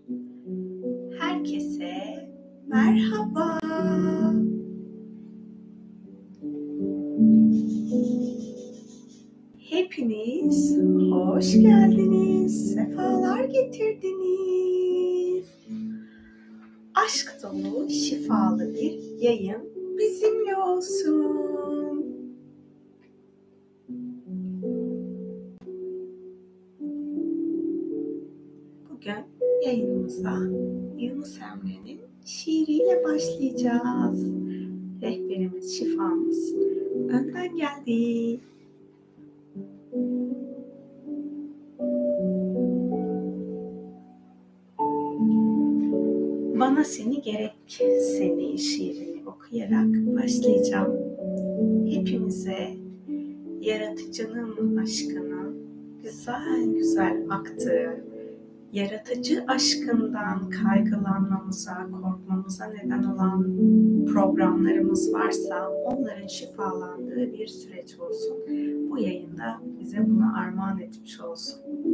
Herkese merhaba. Hepiniz hoş geldiniz, sefalar getirdiniz. Aşk dolu, şifalı bir yayın bizimle olsun. Bugün yayınımıza Yunus Emre'nin şiiriyle başlayacağız. Rehberimiz, şifamız önden geldi. Bana seni gerek seni şiirini okuyarak başlayacağım. Hepimize yaratıcının aşkının güzel güzel aktığı, yaratıcı aşkından kaygılanmamıza, korkmamıza neden olan programlarımız varsa onların şifalandığı bir süreç olsun. Bu yayında bize bunu armağan etmiş olsun.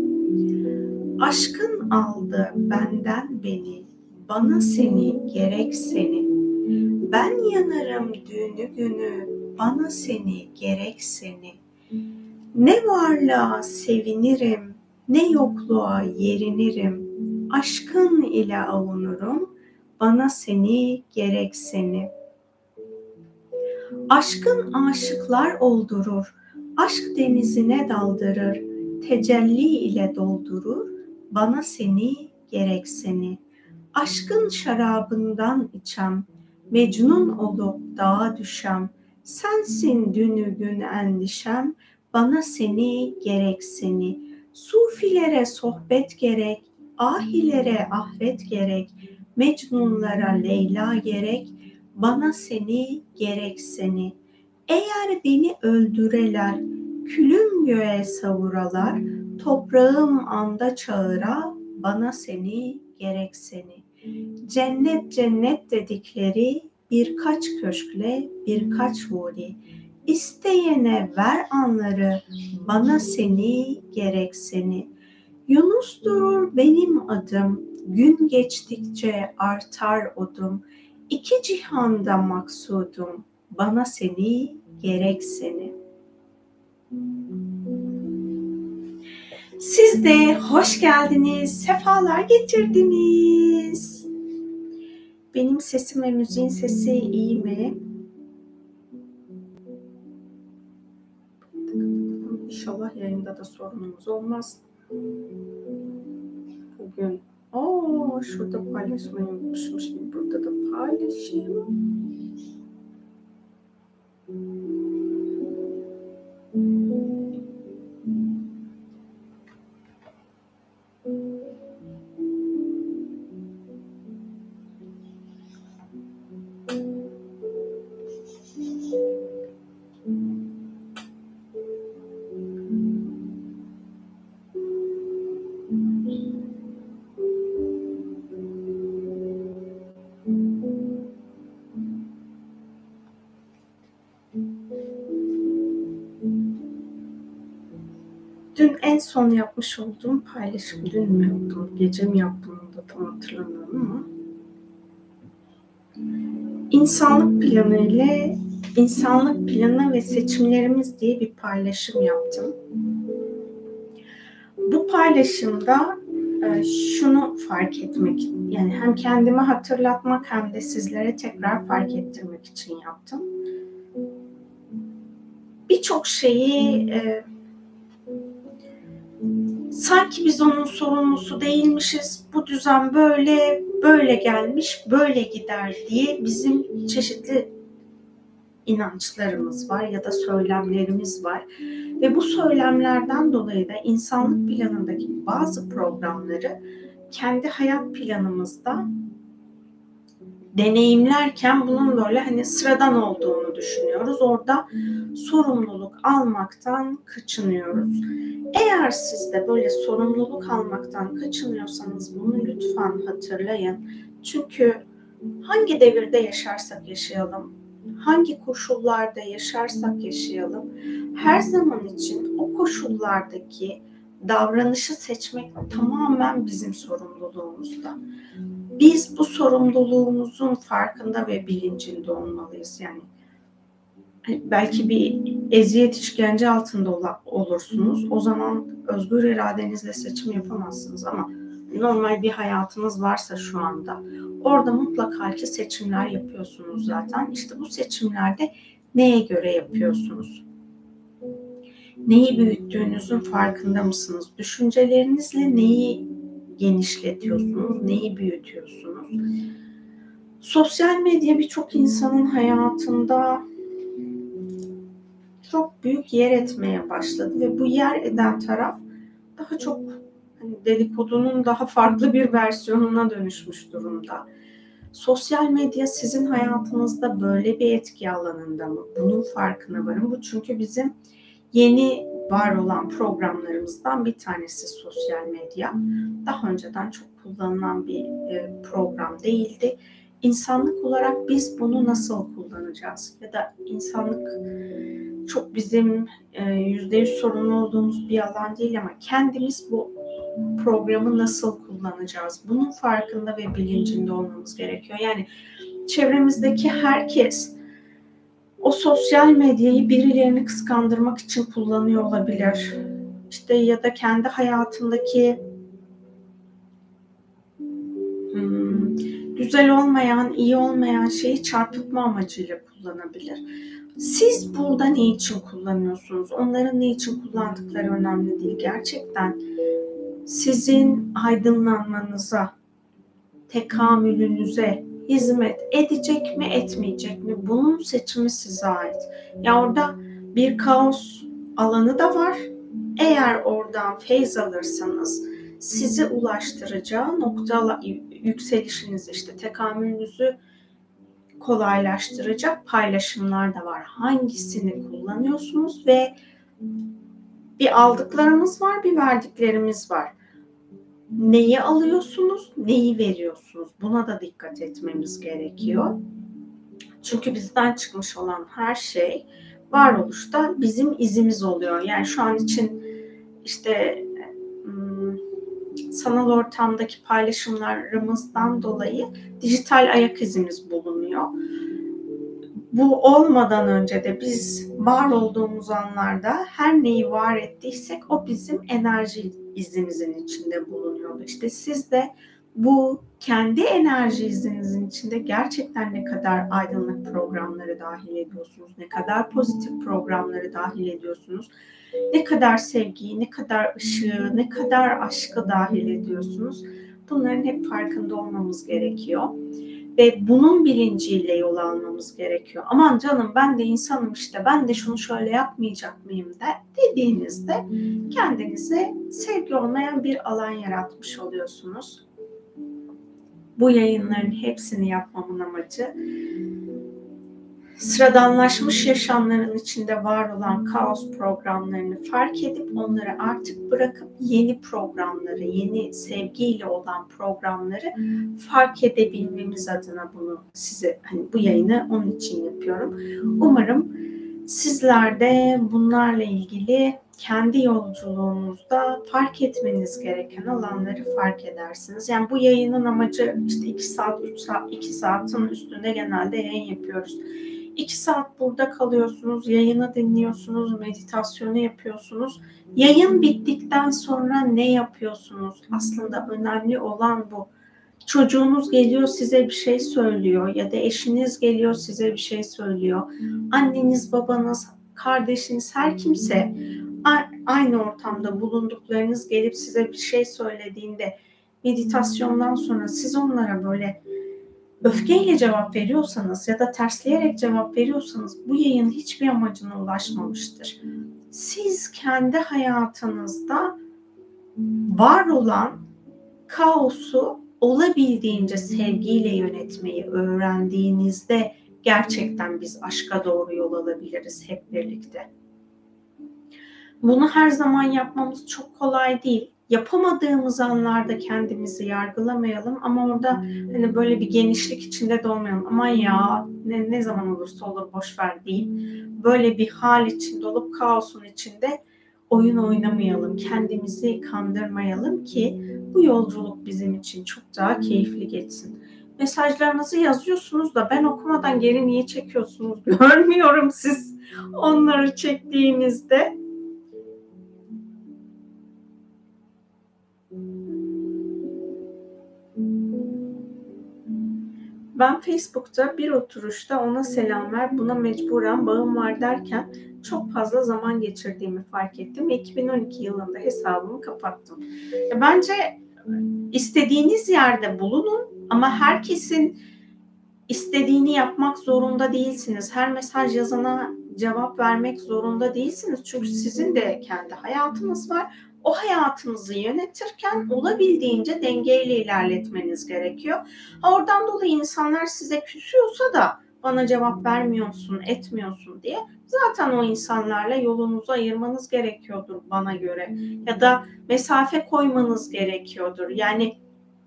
Aşkın aldı benden beni, bana seni gerek seni. Ben yanarım düğünü günü, bana seni gerek seni. Ne varlığa sevinirim, ne yokluğa yerinirim. Aşkın ile avunurum, bana seni gerek seni. Aşkın aşıklar oldurur, aşk denizine daldırır. Tecelli ile doldurur, bana seni gerek seni. Aşkın şarabından içem, mecnun olup dağa düşem. Sensin dünü gün endişem, bana seni gerek seni. Sufilere sohbet gerek, ahilere ahret gerek. Mecnunlara Leyla gerek, bana seni gerek seni. Eğer beni öldüreler, külüm göğe savuralar. Toprağım anda çağıra, bana seni gerek seni. Cennet cennet dedikleri birkaç köşkle birkaç huri. İsteyene ver anları, bana seni gerek seni. Yunus durur benim adım, gün geçtikçe artar odum. İki cihanda maksudum, bana seni gerek seni. Siz de hoş geldiniz, sefalar getirdiniz. Benim sesim ve müziğin sesi iyi mi? İnşallah yayında da sorunumuz olmaz. Bugün şurada paylaşmayı unutmuşum. Şimdi burada da paylaşayım. Dün en son yapmış olduğum paylaşım, dün mü yaptım, gece mi yaptım onu da tam hatırlamıyorum ama insanlık planı ve seçimlerimiz diye bir paylaşım yaptım. Bu paylaşımda şunu fark etmek, yani hem kendime hatırlatmak hem de sizlere tekrar fark ettirmek için yaptım. Birçok şeyi sanki biz onun sorumlusu değilmişiz, bu düzen böyle gelmiş, böyle gider diye bizim çeşitli inançlarımız var ya da söylemlerimiz var. Ve bu söylemlerden dolayı da insanlık planındaki bazı programları kendi hayat planımızda deneyimlerken bunun böyle sıradan olduğunu düşünüyoruz. Orada sorumluluk almaktan kaçınıyoruz. Eğer siz de böyle sorumluluk almaktan kaçınıyorsanız bunu lütfen hatırlayın. Çünkü hangi devirde yaşarsak yaşayalım, hangi koşullarda yaşarsak yaşayalım, her zaman için o koşullardaki davranışı seçmek tamamen bizim sorumluluğumuzda. Biz bu sorumluluğumuzun farkında ve bilincinde olmalıyız. Yani belki bir eziyet, işkence altında olursunuz. O zaman özgür iradenizle seçim yapamazsınız ama normal bir hayatınız varsa şu anda orada mutlaka ki seçimler yapıyorsunuz zaten. İşte bu seçimlerde neye göre yapıyorsunuz? Neyi büyüttüğünüzün farkında mısınız? Düşüncelerinizle neyi genişletiyorsunuz, neyi büyütüyorsunuz? Sosyal medya birçok insanın hayatında çok büyük yer etmeye başladı ve bu yer eden taraf daha çok dedikodunun daha farklı bir versiyonuna dönüşmüş durumda. Sosyal medya sizin hayatınızda böyle bir etki alanında mı? Bunun farkına varın. Bu çünkü bizim yeni var olan programlarımızdan bir tanesi sosyal medya. Daha önceden çok kullanılan bir program değildi. İnsanlık olarak biz bunu nasıl kullanacağız? Ya da insanlık çok bizim %100 sorumlu olduğumuz bir alan değil ama kendimiz bu programı nasıl kullanacağız? Bunun farkında ve bilincinde olmamız gerekiyor. Yani çevremizdeki herkes o sosyal medyayı birilerini kıskandırmak için kullanıyor olabilir. İşte ya da kendi hayatındaki güzel olmayan, iyi olmayan şeyi çarpıtma amacıyla kullanabilir. Siz burada ne için kullanıyorsunuz? Onların ne için kullandıkları önemli değil. Gerçekten sizin aydınlanmanıza, tekamülünüze hizmet edecek mi, etmeyecek mi? Bunun seçimi size ait. Ya orada bir kaos alanı da var. Eğer oradan feyz alırsanız sizi ulaştıracağı nokta yükselişiniz, işte tekamülünüzü kolaylaştıracak paylaşımlar da var. Hangisini kullanıyorsunuz ve bir aldıklarımız var, bir verdiklerimiz var. Neyi alıyorsunuz, neyi veriyorsunuz? Buna da dikkat etmemiz gerekiyor. Çünkü bizden çıkmış olan her şey varoluşta bizim izimiz oluyor. Yani şu an için işte sanal ortamdaki paylaşımlarımızdan dolayı dijital ayak izimiz bulunuyor. Bu olmadan önce de biz var olduğumuz anlarda her neyi var ettiysek o bizim enerji izimizin içinde bulunuyordu. İşte siz de bu kendi enerji izinizin içinde gerçekten ne kadar aydınlık programları dahil ediyorsunuz, ne kadar pozitif programları dahil ediyorsunuz, ne kadar sevgiyi, ne kadar ışığı, ne kadar aşkı dahil ediyorsunuz. Bunların hep farkında olmamız gerekiyor. Ve bunun bilinciyle yol almamız gerekiyor. Aman canım ben de insanım işte, ben de şunu şöyle yapmayacak mıyım dediğinizde kendinize sevgi olmayan bir alan yaratmış oluyorsunuz. Bu yayınların hepsini yapmamın amacı sıradanlaşmış yaşamların içinde var olan kaos programlarını fark edip onları artık bırakıp yeni programları, yeni sevgiyle olan programları fark edebilmemiz adına bunu size bu yayını onun için yapıyorum. Umarım sizler de bunlarla ilgili kendi yolculuğunuzda fark etmeniz gereken alanları fark edersiniz. Yani bu yayının amacı işte 2 saat, 3 saat, 2 saatin üstünde genelde yayın yapıyoruz. 2 saat burada kalıyorsunuz, yayını dinliyorsunuz, meditasyonu yapıyorsunuz. Yayın bittikten sonra ne yapıyorsunuz? Aslında önemli olan bu. Çocuğunuz geliyor size bir şey söylüyor ya da eşiniz geliyor size bir şey söylüyor. Anneniz, babanız, kardeşiniz, her kimse aynı ortamda bulunduklarınız gelip size bir şey söylediğinde meditasyondan sonra siz onlara böyle öfkeyle cevap veriyorsanız ya da tersleyerek cevap veriyorsanız bu yayın hiçbir amacına ulaşmamıştır. Siz kendi hayatınızda var olan kaosu olabildiğince sevgiyle yönetmeyi öğrendiğinizde gerçekten biz aşka doğru yol alabiliriz hep birlikte. Bunu her zaman yapmamız çok kolay değil. Yapamadığımız anlarda kendimizi yargılamayalım ama orada böyle bir genişlik içinde de olmayalım. Aman ya ne zaman olursa olur boş ver deyip böyle bir hal içinde olup kaosun içinde oyun oynamayalım, kendimizi kandırmayalım ki bu yolculuk bizim için çok daha keyifli geçsin. Mesajlarınızı yazıyorsunuz da ben okumadan geri niye çekiyorsunuz görmüyorum siz onları çektiğinizde. Ben Facebook'ta bir oturuşta ona selam ver, buna mecburen bağım var derken çok fazla zaman geçirdiğimi fark ettim. 2012 yılında hesabımı kapattım. Bence istediğiniz yerde bulunun ama herkesin istediğini yapmak zorunda değilsiniz. Her mesaj yazana cevap vermek zorunda değilsiniz. Çünkü sizin de kendi hayatınız var. O hayatınızı yönetirken olabildiğince dengeyle ilerletmeniz gerekiyor. Oradan dolayı insanlar size küsüyorsa da bana cevap vermiyorsun, etmiyorsun diye zaten o insanlarla yolunuzu ayırmanız gerekiyordur bana göre. Ya da mesafe koymanız gerekiyordur. Yani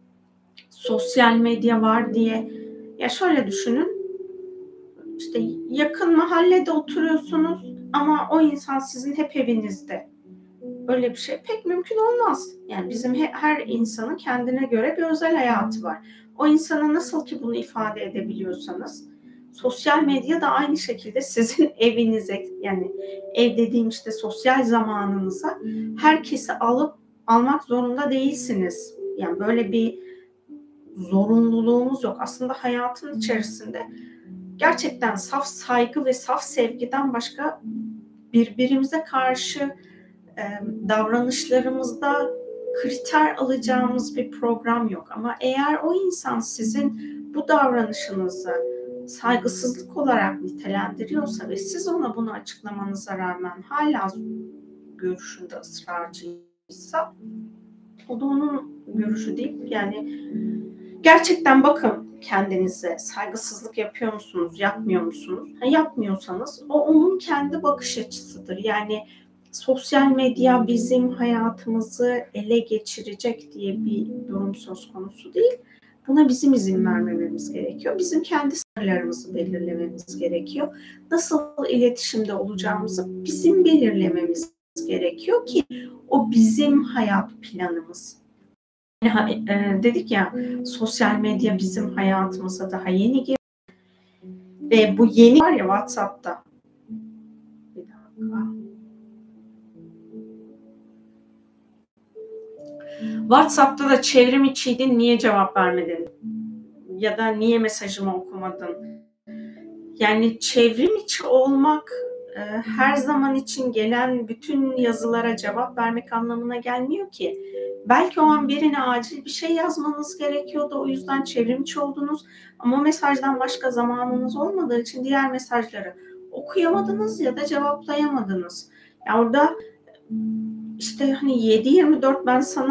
sosyal medya var diye ya şöyle düşünün, işte yakın mahallede oturuyorsunuz ama o insan sizin hep evinizde. Öyle bir şey pek mümkün olmaz. Yani bizim her insanın kendine göre bir özel hayatı var. O insana nasıl ki bunu ifade edebiliyorsanız, sosyal medya da aynı şekilde sizin evinize, yani ev dediğim işte sosyal zamanınıza herkesi almak zorunda değilsiniz. Yani böyle bir zorunluluğumuz yok. Aslında hayatın içerisinde gerçekten saf saygı ve saf sevgiden başka birbirimize karşı davranışlarımızda kriter alacağımız bir program yok. Ama eğer o insan sizin bu davranışınızı saygısızlık olarak nitelendiriyorsa ve siz ona bunu açıklamanıza rağmen hala görüşünde ısrarcıysa, o da onun görüşü değil. Yani gerçekten bakın kendinize, saygısızlık yapıyor musunuz, yapmıyor musunuz? Yapmıyorsanız o onun kendi bakış açısıdır. Yani sosyal medya bizim hayatımızı ele geçirecek diye bir durum söz konusu değil. Buna bizim izin vermememiz gerekiyor. Bizim kendi sınırlarımızı belirlememiz gerekiyor. Nasıl iletişimde olacağımızı bizim belirlememiz gerekiyor ki o bizim hayat planımız. Dedik ya, sosyal medya bizim hayatımıza daha yeni girdi ve bu yeni var ya WhatsApp'ta. Bir dakika. WhatsApp'ta da çevrim içiydin, niye cevap vermedin? Ya da niye mesajımı okumadın? Yani çevrim içi olmak her zaman için gelen bütün yazılara cevap vermek anlamına gelmiyor ki. Belki o an birine acil bir şey yazmanız gerekiyordu. O yüzden çevrim içi oldunuz. Ama mesajdan başka zamanınız olmadığı için diğer mesajları okuyamadınız ya da cevaplayamadınız. Yani orada işte hani 7/24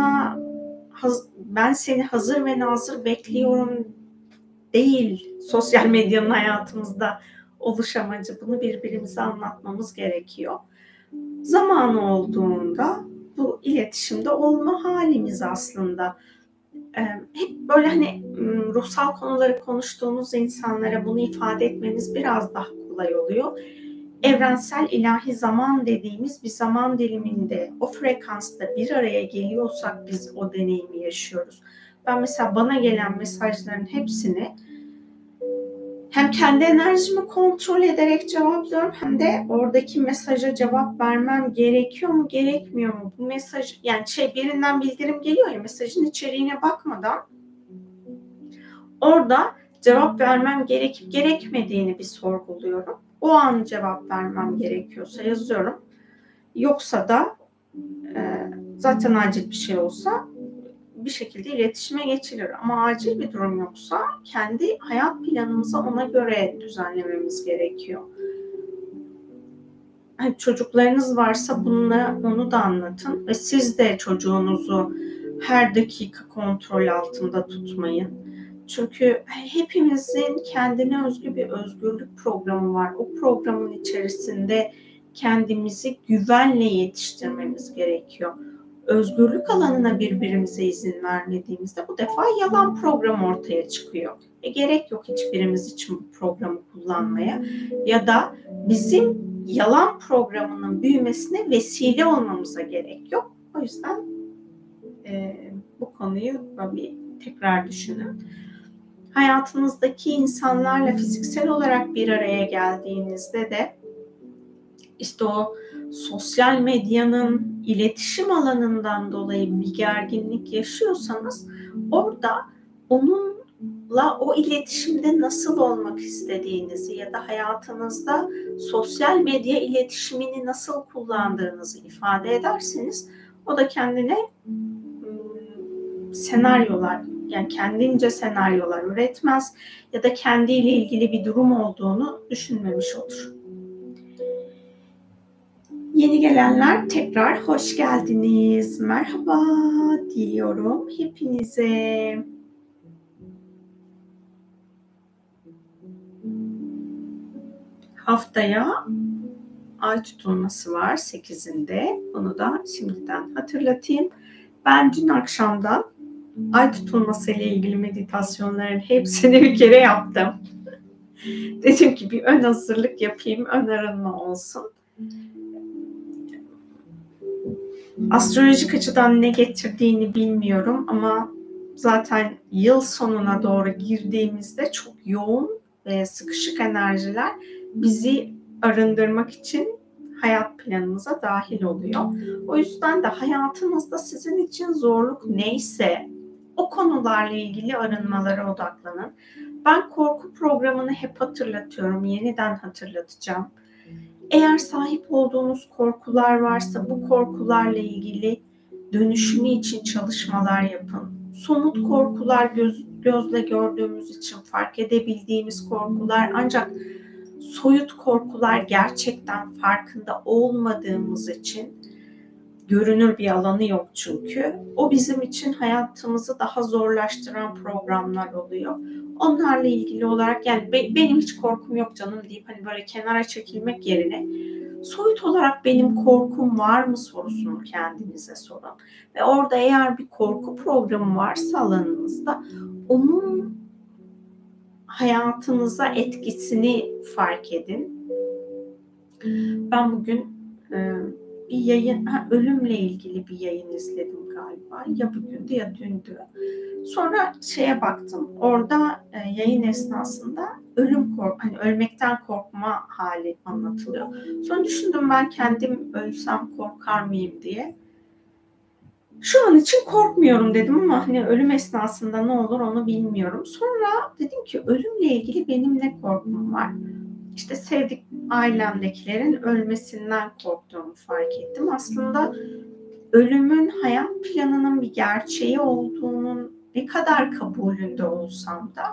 ben seni hazır ve nazır bekliyorum değil sosyal medyanın hayatımızda oluş amacı. Bunu birbirimize anlatmamız gerekiyor. Zamanı olduğunda bu iletişimde olma halimiz aslında. Hep böyle hani ruhsal konuları konuştuğumuz insanlara bunu ifade etmemiz biraz daha kolay oluyor. Evrensel ilahi zaman dediğimiz bir zaman diliminde o frekansta bir araya geliyorsak biz o deneyimi yaşıyoruz. Ben mesela bana gelen mesajların hepsini hem kendi enerjimi kontrol ederek cevaplıyorum hem de oradaki mesaja cevap vermem gerekiyor mu gerekmiyor mu? Bu mesaj yani birinden bildirim geliyor ya, mesajın içeriğine bakmadan orada cevap vermem gerekip gerekmediğini bir sorguluyorum. O an cevap vermem gerekiyorsa yazıyorum. Yoksa da zaten acil bir şey olsa bir şekilde iletişime geçilir. Ama acil bir durum yoksa kendi hayat planımızı ona göre düzenlememiz gerekiyor. Hani çocuklarınız varsa onu da anlatın ve siz de çocuğunuzu her dakika kontrol altında tutmayın. Çünkü hepimizin kendine özgü bir özgürlük programı var. O programın içerisinde kendimizi güvenle yetiştirmemiz gerekiyor. Özgürlük alanına birbirimize izin vermediğimizde bu defa yalan program ortaya çıkıyor. Gerek yok hiçbirimiz için bu programı kullanmaya ya da bizim yalan programının büyümesine vesile olmamıza gerek yok. O yüzden bu konuyu bir tekrar düşünün. Hayatınızdaki insanlarla fiziksel olarak bir araya geldiğinizde de işte o sosyal medyanın iletişim alanından dolayı bir gerginlik yaşıyorsanız orada onunla o iletişimde nasıl olmak istediğinizi ya da hayatınızda sosyal medya iletişimini nasıl kullandığınızı ifade ederseniz o da kendine senaryolar, yani kendince senaryolar üretmez ya da kendiyle ilgili bir durum olduğunu düşünmemiş olur. Yeni gelenler tekrar hoş geldiniz. Merhaba diliyorum hepinize. Haftaya ay tutulması var 8'inde. Bunu da şimdiden hatırlatayım. Ben dün akşamdan ay tutulması ile ilgili meditasyonların hepsini bir kere yaptım. Dedim ki bir ön hazırlık yapayım, ön arınma olsun. Astrolojik açıdan ne getirdiğini bilmiyorum ama zaten yıl sonuna doğru girdiğimizde çok yoğun ve sıkışık enerjiler bizi arındırmak için hayat planımıza dahil oluyor. O yüzden de hayatınızda sizin için zorluk neyse o konularla ilgili arınmalara odaklanın. Ben korku programını hep hatırlatıyorum, yeniden hatırlatacağım. Eğer sahip olduğunuz korkular varsa bu korkularla ilgili dönüşümü için çalışmalar yapın. Somut korkular gözle gördüğümüz için fark edebildiğimiz korkular, ancak soyut korkular gerçekten farkında olmadığımız için görünür bir alanı yok çünkü. O bizim için hayatımızı daha zorlaştıran programlar oluyor. Onlarla ilgili olarak yani benim hiç korkum yok canım deyip hani böyle kenara çekilmek yerine soyut olarak benim korkum var mı sorusunu kendinize sorun. Ve orada eğer bir korku programı varsa alanınızda onun hayatınıza etkisini fark edin. Ben bugün bir yayın, ölümle ilgili bir yayın izledim galiba. Ya bugündü ya dündü. Sonra şeye baktım. Orada yayın esnasında hani ölmekten korkma hali anlatılıyor. Sonra düşündüm ben kendim ölsem korkar mıyım diye. Şu an için korkmuyorum dedim ama hani ölüm esnasında ne olur onu bilmiyorum. Sonra dedim ki ölümle ilgili benim ne korkum var? İşte sevdik ailemdekilerin ölmesinden korktuğumu fark ettim. Aslında ölümün hayat planının bir gerçeği olduğunun ne kadar kabulünde olsam da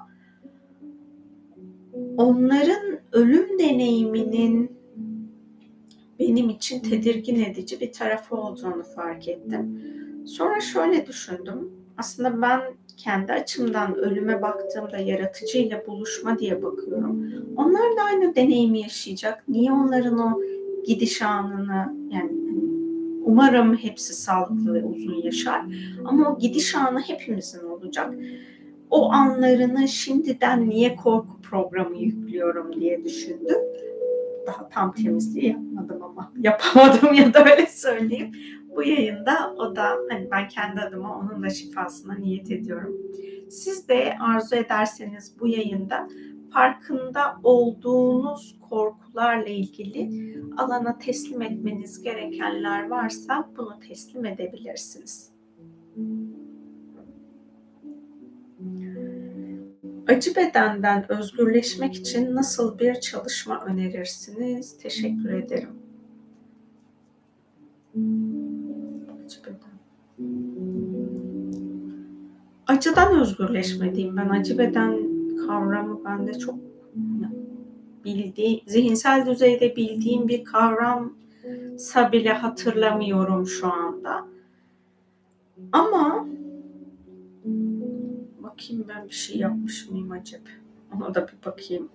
onların ölüm deneyiminin benim için tedirgin edici bir tarafı olduğunu fark ettim. Sonra şöyle düşündüm. Aslında ben kendi açımdan ölüme baktığımda yaratıcıyla buluşma diye bakıyorum. Onlar da aynı deneyimi yaşayacak. Niye onların o gidiş anını, yani umarım hepsi sağlıklı ve uzun yaşar. Ama o gidiş anı hepimizin olacak. O anlarını şimdiden niye korku programı yüklüyorum diye düşündüm. Daha tam temizliği yapmadım ama yapamadım ya da öyle söyleyeyim. Bu yayında o da hani ben kendi adıma onun da şifasına niyet ediyorum. Siz de arzu ederseniz bu yayında farkında olduğunuz korkularla ilgili alana teslim etmeniz gerekenler varsa bunu teslim edebilirsiniz. Acı bedenden özgürleşmek için nasıl bir çalışma önerirsiniz? Teşekkür ederim. Acı beden. Acıdan özgürleşme diyeyim ben. Acı beden kavramı bende çok zihinsel düzeyde bildiğim bir kavramsa bile hatırlamıyorum şu anda. Ama bakayım ben bir şey yapmış mıyım acaba? Ona da bir bakayım.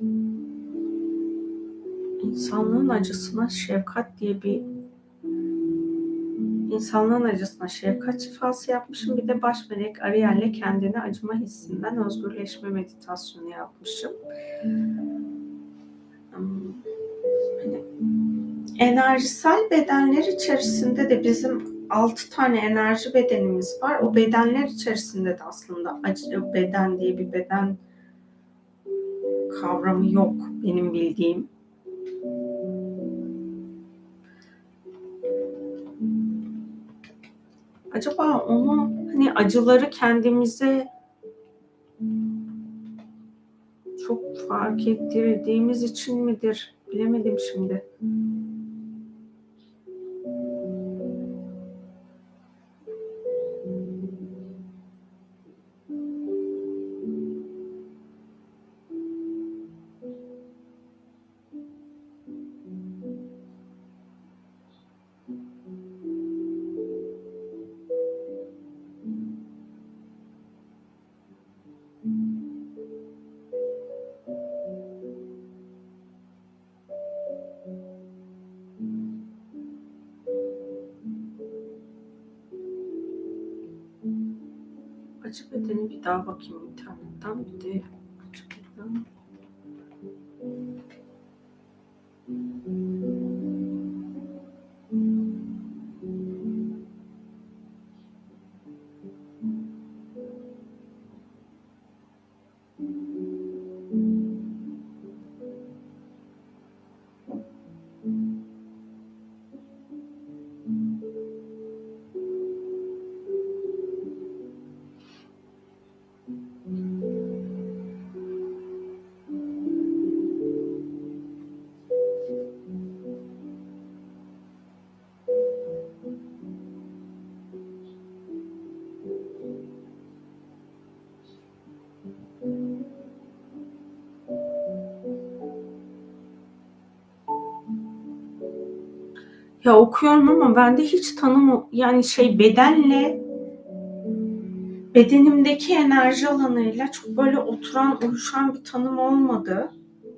İnsanlığın acısına şefkat diye bir insanlığın acısına şefkat şifası yapmışım. Bir de baş melek Ariel'le kendine acıma hissinden özgürleşme meditasyonu yapmışım. Hani enerjisel bedenler içerisinde de bizim 6 tane enerji bedenimiz var. O bedenler içerisinde de aslında acı beden diye bir beden kavramı yok benim bildiğim. Acaba onu hani acıları kendimize çok fark ettirdiğimiz için midir? Bilemedim şimdi. Acı bedeni bir daha bakayım internetten. Bir de acı beden. Ya okuyorum ama bende hiç tanım yani bedenimdeki enerji alanıyla çok böyle oturan, uyuşan bir tanım olmadı.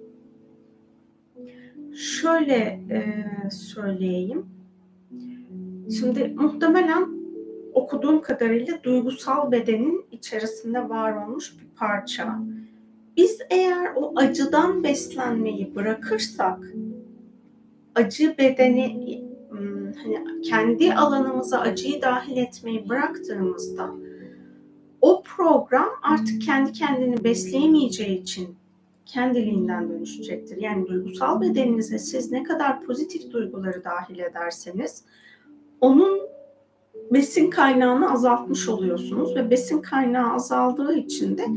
Şöyle söyleyeyim. Şimdi muhtemelen okuduğum kadarıyla duygusal bedenin içerisinde var olmuş bir parça. Biz eğer o acıdan beslenmeyi bırakırsak, acı bedeni hani kendi alanımıza acıyı dahil etmeyi bıraktığımızda o program artık kendi kendini besleyemeyeceği için kendiliğinden dönüşecektir. Yani duygusal bedeninize siz ne kadar pozitif duyguları dahil ederseniz onun besin kaynağını azaltmış oluyorsunuz ve besin kaynağı azaldığı için de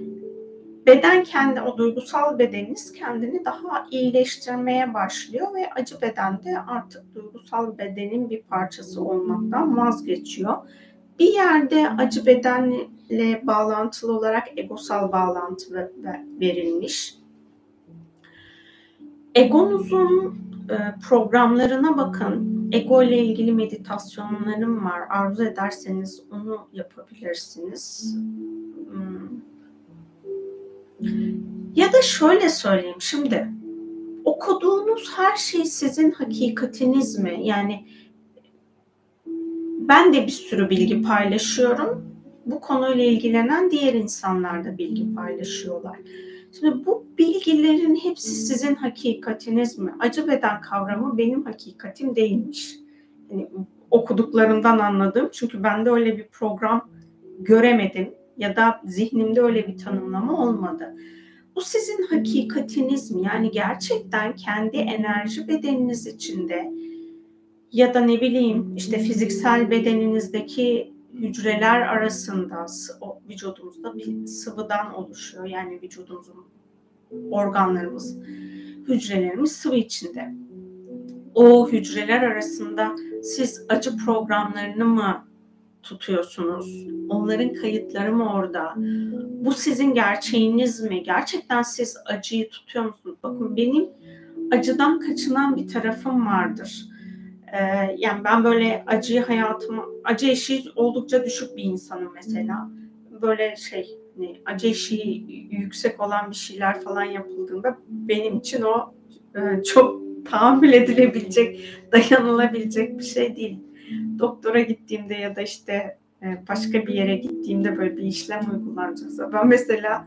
o duygusal bedeniniz kendini daha iyileştirmeye başlıyor ve acı beden de artık duygusal bedenin bir parçası olmaktan vazgeçiyor. Bir yerde acı bedenle bağlantılı olarak egosal bağlantı verilmiş. Egonuzun programlarına bakın. Ego ile ilgili meditasyonlarım var. Arzu ederseniz onu yapabilirsiniz. Ya da şöyle söyleyeyim şimdi. Okuduğunuz her şey sizin hakikatiniz mi? Yani ben de bir sürü bilgi paylaşıyorum. Bu konuyla ilgilenen diğer insanlar da bilgi paylaşıyorlar. Şimdi bu bilgilerin hepsi sizin hakikatiniz mi? Acı beden kavramı benim hakikatim değilmiş. Yani okuduklarımdan anladım. Çünkü ben de öyle bir program göremedim ya da zihnimde öyle bir tanımlama olmadı. Bu sizin hakikatiniz mi? Yani gerçekten kendi enerji bedeniniz içinde ya da ne bileyim işte fiziksel bedeninizdeki hücreler arasında o vücudumuzda bir sıvıdan oluşuyor. Yani vücudumuzun organlarımız, hücrelerimiz sıvı içinde. O hücreler arasında siz acı programlarını mı tutuyorsunuz? Onların kayıtları mı orada? Bu sizin gerçeğiniz mi? Gerçekten siz acıyı tutuyor musunuz? Bakın benim acıdan kaçınan bir tarafım vardır. Yani ben böyle acı eşiği oldukça düşük bir insanım mesela. Böyle acı eşiği yüksek olan bir şeyler falan yapıldığında benim için o çok tahammül edilebilecek, dayanılabilecek bir şey değil. Doktora gittiğimde ya da işte başka bir yere gittiğimde böyle bir işlem uygulanacaksa ben mesela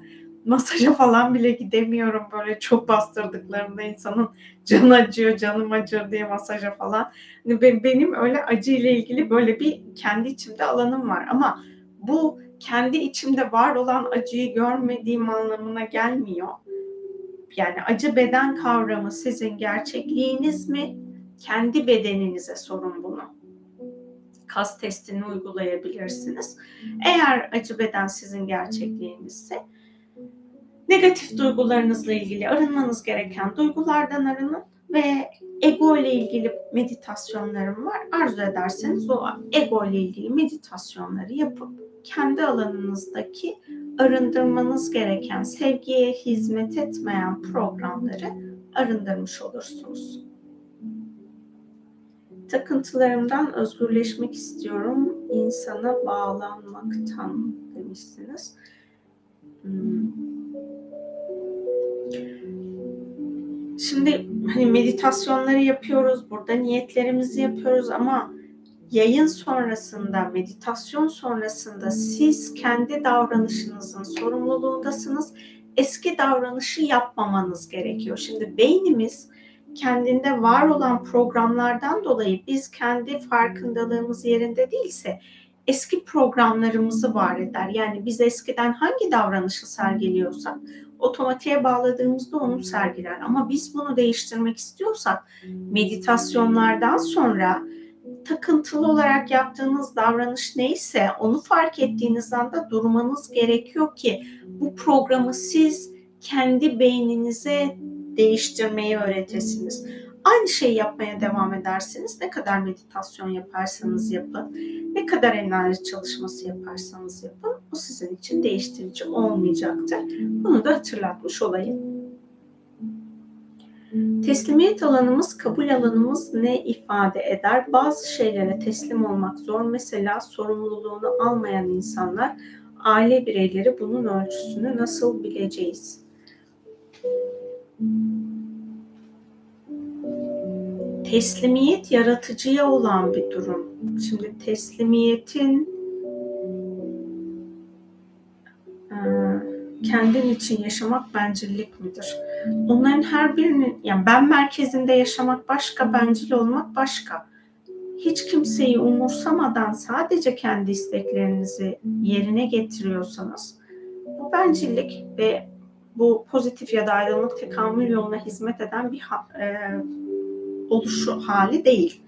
masaja falan bile gidemiyorum. Böyle çok bastırdıklarında insanın canı acıyor, canım acıyor diye masaja falan. Hani benim öyle acı ile ilgili böyle bir kendi içimde alanım var. Ama bu kendi içimde var olan acıyı görmediğim anlamına gelmiyor. Yani acı beden kavramı sizin gerçekliğiniz mi? Kendi bedeninize sorun bunu. Kas testini uygulayabilirsiniz. Eğer acı beden sizin gerçekliğinizse negatif duygularınızla ilgili arınmanız gereken duygulardan arının ve ego ile ilgili meditasyonlarım var. Arzu ederseniz o ego ile ilgili meditasyonları yapıp kendi alanınızdaki arındırmanız gereken, sevgiye hizmet etmeyen programları arındırmış olursunuz. Takıntılarımdan özgürleşmek istiyorum. İnsana bağlanmaktan demişsiniz. Şimdi hani meditasyonları yapıyoruz, burada niyetlerimizi yapıyoruz ama yayın sonrasında, meditasyon sonrasında siz kendi davranışınızın sorumluluğundasınız. Eski davranışı yapmamanız gerekiyor. Şimdi beynimiz kendinde var olan programlardan dolayı biz kendi farkındalığımız yerinde değilse eski programlarımızı var eder. Yani biz eskiden hangi davranışı sergiliyorsak otomatiğe bağladığımızda onu sergiler. Ama biz bunu değiştirmek istiyorsak meditasyonlardan sonra takıntılı olarak yaptığınız davranış neyse onu fark ettiğiniz anda durmanız gerekiyor ki bu programı siz kendi beyninize değiştirmeyi öğretesiniz. Aynı şeyi yapmaya devam edersiniz. Ne kadar meditasyon yaparsanız yapın, ne kadar enerji çalışması yaparsanız yapın, o sizin için değiştirici olmayacaktır. Bunu da hatırlatmış olayım. Teslimiyet alanımız, kabul alanımız ne ifade eder? Bazı şeylere teslim olmak zor. Mesela sorumluluğunu almayan insanlar, aile bireyleri bunun ölçüsünü nasıl bileceğiz? Teslimiyet yaratıcıya olan bir durum. Şimdi teslimiyetin kendin için yaşamak bencillik midir? Onların her birinin, yani ben merkezinde yaşamak başka, bencil olmak başka. Hiç kimseyi umursamadan sadece kendi isteklerinizi yerine getiriyorsanız bu bencillik ve bu pozitif ya da aydınlık tekamül yoluna hizmet eden bir oluşu hali değil.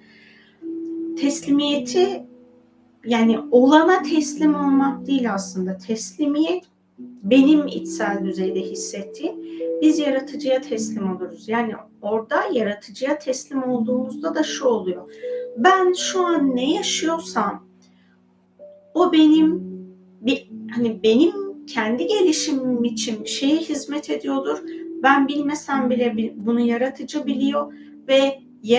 Teslimiyeti yani olana teslim olmak değil aslında. Teslimiyet benim içsel düzeyde hissettiğim, biz yaratıcıya teslim oluruz. Yani orada yaratıcıya teslim olduğumuzda da şu oluyor. Ben şu an ne yaşıyorsam o benim benim kendi gelişimim için bir şeye hizmet ediyordur. Ben bilmesem bile bunu yaratıcı biliyor ve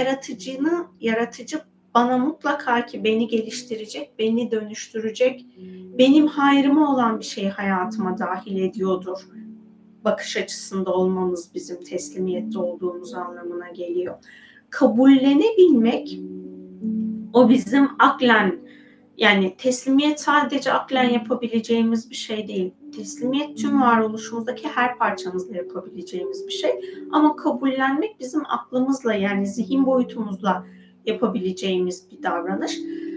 yaratıcı bana mutlaka ki beni geliştirecek, beni dönüştürecek, benim hayrıma olan bir şeyi hayatıma dahil ediyordur. Bakış açısında olmamız bizim teslimiyette olduğumuz anlamına geliyor. Kabullenebilmek o bizim aklen, yani teslimiyet sadece aklen yapabileceğimiz bir şey değil. Teslimiyet tüm varoluşumuzdaki her parçamızla yapabileceğimiz bir şey. Ama kabullenmek bizim aklımızla, yani zihin boyutumuzla yapabileceğimiz bir davranış.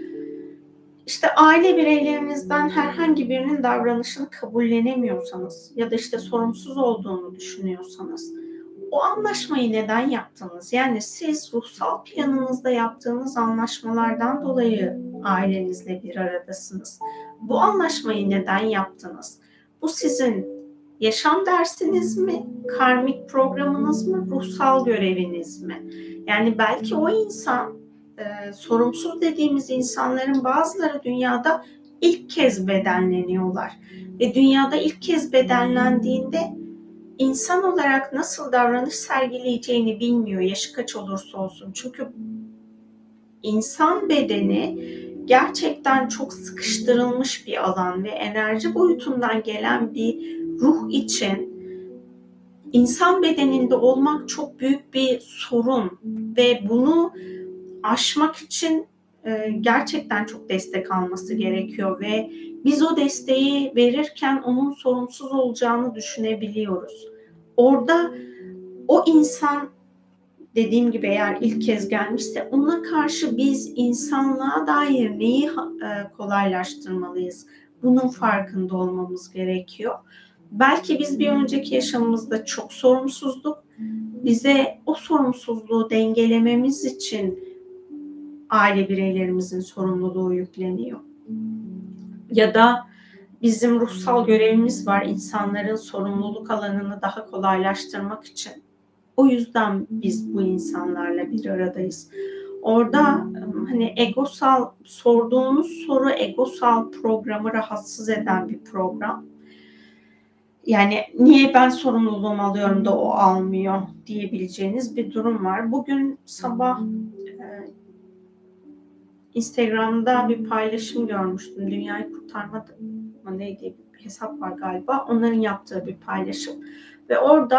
İşte aile bireylerinizden herhangi birinin davranışını kabullenemiyorsanız ya da işte sorumsuz olduğunu düşünüyorsanız o anlaşmayı neden yaptınız? Yani siz ruhsal planınızda yaptığınız anlaşmalardan dolayı ailenizle bir aradasınız. Bu anlaşmayı neden yaptınız? Bu sizin yaşam dersiniz mi? Karmik programınız mı? Ruhsal göreviniz mi? Yani belki o insan, sorumsuz dediğimiz insanların bazıları dünyada ilk kez bedenleniyorlar. Ve dünyada ilk kez bedenlendiğinde insan olarak nasıl davranış sergileyeceğini bilmiyor, yaşı kaç olursa olsun. Çünkü insan bedeni gerçekten çok sıkıştırılmış bir alan ve enerji boyutundan gelen bir ruh için insan bedeninde olmak çok büyük bir sorun ve bunu aşmak için gerçekten çok destek alması gerekiyor ve biz o desteği verirken onun sorumsuz olacağını düşünebiliyoruz. Orada o insan, dediğim gibi, eğer ilk kez gelmişse ona karşı biz insanlığa dair neyi kolaylaştırmalıyız? Bunun farkında olmamız gerekiyor. Belki biz bir önceki yaşamımızda çok sorumsuzduk. Bize o sorumsuzluğu dengelememiz için aile bireylerimizin sorumluluğu yükleniyor. Ya da bizim ruhsal görevimiz var insanların sorumluluk alanını daha kolaylaştırmak için. O yüzden biz bu insanlarla bir aradayız. Orada hani egosal, sorduğunuz soru egosal programı rahatsız eden bir program. Yani niye ben sorumluluğumu alıyorum da o almıyor diyebileceğiniz bir durum var. Bugün sabah Instagram'da bir paylaşım görmüştüm. Dünyayı Kurtarma mı neydi bir hesap var galiba. Onların yaptığı bir paylaşım. Ve orada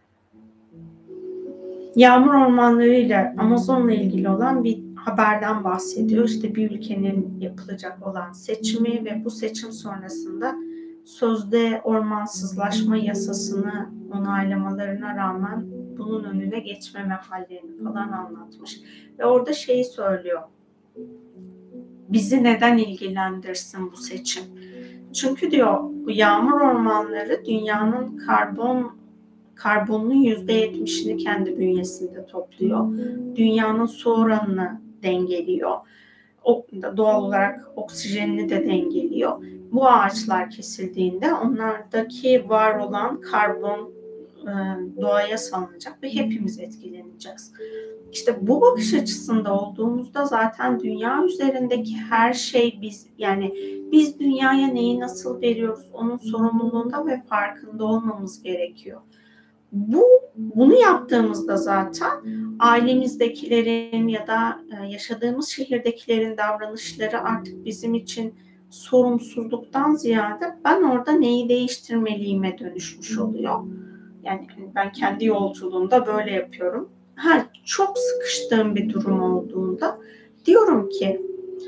yağmur ormanları ile Amazon'la ilgili olan bir haberden bahsediyor. İşte bir ülkenin yapılacak olan seçimi ve bu seçim sonrasında sözde ormansızlaşma yasasını onaylamalarına rağmen bunun önüne geçmeme hallerini falan anlatmış. Ve orada şeyi söylüyor. Bizi neden ilgilendirsin bu seçim? Çünkü diyor bu yağmur ormanları dünyanın karbonun %70'ini kendi bünyesinde topluyor. Dünyanın su oranını dengeliyor. Doğal olarak oksijenini de dengeliyor. Bu ağaçlar kesildiğinde onlardaki var olan karbon doğaya salınacak ve hepimiz etkileneceğiz. İşte bu bakış açısında olduğumuzda zaten dünya üzerindeki her şey biz dünyaya neyi nasıl veriyoruz onun sorumluluğunda ve farkında olmamız gerekiyor. Bunu yaptığımızda zaten ailemizdekilerin ya da yaşadığımız şehirdekilerin davranışları artık bizim için sorumsuzluktan ziyade ben orada neyi değiştirmeliyime dönüşmüş oluyor. Yani ben kendi yolculuğumda böyle yapıyorum. Çok sıkıştığım bir durum olduğunda diyorum ki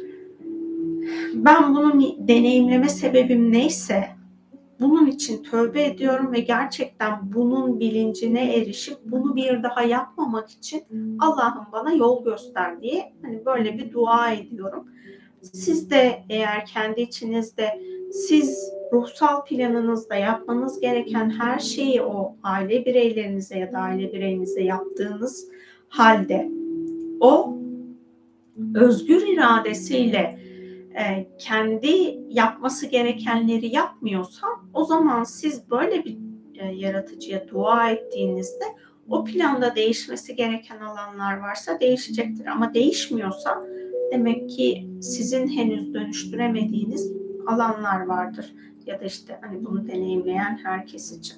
ben bunu deneyimleme sebebim neyse bunun için tövbe ediyorum ve gerçekten bunun bilincine erişip bunu bir daha yapmamak için Allah'ım bana yol göster diye hani böyle bir dua ediyorum. Siz de eğer kendi içinizde siz ruhsal planınızda yapmanız gereken her şeyi o aile bireylerinize ya da aile bireyinize yaptığınız halde o özgür iradesiyle kendi yapması gerekenleri yapmıyorsa o zaman siz böyle bir yaratıcıya dua ettiğinizde o planda değişmesi gereken alanlar varsa değişecektir. Ama değişmiyorsa demek ki sizin henüz dönüştüremediğiniz alanlar vardır. Ya da işte hani bunu deneyimleyen herkes için.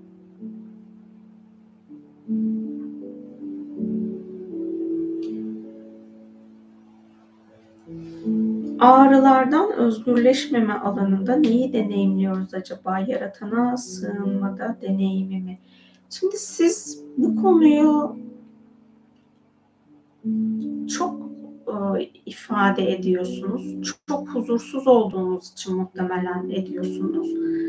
Ağrılardan özgürleşmeme alanında neyi deneyimliyoruz acaba? Yaratana sığınmada deneyimi mi? Şimdi siz bu konuyu çok ifade ediyorsunuz. Çok huzursuz olduğunuz için muhtemelen ediyorsunuz.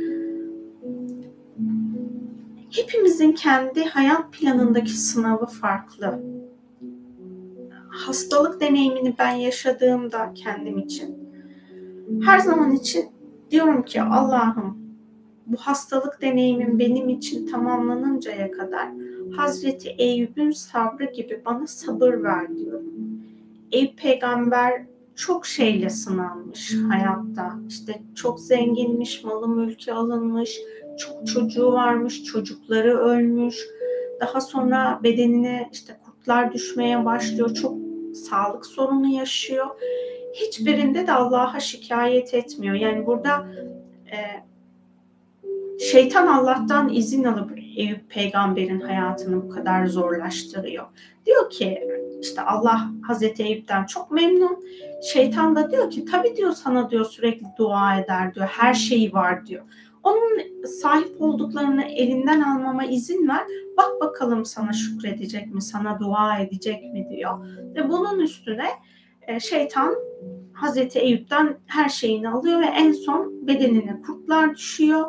Hepimizin kendi hayat planındaki sınavı farklı. Hastalık deneyimini ben yaşadığımda kendim için her zaman için diyorum ki Allah'ım bu hastalık deneyimim benim için tamamlanıncaya kadar Hazreti Eyüp'ün sabrı gibi bana sabır ver diyorum. Eyüp peygamber çok şeyle sınanmış hayatta. İşte çok zenginmiş, malı mülkü alınmış, çok çocuğu varmış, çocukları ölmüş. Daha sonra bedenine işte kurtlar düşmeye başlıyor. Çok sağlık sorunu yaşıyor. Hiçbirinde de Allah'a şikayet etmiyor. Yani burada şeytan Allah'tan izin alıp Eyüp peygamberin hayatını bu kadar zorlaştırıyor. Diyor ki işte Allah Hazreti Eyüp'ten çok memnun. Şeytan da diyor ki tabii diyor sana diyor sürekli dua eder diyor. Her şeyi var diyor. Onun sahip olduklarını elinden almama izin ver. Bak bakalım sana şükredecek mi? Sana dua edecek mi diyor. Ve bunun üstüne şeytan Hazreti Eyüp'ten her şeyini alıyor ve en son bedenine kurtlar düşüyor.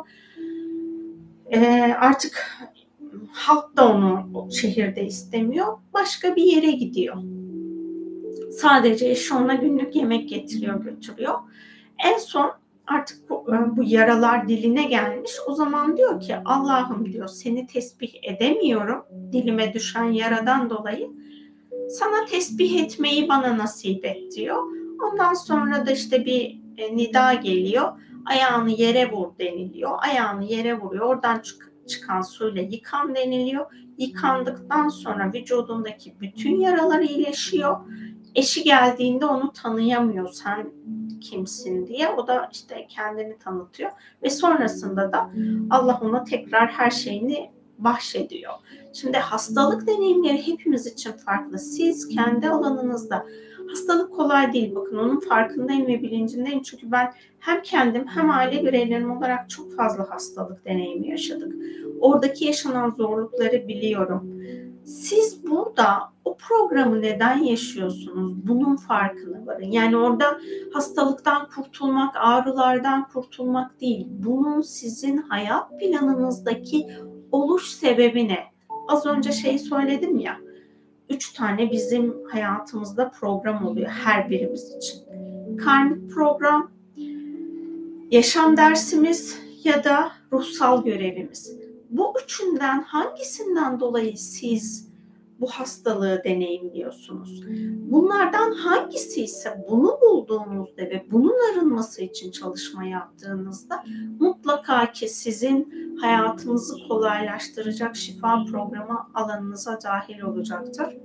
Artık halk da onu o şehirde istemiyor. Başka bir yere gidiyor. Sadece eşi ona günlük yemek getiriyor, götürüyor. En son artık bu yaralar diline gelmiş. O zaman diyor ki Allah'ım diyor seni tesbih edemiyorum dilime düşen yaradan dolayı. Sana tesbih etmeyi bana nasip et diyor. Ondan sonra da işte bir nida geliyor. Ayağını yere vur deniliyor. Ayağını yere vuruyor. Oradan çıkan suyla yıkan deniliyor. Yıkandıktan sonra vücudundaki bütün yaralar iyileşiyor. Eşi geldiğinde onu tanıyamıyor. Sen kimsin diye. O da işte kendini tanıtıyor. Ve sonrasında da Allah ona tekrar her şeyini bahşediyor. Şimdi hastalık deneyimleri hepimiz için farklı. Siz kendi alanınızda hastalık kolay değil. Bakın onun farkındayım ve bilincindeyim. Çünkü ben hem kendim hem aile bireylerim olarak çok fazla hastalık deneyimi yaşadık. Oradaki yaşanan zorlukları biliyorum. Siz burada o programı neden yaşıyorsunuz? Bunun farkına varın. Yani orada hastalıktan kurtulmak, ağrılardan kurtulmak değil. Bunun sizin hayat planınızdaki oluş sebebi ne? Az önce söyledim ya. 3 tane bizim hayatımızda program oluyor her birimiz için. Karmik program, yaşam dersimiz ya da ruhsal görevimiz. Bu üçünden hangisinden dolayı siz bu hastalığı deneyimliyorsunuz? Bunlardan hangisi ise bunu bulduğunuzda ve bunun arınması için çalışma yaptığınızda mutlaka ki sizin hayatınızı kolaylaştıracak şifa programı alanınıza dahil olacaktır.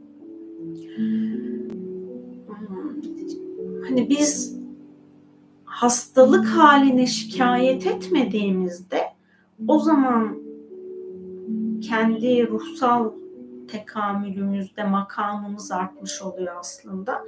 Hani biz hastalık haline şikayet etmediğimizde o zaman kendi ruhsal tekamülümüzde makamımız artmış oluyor aslında.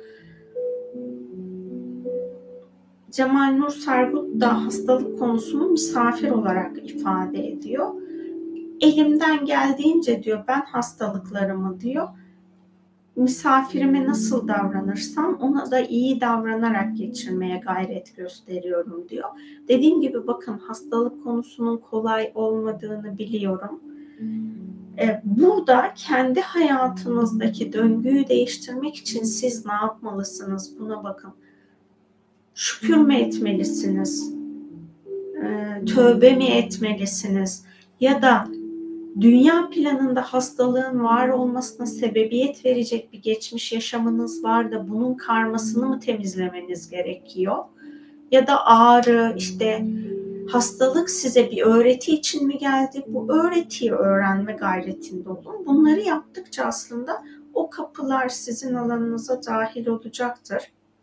Cemal Nur Sergut da hastalık konusunu misafir olarak ifade ediyor. Elimden geldiğince diyor ben hastalıklarımı diyor misafirime nasıl davranırsam ona da iyi davranarak geçirmeye gayret gösteriyorum diyor. Dediğim gibi bakın hastalık konusunun kolay olmadığını biliyorum. Burada kendi hayatınızdaki döngüyü değiştirmek için siz ne yapmalısınız? Buna bakın. Şükür mü etmelisiniz? Tövbe mi etmelisiniz? Ya da dünya planında hastalığın var olmasına sebebiyet verecek bir geçmiş yaşamınız var da bunun karmasını mı temizlemeniz gerekiyor? Ya da ağrı, işte hastalık size bir öğreti için mi geldi? Bu öğretiyi öğrenme gayretinde olun. Bunları yaptıkça aslında o kapılar sizin alanınıza dahil olacaktır.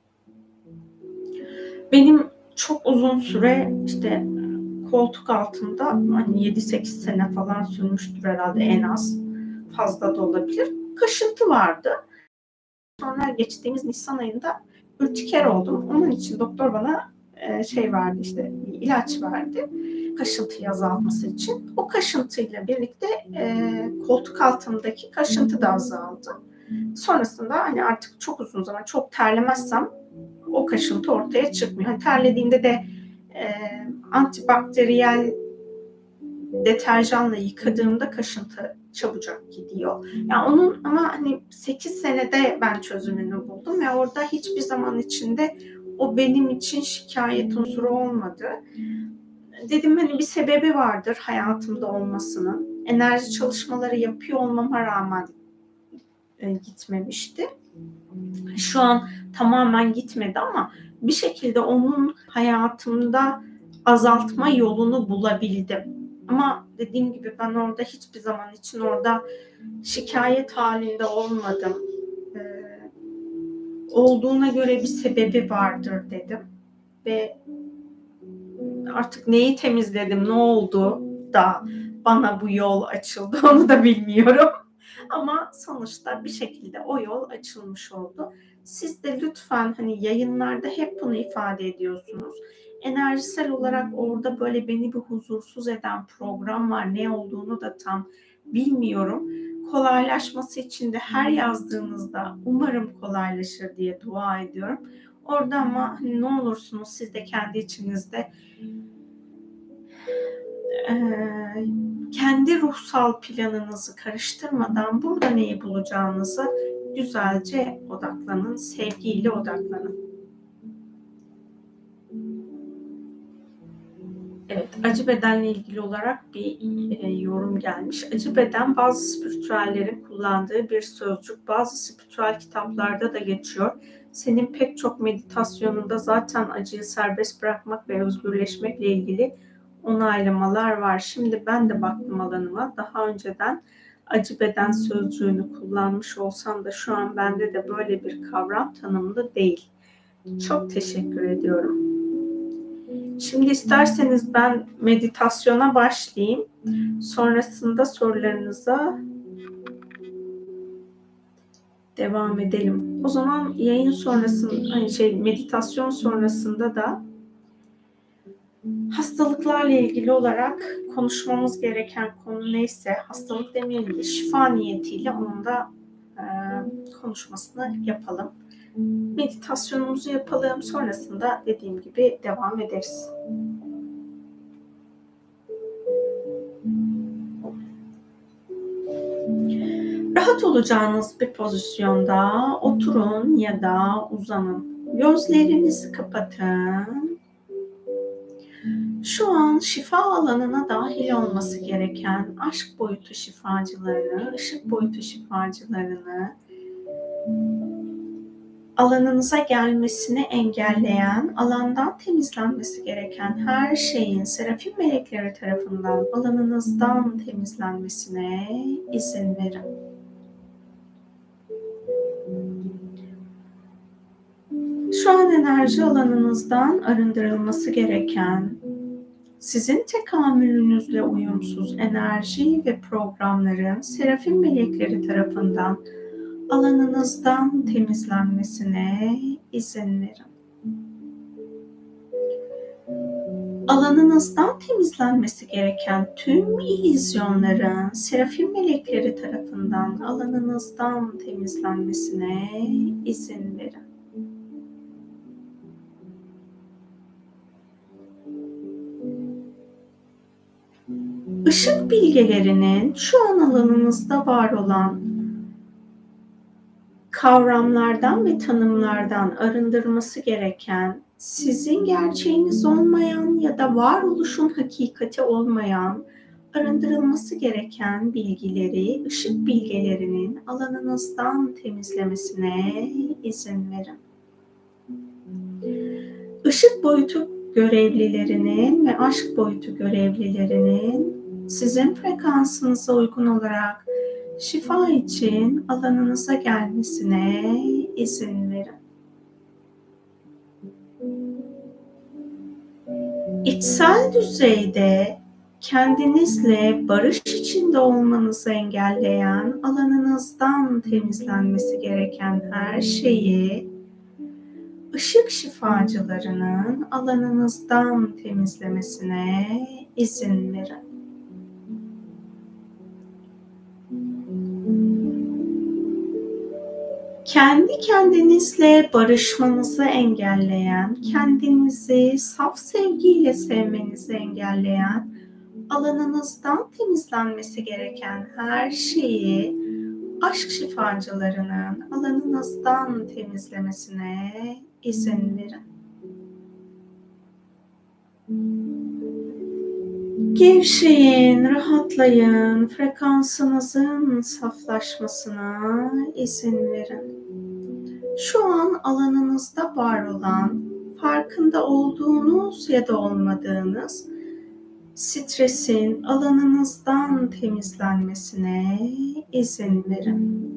Benim çok uzun süre işte koltuk altında hani 7-8 sene falan sürmüştür herhalde en az. Fazla da olabilir. Kaşıntı vardı. Sonra geçtiğimiz Nisan ayında ürtiker oldum. Onun için doktor bana verdi işte ilaç verdi. Kaşıntıyı azaltması için. O kaşıntıyla birlikte koltuk altındaki kaşıntı da azaldı. Sonrasında hani artık çok uzun zaman çok terlemezsem o kaşıntı ortaya çıkmıyor. Hani terlediğimde de antibakteriyel deterjanla yıkadığımda kaşıntı çabucak gidiyor. Yani onun ama hani 8 senede ben çözümünü buldum ve orada hiçbir zaman içinde o benim için şikayet unsuru olmadı. Dedim hani bir sebebi vardır hayatımda olmasının. Enerji çalışmaları yapıyor olmama rağmen gitmemişti. Şu an tamamen gitmedi ama bir şekilde onun hayatımda azaltma yolunu bulabildim. Ama dediğim gibi ben orada hiçbir zaman için orada şikayet halinde olmadım. Olduğuna göre bir sebebi vardır dedim. Ve artık neyi temizledim, ne oldu da bana bu yol açıldı onu da bilmiyorum. Ama sonuçta bir şekilde o yol açılmış oldu. Siz de lütfen hani yayınlarda hep bunu ifade ediyorsunuz. Enerjisel olarak orada böyle beni bir huzursuz eden program var. Ne olduğunu da tam bilmiyorum. kolaylaşması için de her yazdığınızda umarım kolaylaşır diye dua ediyorum. Orada ama ne olursunuz siz de kendi içinizde kendi ruhsal planınızı karıştırmadan burada neyi bulacağınızı güzelce odaklanın, sevgiyle odaklanın. Evet, acı bedenle ilgili olarak bir yorum gelmiş. Acı beden bazı spiritüellerin kullandığı bir sözcük. Bazı spiritüel kitaplarda da geçiyor. Senin pek çok meditasyonunda zaten acıyı serbest bırakmak ve özgürleşmekle ilgili onaylamalar var. Şimdi ben de baktım alanıma. Daha önceden acı beden sözcüğünü kullanmış olsam da şu an bende de böyle bir kavram tanımlı değil. Çok teşekkür ediyorum. Şimdi isterseniz ben meditasyona başlayayım. Sonrasında sorularınıza devam edelim. O zaman yayın sonrasında, meditasyon sonrasında da hastalıklarla ilgili olarak konuşmamız gereken konu neyse, hastalık demeyelim de şifa niyetiyle onun da konuşmasını yapalım. Meditasyonumuzu yapalım. Sonrasında dediğim gibi devam ederiz. Rahat olacağınız bir pozisyonda oturun ya da uzanın. Gözlerinizi kapatın. Şu an şifa alanına dahil olması gereken aşk boyutu şifacılarını, ışık boyutu şifacılarını, alanınıza gelmesini engelleyen, alandan temizlenmesi gereken her şeyin serafim melekleri tarafından alanınızdan temizlenmesine izin verin. Şu an enerji alanınızdan arındırılması gereken, sizin tekamülünüzle uyumsuz enerji ve programların serafim melekleri tarafından alanınızdan temizlenmesine izin verin. Alanınızdan temizlenmesi gereken tüm illüzyonların serafim melekleri tarafından alanınızdan temizlenmesine izin verin. Işık bilgelerinin şu an alanınızda var olan kavramlardan ve tanımlardan arındırması gereken, sizin gerçeğiniz olmayan ya da varoluşun hakikati olmayan, arındırılması gereken bilgileri ışık bilgelerinin alanınızdan temizlemesine izin verin. Işık boyutu görevlilerinin ve aşk boyutu görevlilerinin sizin frekansınıza uygun olarak şifa için alanınıza gelmesine izin verin. İçsel düzeyde kendinizle barış içinde olmanızı engelleyen, alanınızdan temizlenmesi gereken her şeyi ışık şifacılarının alanınızdan temizlemesine izin verin. Kendi kendinizle barışmanızı engelleyen, kendinizi saf sevgiyle sevmenizi engelleyen, alanınızdan temizlenmesi gereken her şeyi aşk şifacılarının alanınızdan temizlemesine izin verin. Gevşeyin, rahatlayın, frekansınızın saflaşmasına izin verin. Şu an alanınızda var olan, farkında olduğunuz ya da olmadığınız stresin alanınızdan temizlenmesine izin verin.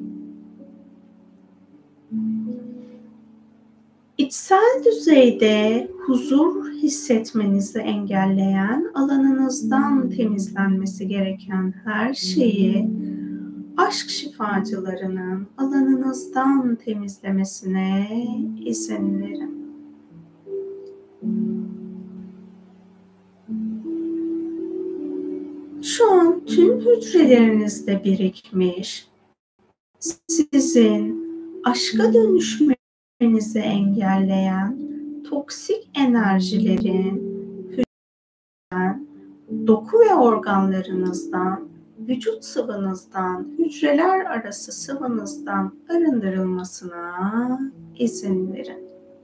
İçsel düzeyde huzur hissetmenizi engelleyen, alanınızdan temizlenmesi gereken her şeyi aşk şifacılarının alanınızdan temizlemesine izin verin. Şu an tüm hücrelerinizde birikmiş, sizin aşka dönüşmenizi engelleyen toksik enerjilerin doku ve organlarınızdan, vücut sıvınızdan, hücreler arası sıvınızdan arındırılmasına izin verin.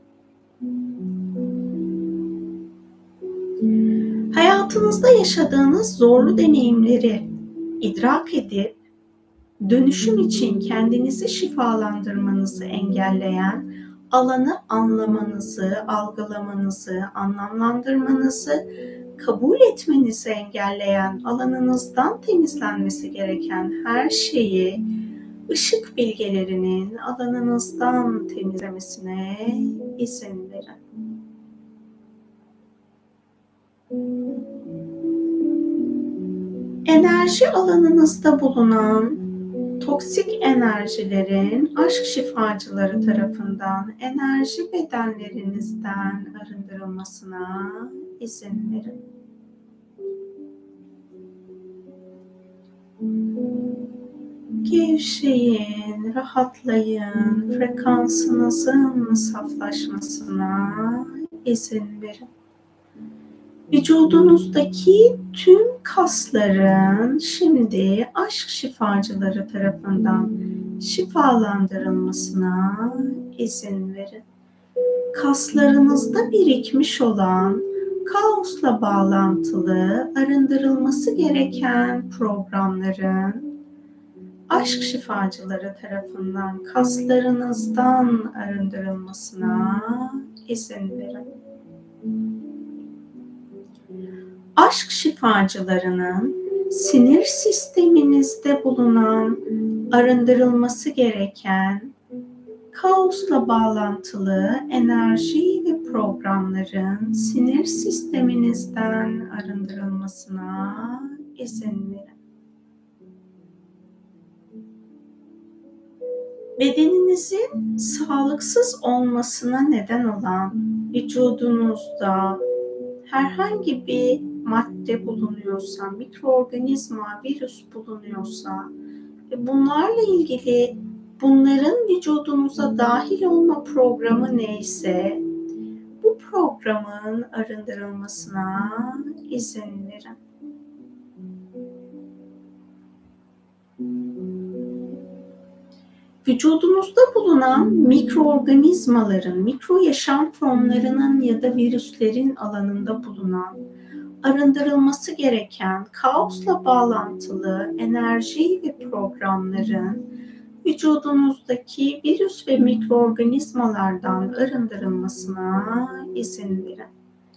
Hayatınızda yaşadığınız zorlu deneyimleri idrak edip dönüşüm için kendinizi şifalandırmanızı engelleyen alanı anlamanızı, algılamanızı, anlamlandırmanızı, kabul etmenizi engelleyen alanınızdan temizlenmesi gereken her şeyi ışık bilgelerinin alanınızdan temizlemesine izin verin. Enerji alanınızda bulunan toksik enerjilerin aşk şifacıları tarafından enerji bedenlerinizden arındırılmasına izin verin. Gevşeyin, rahatlayın, frekansınızın saflaşmasına izin verin. Vücudunuzdaki tüm kasların şimdi aşk şifacıları tarafından şifalandırılmasına izin verin. Kaslarınızda birikmiş olan kaosla bağlantılı arındırılması gereken programların aşk şifacıları tarafından kaslarınızdan arındırılmasına izin verin. Aşk şifacılarının sinir sisteminizde bulunan arındırılması gereken kaosla bağlantılı enerji ve programların sinir sisteminizden arındırılmasına izin verin. Bedeninizin sağlıksız olmasına neden olan vücudunuzda herhangi bir madde bulunuyorsa, mikroorganizma, virüs bulunuyorsa ve bunlarla ilgili bunların vücudunuza dahil olma programı neyse bu programın arındırılmasına izin verin. Vücudunuzda bulunan mikroorganizmaların, mikro yaşam formlarının ya da virüslerin alanında bulunan arındırılması gereken kaosla bağlantılı enerji ve programların vücudunuzdaki virüs ve mikroorganizmalardan arındırılmasına izin verin.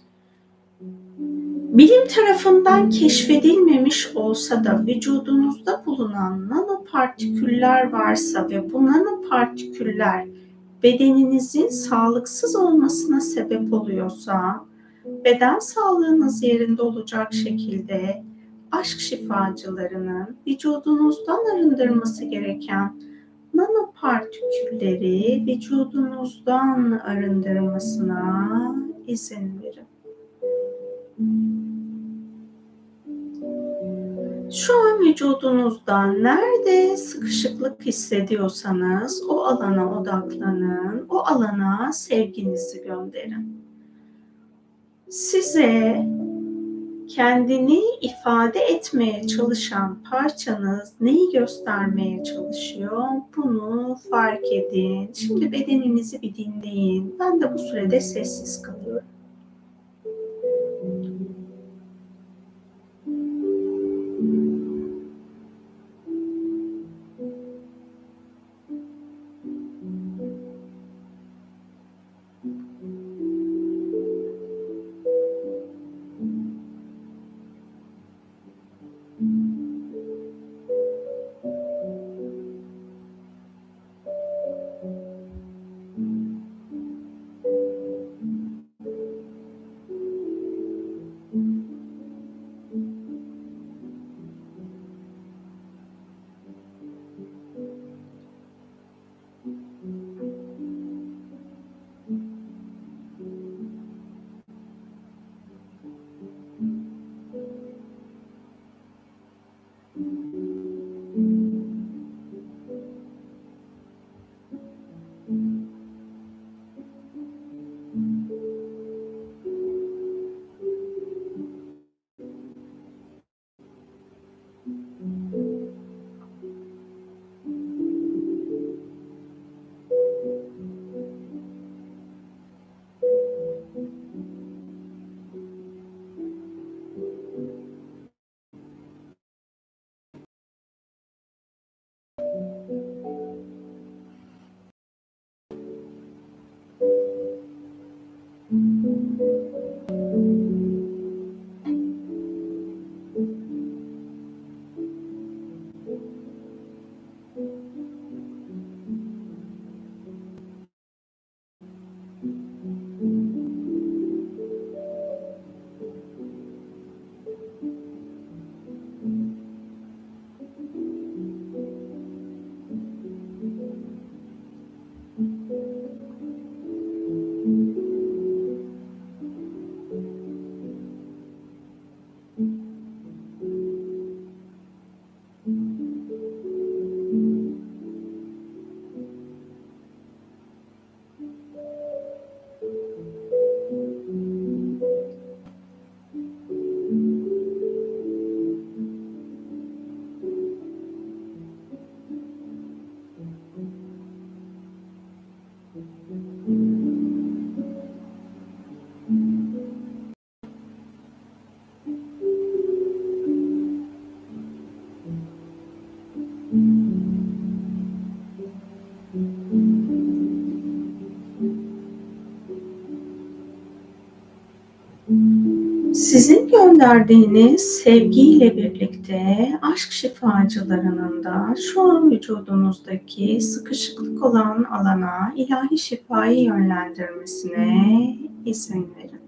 Bilim tarafından keşfedilmemiş olsa da vücudunuzda bulunan nanopartiküller varsa ve bu nanopartiküller bedeninizin sağlıksız olmasına sebep oluyorsa, beden sağlığınız yerinde olacak şekilde aşk şifacılarının vücudunuzdan arındırması gereken nanopartikülleri vücudunuzdan arındırmasına izin verin. Şu an vücudunuzda nerede sıkışıklık hissediyorsanız o alana odaklanın, o alana sevginizi gönderin. Size kendini ifade etmeye çalışan parçanız neyi göstermeye çalışıyor? Bunu fark edin. Şimdi bedeninizi bir dinleyin. Ben de bu sürede sessiz kalıyorum. Sizin gönderdiğiniz sevgiyle birlikte aşk şifacılarının da şu an vücudunuzdaki sıkışıklık olan alana ilahi şifayı yönlendirmesine izin verin.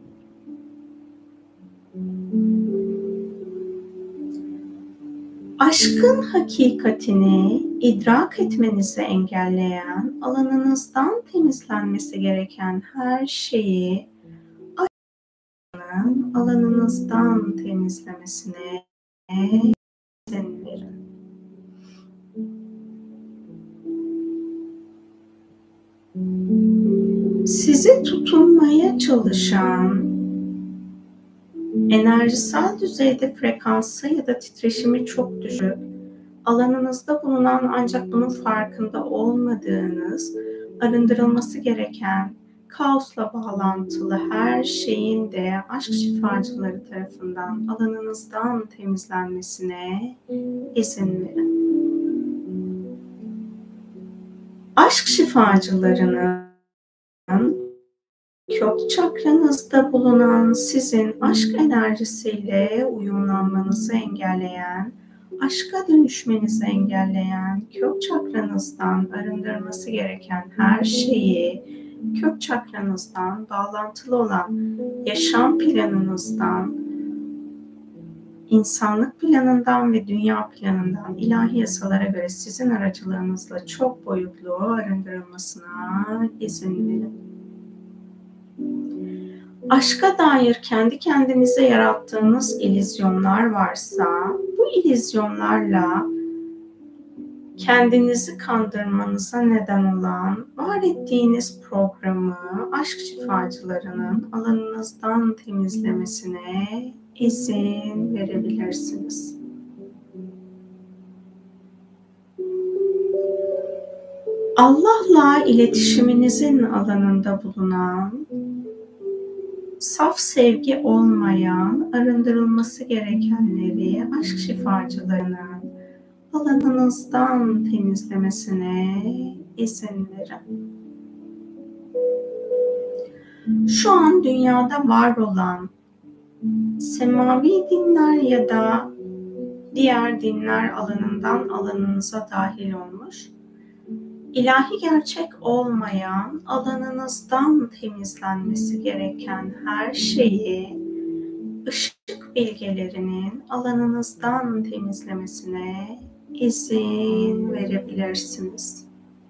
Aşkın hakikatini idrak etmenizi engelleyen, alanınızdan temizlenmesi gereken her şeyi alanınızdan temizlemesine izin verin. Sizi tutunmaya çalışan, enerjisel düzeyde frekansı ya da titreşimi çok düşük, alanınızda bulunan ancak bunun farkında olmadığınız, arındırılması gereken, kaosla bağlantılı her şeyin de aşk şifacıları tarafından alanınızdan temizlenmesine izin verin. Aşk şifacılarının kök çakranızda bulunan, sizin aşk enerjisiyle uyumlanmanızı engelleyen, aşka dönüşmenizi engelleyen, kök çakranızdan arındırması gereken her şeyi, kök çakranızdan bağlantılı olan yaşam planınızdan, insanlık planından ve dünya planından ilahi yasalara göre sizin aracılığınızla çok boyutlu arındırılmasına izin verin. Aşka dair kendi kendinize yarattığınız illüzyonlar varsa, bu illüzyonlarla kendinizi kandırmanıza neden olan var ettiğiniz programı aşk şifacılarının alanınızdan temizlemesine izin verebilirsiniz. Allah'la iletişiminizin alanında bulunan, saf sevgi olmayan, arındırılması gerekenleri aşk şifacılarının alanınızdan temizlemesine izin verin. Şu an dünyada var olan semavi dinler ya da diğer dinler alanından alanınıza dahil olmuş, ilahi gerçek olmayan, alanınızdan temizlenmesi gereken her şeyi ışık bilgelerinin alanınızdan temizlemesine izin verebilirsiniz.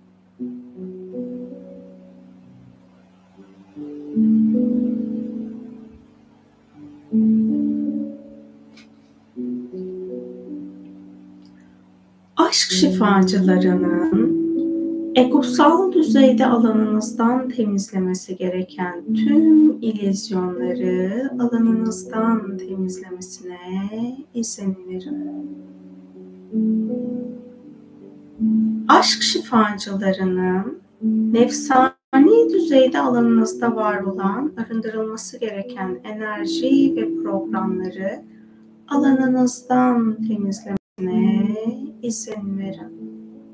Aşk şifacılarının egosal düzeyde alanınızdan temizlemesi gereken tüm illüzyonları alanınızdan temizlemesine izin verin. Aşk şifacılarının nefsani düzeyde alanınızda var olan arındırılması gereken enerji ve programları alanınızdan temizlemesine izin verin.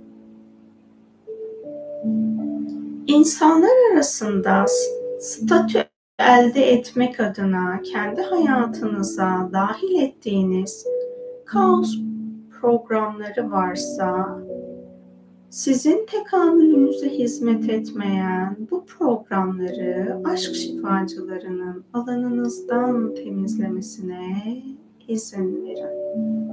İnsanlar arasında statü elde etmek adına kendi hayatınıza dahil ettiğiniz kaos programları varsa, sizin tekamülünüze hizmet etmeyen bu programları aşk şifacılarının alanınızdan temizlemesine izin verin.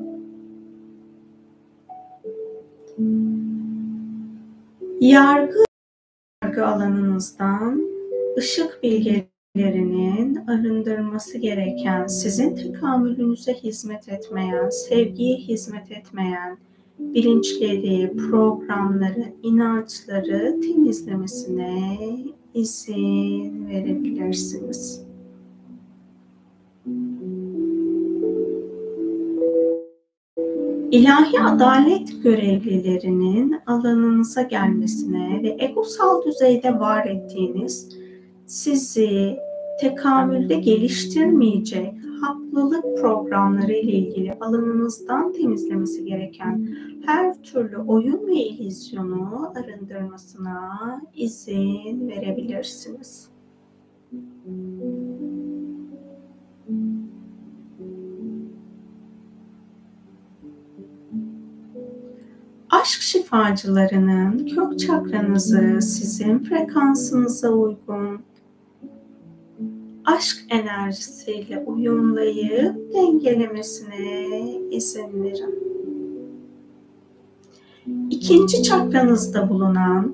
Yargı alanınızdan ışık bilgelerinin arındırması gereken, sizin tekamülünüze hizmet etmeyen, sevgiye hizmet etmeyen bilinçleri, programları, inançları temizlemesine izin verebilirsiniz. İlahi adalet görevlilerinin alanınıza gelmesine ve egosal düzeyde var ettiğiniz, sizi tekamülde geliştirmeyecek haklılık programları ile ilgili alanınızdan temizlemesi gereken her türlü oyun ve illüzyonu arındırmasına izin verebilirsiniz. Aşk şifacılarının kök çakranızı sizin frekansınıza uygun aşk enerjisiyle uyumlayıp dengelemesine izin verin. İkinci çakranızda bulunan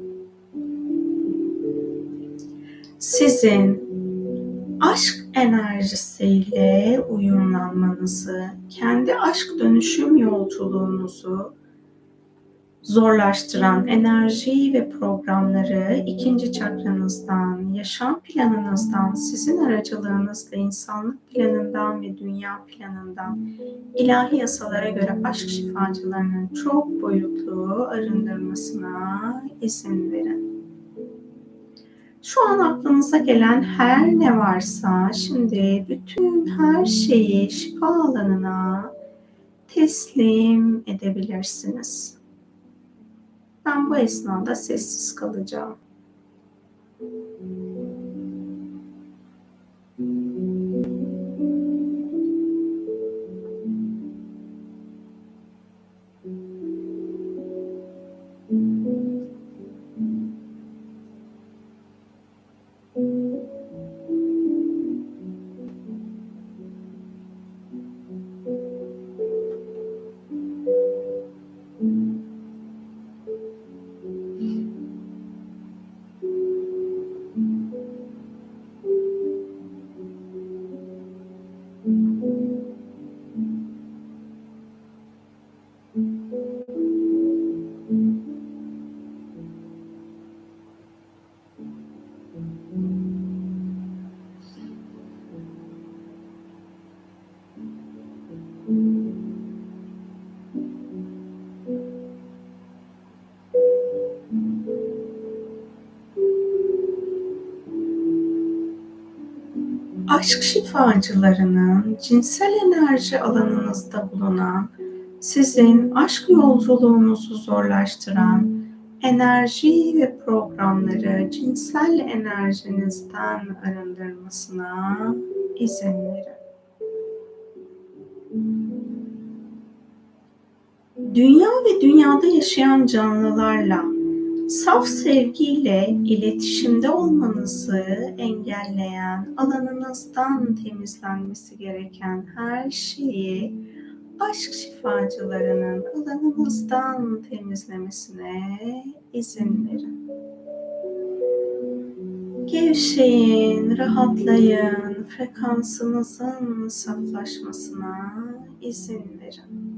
sizin aşk enerjisiyle uyumlanmanızı, kendi aşk dönüşüm yolculuğunuzu zorlaştıran enerji ve programları ikinci çakranızdan, yaşam planınızdan, sizin aracılığınızla insanlık planından ve dünya planından ilahi yasalara göre aşk şifacılarının çok boyutlu arındırmasına izin verin. Şu an aklınıza gelen her ne varsa şimdi bütün her şeyi şifa alanına teslim edebilirsiniz. Ben bu esnada sessiz kalacağım. Aşk şifacılarının cinsel enerji alanınızda bulunan, sizin aşk yolculuğunuzu zorlaştıran enerji ve programları cinsel enerjinizden arındırmasına izin verin. Dünya ve dünyada yaşayan canlılarla saf sevgiyle iletişimde olmanızı engelleyen, alanınızdan temizlenmesi gereken her şeyi aşk şifacılarının alanınızdan temizlemesine izin verin. Gevşeyin, rahatlayın, frekansınızın saflaşmasına izin verin.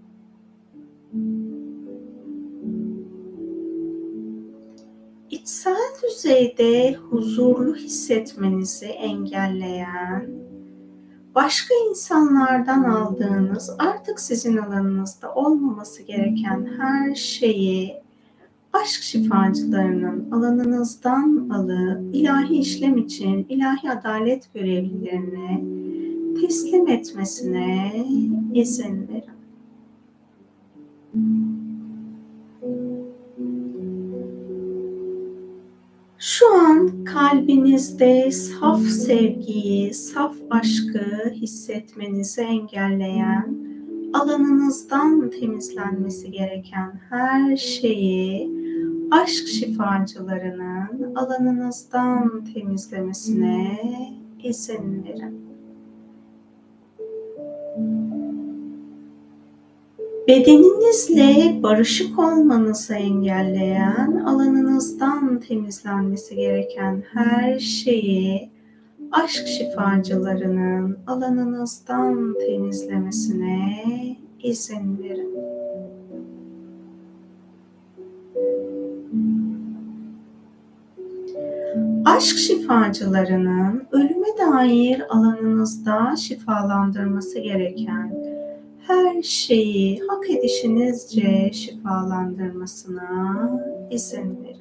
İçsel düzeyde huzurlu hissetmenizi engelleyen, başka insanlardan aldığınız, artık sizin alanınızda olmaması gereken her şeyi aşk şifacılarının alanınızdan alıp ilahi işlem için ilahi adalet görevlilerine teslim etmesine izin verin. Şu an kalbinizde saf sevgiyi, saf aşkı hissetmenizi engelleyen, alanınızdan temizlenmesi gereken her şeyi aşk şifacılarının alanınızdan temizlemesine izin verin. Bedeninizle barışık olmanızı engelleyen, alanınızdan temizlenmesi gereken her şeyi aşk şifacılarının alanınızdan temizlemesine izin verin. Aşk şifacılarının ölüme dair alanınızda şifalandırması gereken her şeyi hak edişinizce şifalandırmasına izin verin.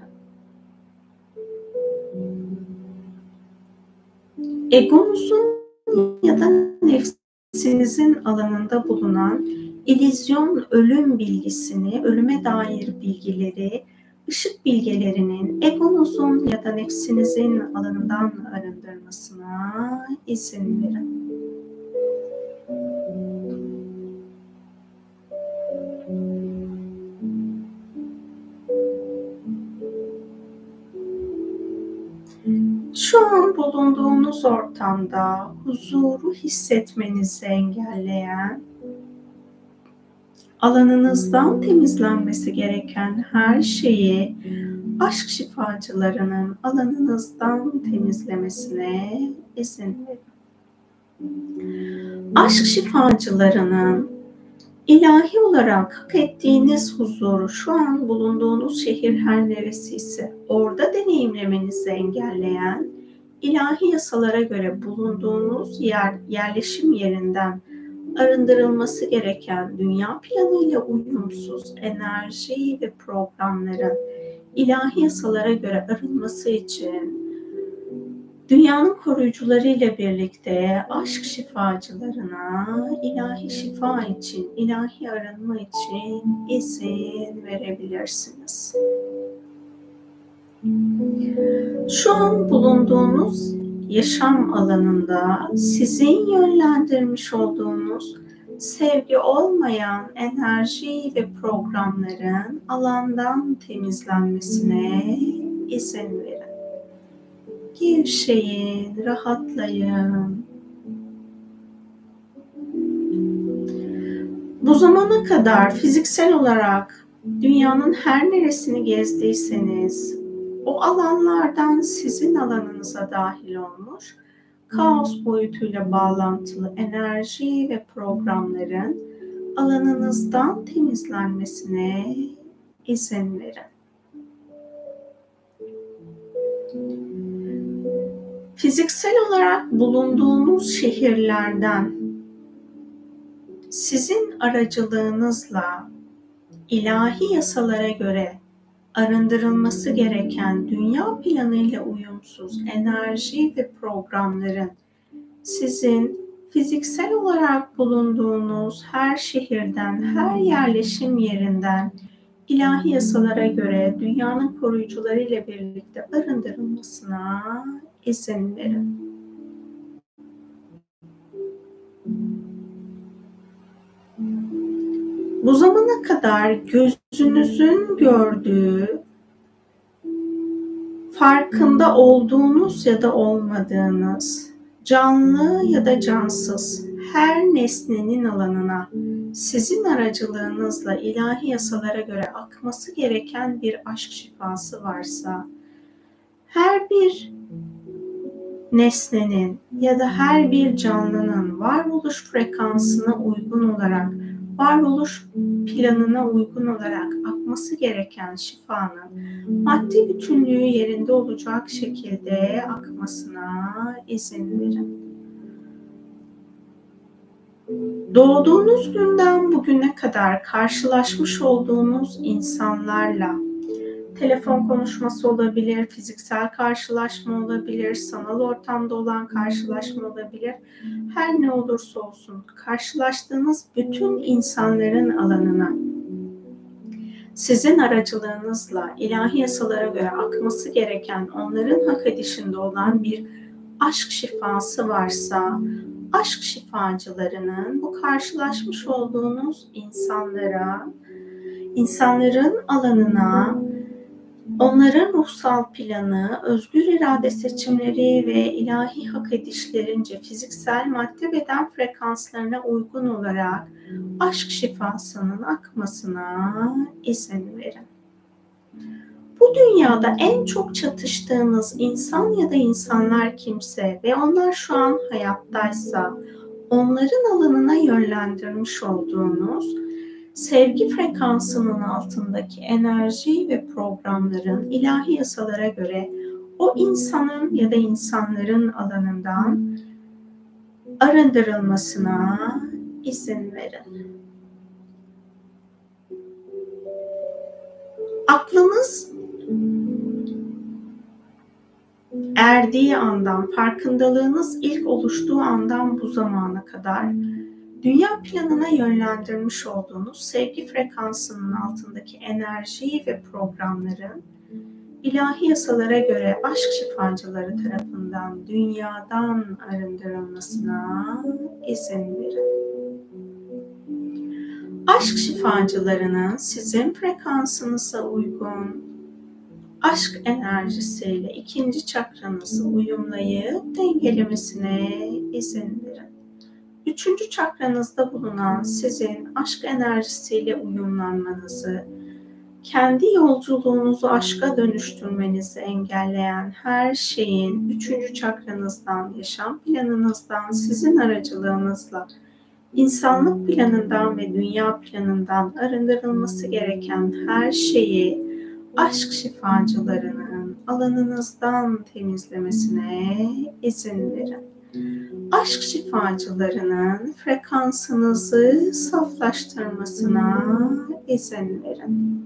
Egonuzun ya da nefsinizin alanında bulunan illüzyon ölüm bilgisini, ölüme dair bilgileri, ışık bilgelerinin egonuzun ya da nefsinizin alanından arındırmasına izin verin. Şu an bulunduğunuz ortamda huzuru hissetmenizi engelleyen, alanınızdan temizlenmesi gereken her şeyi aşk şifacılarının alanınızdan temizlemesine izin verin. Aşk şifacılarının ilahi olarak hak ettiğiniz huzuru şu an bulunduğunuz şehir her neresiyse orada deneyimlemenizi engelleyen, ilahi yasalara göre bulunduğunuz yerleşim yerinden arındırılması gereken dünya planıyla uyumsuz enerji ve programların ilahi yasalara göre arınması için dünyanın koruyucularıyla birlikte aşk şifacılarına ilahi şifa için, ilahi arınma için izin verebilirsiniz. Şu an bulunduğunuz yaşam alanında sizin yönlendirmiş olduğunuz sevgi olmayan enerji ve programların alandan temizlenmesine izin verin. Gevşeyin, rahatlayın. Bu zamana kadar fiziksel olarak dünyanın her neresini gezdiyseniz, o alanlardan sizin alanınıza dahil olmuş, kaos boyutuyla bağlantılı enerji ve programların alanınızdan temizlenmesine izin verin. Fiziksel olarak bulunduğunuz şehirlerden sizin aracılığınızla ilahi yasalara göre arındırılması gereken dünya planıyla uyumsuz enerji ve programların sizin fiziksel olarak bulunduğunuz her şehirden, her yerleşim yerinden ilahi yasalara göre dünyanın koruyucularıyla birlikte arındırılmasına izin verin. Bu zamana kadar gözünüzün gördüğü, farkında olduğunuz ya da olmadığınız, canlı ya da cansız her nesnenin alanına sizin aracılığınızla ilahi yasalara göre akması gereken bir aşk şifası varsa, her bir nesnenin ya da her bir canlının varoluş frekansına uygun olarak, varoluş planına uygun olarak akması gereken şifanın maddi bütünlüğü yerinde olacak şekilde akmasına izin verin. Doğduğunuz günden bugüne kadar karşılaşmış olduğunuz insanlarla telefon konuşması olabilir, fiziksel karşılaşma olabilir, sanal ortamda olan karşılaşma olabilir. Her ne olursa olsun karşılaştığınız bütün insanların alanına sizin aracılığınızla ilahi yasalara göre akması gereken, onların hak edişinde olan bir aşk şifası varsa, aşk şifacılarının bu karşılaşmış olduğunuz insanların alanına, onların ruhsal planı, özgür irade seçimleri ve ilahi hak edişlerince fiziksel madde beden frekanslarına uygun olarak aşk şifasının akmasına izin verin. Bu dünyada en çok çatıştığınız insan ya da insanlar kimse ve onlar şu an hayattaysa, onların alanına yönlendirmiş olduğunuz sevgi frekansının altındaki enerji ve programların ilahi yasalara göre o insanın ya da insanların alanından arındırılmasına izin verin. Aklınız erdiği andan, farkındalığınız ilk oluştuğu andan bu zamana kadar dünya planına yönlendirmiş olduğunuz sevgi frekansının altındaki enerji ve programların ilahi yasalara göre aşk şifacıları tarafından dünyadan arındırılmasına izin verin. Aşk şifacılarının sizin frekansınıza uygun, aşk enerjisiyle ikinci çakranızı uyumlayıp dengelemesine izin verin. Üçüncü çakranızda bulunan sizin aşk enerjisiyle uyumlanmanızı, kendi yolculuğunuzu aşka dönüştürmenizi engelleyen her şeyin üçüncü çakranızdan, yaşam planınızdan, sizin aracılığınızla insanlık planından ve dünya planından arındırılması gereken her şeyi aşk şifacılarının alanınızdan temizlemesine izin verin. Aşk şifacılarının frekansınızı saflaştırmasına izin verin.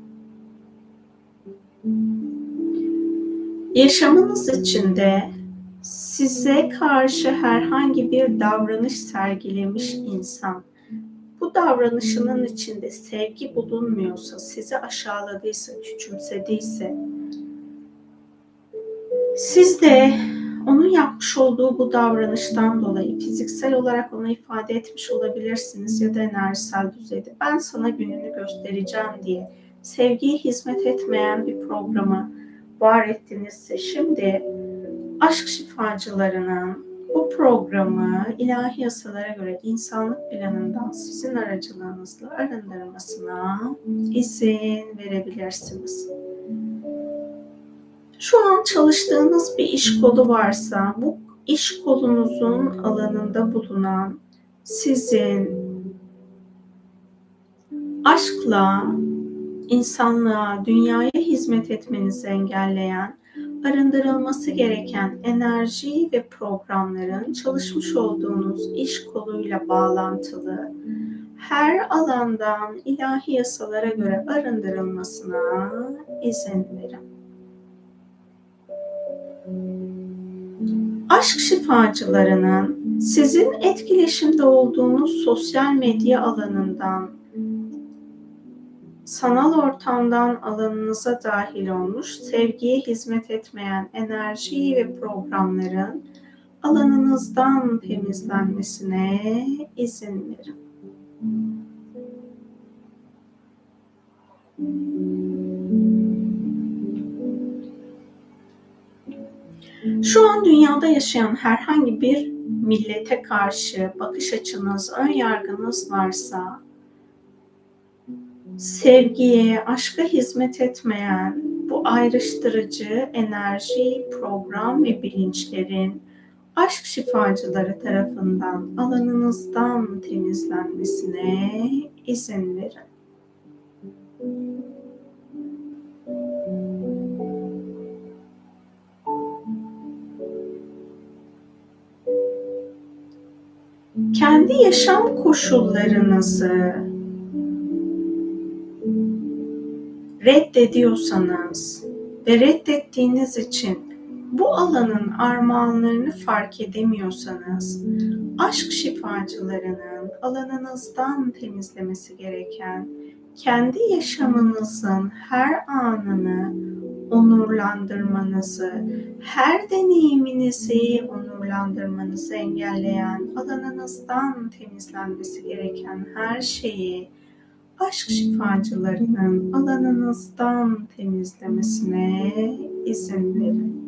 Yaşamınız içinde size karşı herhangi bir davranış sergilemiş insan, bu davranışının içinde sevgi bulunmuyorsa, sizi aşağıladıysa, küçümsediyse, siz de onun yapmış olduğu bu davranıştan dolayı fiziksel olarak onu ifade etmiş olabilirsiniz ya da enerjisel düzeyde ben sana gününü göstereceğim diye sevgiye hizmet etmeyen bir programı var ettinizse şimdi aşk şifacılarının bu programı ilahi yasalara göre insanlık planından sizin aracılığınızla arındırmasına izin verebilirsiniz. Şu an çalıştığınız bir iş kolu varsa bu iş kolunuzun alanında bulunan sizin aşkla insanlığa, dünyaya hizmet etmenizi engelleyen, arındırılması gereken enerji ve programların çalışmış olduğunuz iş koluyla bağlantılı her alandan ilahi yasalara göre arındırılmasına izin verin. Aşk şifacılarının sizin etkileşimde olduğunuz sosyal medya alanından, sanal ortamdan alanınıza dahil olmuş, sevgiye hizmet etmeyen enerji ve programların alanınızdan temizlenmesine izin verin. Şu an dünyada yaşayan herhangi bir millete karşı bakış açınız, ön yargınız varsa, sevgiye, aşka hizmet etmeyen bu ayrıştırıcı enerji, program ve bilinçlerin aşk şifacıları tarafından alanınızdan temizlenmesine izin verin. Kendi yaşam koşullarınızı reddediyorsanız ve reddettiğiniz için bu alanın armağanlarını fark edemiyorsanız, aşk şifacılarının alanınızdan temizlemesi gereken, kendi yaşamınızın her anını onurlandırmanızı, her deneyiminizi onurlandırmanızı engelleyen, alanınızdan temizlenmesi gereken her şeyi aşk şifacılarının alanınızdan temizlemesine izin verin.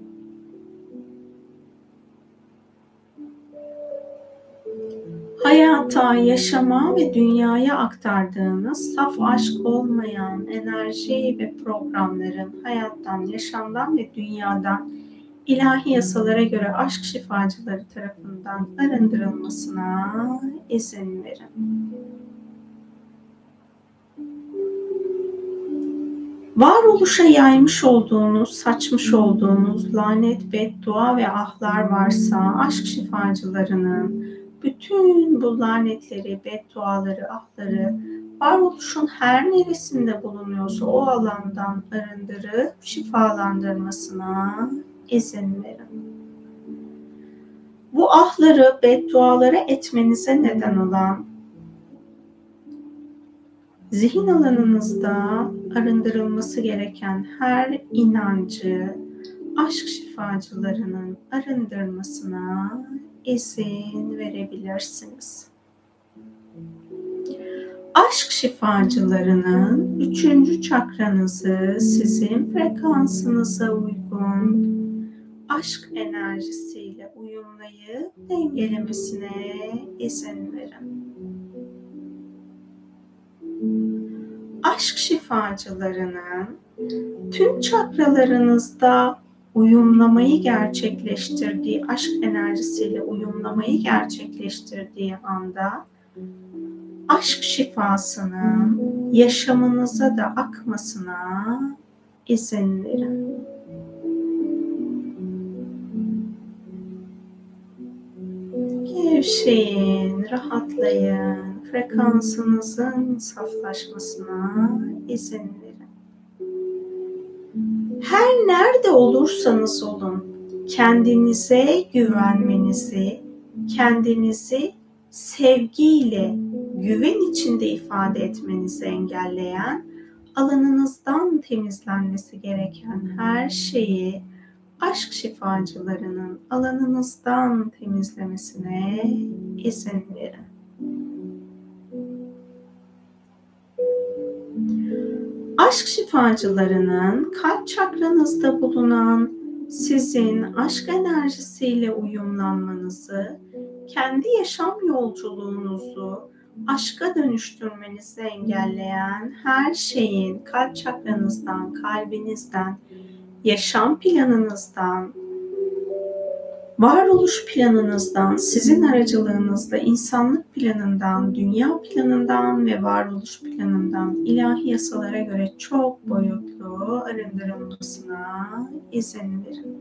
Hayata, yaşama ve dünyaya aktardığınız saf aşk olmayan enerji ve programların hayattan, yaşamdan ve dünyadan ilahi yasalara göre aşk şifacıları tarafından arındırılmasına izin verin. Varoluşa yaymış olduğunuz, saçmış olduğunuz lanet, beddua ve ahlar varsa aşk şifacılarının bütün bu lanetleri, bedduaları, ahları varoluşun her neresinde bulunuyorsa o alandan arındırıp şifalandırmasına izin verin. Bu ahları, bedduaları etmenize neden olan zihin alanınızda arındırılması gereken her inancı aşk şifacılarının arındırmasına izin verebilirsiniz. Aşk şifacılarının 3. çakranızı sizin frekansınıza uygun aşk enerjisiyle uyumlayıp dengelemesine izin verin. Aşk şifacılarının tüm çakralarınızda uyumlamayı gerçekleştirdiği, aşk enerjisiyle uyumlamayı gerçekleştirdiği anda aşk şifasının yaşamınıza da akmasına izin verin. Gevşeyin, rahatlayın, frekansınızın saflaşmasına izin verin. Her nerede olursanız olun, kendinize güvenmenizi, kendinizi sevgiyle, güven içinde ifade etmenizi engelleyen, alanınızdan temizlenmesi gereken her şeyi aşk şifacılarının alanınızdan temizlemesine izin verin. Aşk şifacılarının kalp çakranızda bulunan sizin aşk enerjisiyle uyumlanmanızı, kendi yaşam yolculuğunuzu aşka dönüştürmenizi engelleyen her şeyin kalp çakranızdan, kalbinizden, yaşam planınızdan, varoluş planınızdan, sizin aracılığınızla insanlık planından, dünya planından ve varoluş planından ilahi yasalara göre çok boyutlu arındırılmasına izin verin.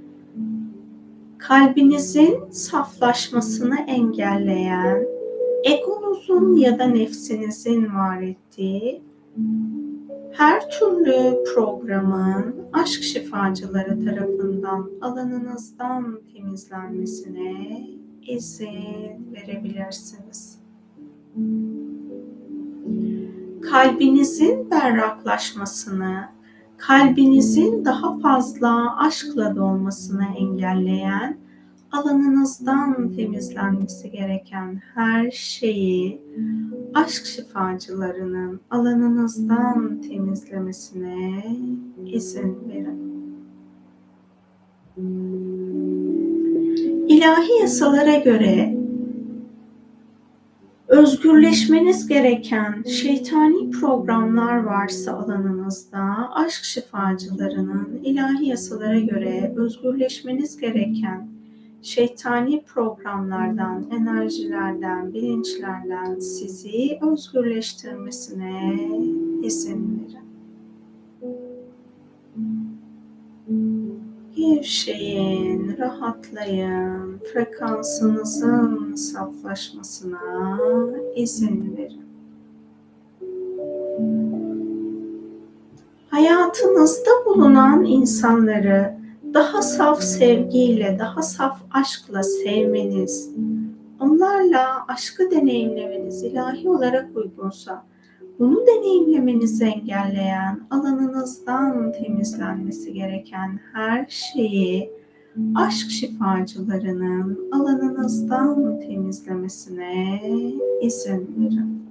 Kalbinizin saflaşmasını engelleyen, egonuzun ya da nefsinizin var ettiği her türlü programın aşk şifacıları tarafından alanınızdan temizlenmesine izin verebilirsiniz. Kalbinizin berraklaşmasını, kalbinizin daha fazla aşkla dolmasını engelleyen, alanınızdan temizlenmesi gereken her şeyi aşk şifacılarının alanınızdan temizlemesine izin verin. İlahi yasalara göre özgürleşmeniz gereken şeytani programlar varsa alanınızda, aşk şifacılarının ilahi yasalara göre özgürleşmeniz gereken şeytani programlardan, enerjilerden, bilinçlerden sizi özgürleştirmesine izin verin. Gevşeyin, rahatlayın, frekansınızın saflaşmasına izin verin. Hayatınızda bulunan insanları daha saf sevgiyle, daha saf aşkla sevmeniz, onlarla aşkı deneyimlemeniz ilahi olarak uygunsa, bunu deneyimlemenizi engelleyen, alanınızdan temizlenmesi gereken her şeyi aşk şifacılarının alanınızdan temizlemesine izin verin.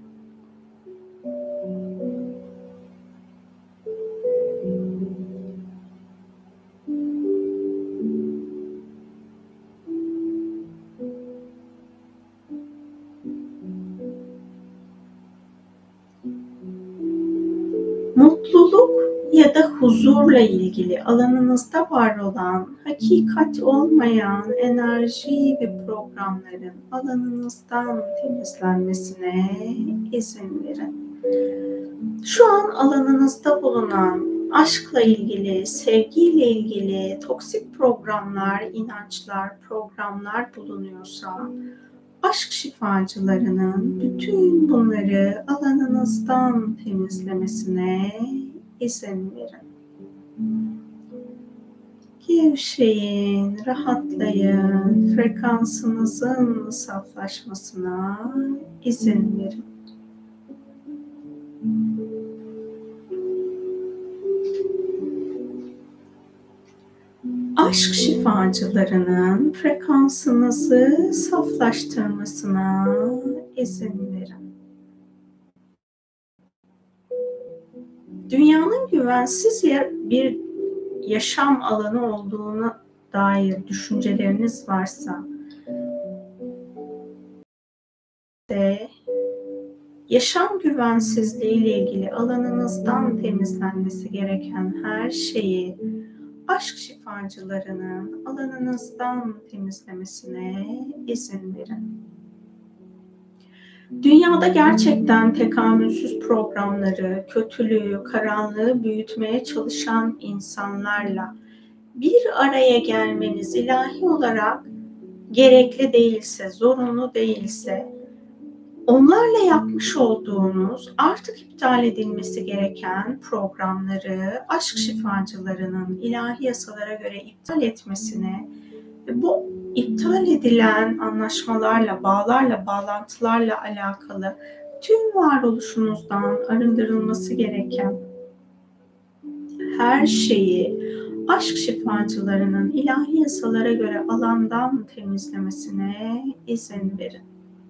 Mutluluk ya da huzurla ilgili alanınızda var olan, hakikat olmayan enerji ve programların alanınızdan temizlenmesine izin verin. Şu an alanınızda bulunan aşkla ilgili, sevgiyle ilgili toksik programlar, inançlar, programlar bulunuyorsa, aşk şifacılarının bütün bunları alanınızdan temizlemesine izin verin. Gevşeyin, rahatlayın, frekansınızın saflaşmasına izin verin. Aşk şifacılarının frekansınızı saflaştırmasına izin verin. Dünyanın güvensiz bir yaşam alanı olduğuna dair düşünceleriniz varsa ve yaşam güvensizliği ile ilgili alanınızdan temizlenmesi gereken her şeyi aşk şifacılarının alanınızdan temizlemesine izin verin. Dünyada gerçekten tekamülsüz programları, kötülüğü, karanlığı büyütmeye çalışan insanlarla bir araya gelmeniz ilahi olarak gerekli değilse, zorunlu değilse, onlarla yapmış olduğunuz artık iptal edilmesi gereken programları aşk şifacılarının ilahi yasalara göre iptal etmesine ve bu iptal edilen anlaşmalarla, bağlarla, bağlantılarla alakalı tüm varoluşunuzdan arındırılması gereken her şeyi aşk şifacılarının ilahi yasalara göre alandan temizlemesine izin verin.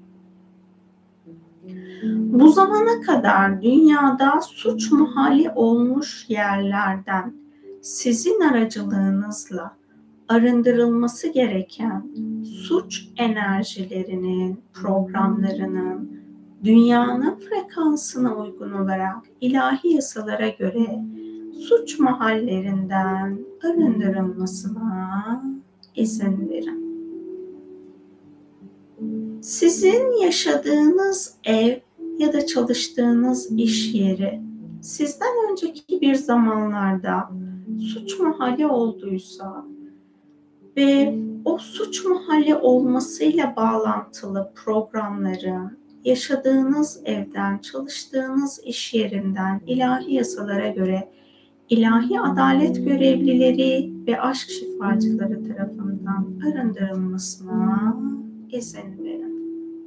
Bu zamana kadar dünyada suç muhalli olmuş yerlerden sizin aracılığınızla arındırılması gereken suç enerjilerinin, programlarının dünyanın frekansına uygun olarak ilahi yasalara göre suç mahallerinden arındırılmasına izin verin. Sizin yaşadığınız ev ya da çalıştığınız iş yeri sizden önceki bir zamanlarda suç mahalli olduysa ve o suç mahalli olmasıyla bağlantılı programların yaşadığınız evden, çalıştığınız iş yerinden ilahi yasalara göre ilahi adalet görevlileri ve aşk şifacıları tarafından arındırılmasına izin verin.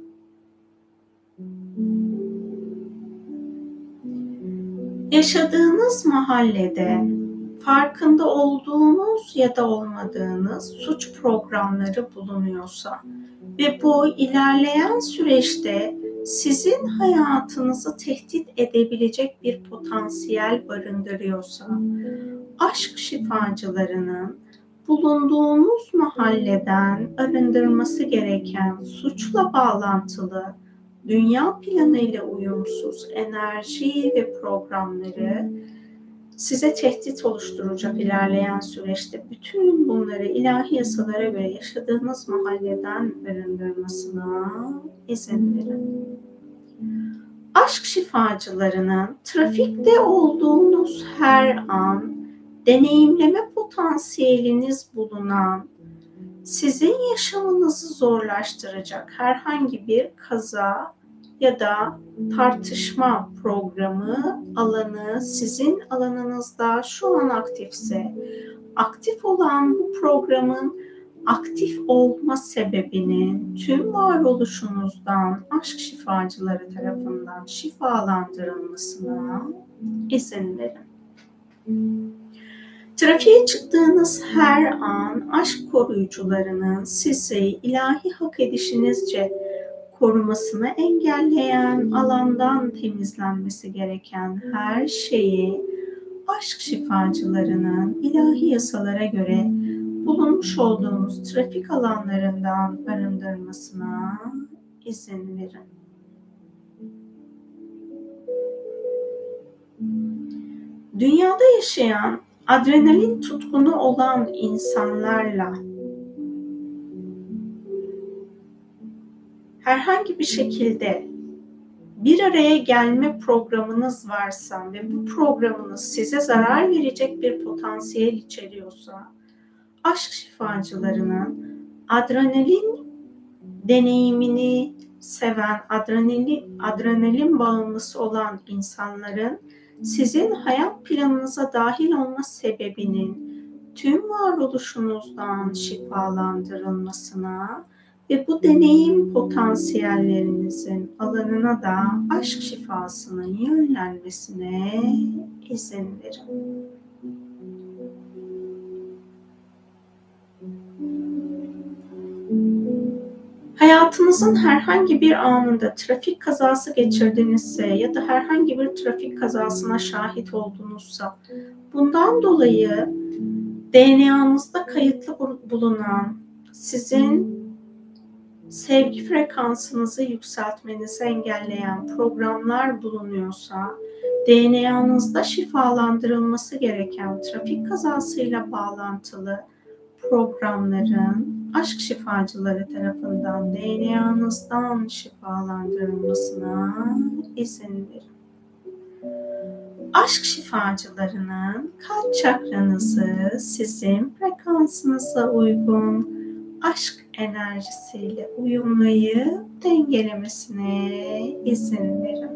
Yaşadığınız mahallede farkında olduğunuz ya da olmadığınız suç programları bulunuyorsa ve bu ilerleyen süreçte sizin hayatınızı tehdit edebilecek bir potansiyel barındırıyorsa, aşk şifacılarının bulunduğunuz mahalleden arındırması gereken suçla bağlantılı dünya planıyla uyumsuz enerji ve programları size tehdit oluşturacak ilerleyen süreçte bütün bunları ilahi yasalara göre yaşadığınız mahalleden arındırmasına izin verin. Aşk şifacılarının trafikte olduğunuz her an deneyimleme potansiyeliniz bulunan, sizin yaşamınızı zorlaştıracak herhangi bir kaza ya da tartışma programı alanı sizin alanınızda şu an aktifse, aktif olan bu programın aktif olma sebebinin tüm varoluşunuzdan aşk şifacıları tarafından şifalandırılmasına izin verin. Trafiğe çıktığınız her an aşk koruyucularının sizi ilahi hak edişinizce korumasını engelleyen alandan temizlenmesi gereken her şeyi aşk şifacılarının ilahi yasalara göre bulunmuş olduğunuz trafik alanlarından arındırmasına izin verin. Dünyada yaşayan adrenalin tutkunu olan insanlarla herhangi bir şekilde bir araya gelme programınız varsa ve bu programınız size zarar verecek bir potansiyel içeriyorsa, aşk şifacılarının adrenalin deneyimini seven, adrenalin bağımlısı olan insanların sizin hayat planınıza dahil olma sebebinin tüm varoluşunuzdan şifalandırılmasına ve bu deneyim potansiyellerinizin alanına da aşk şifasının yönlenmesine izin verin. Hayatınızın herhangi bir anında trafik kazası geçirdinizse ya da herhangi bir trafik kazasına şahit oldunuzsa, bundan dolayı DNA'nızda kayıtlı bulunan, sizin sevgi frekansınızı yükseltmenizi engelleyen programlar bulunuyorsa, DNA'nızda şifalandırılması gereken trafik kazasıyla bağlantılı programların aşk şifacıları tarafından DNA'nızdan şifalandırılmasına izin verin. Aşk şifacılarının kalp çakranızı sizin frekansınıza uygun aşk enerjisiyle uyumlayıp dengelemesine izin verin.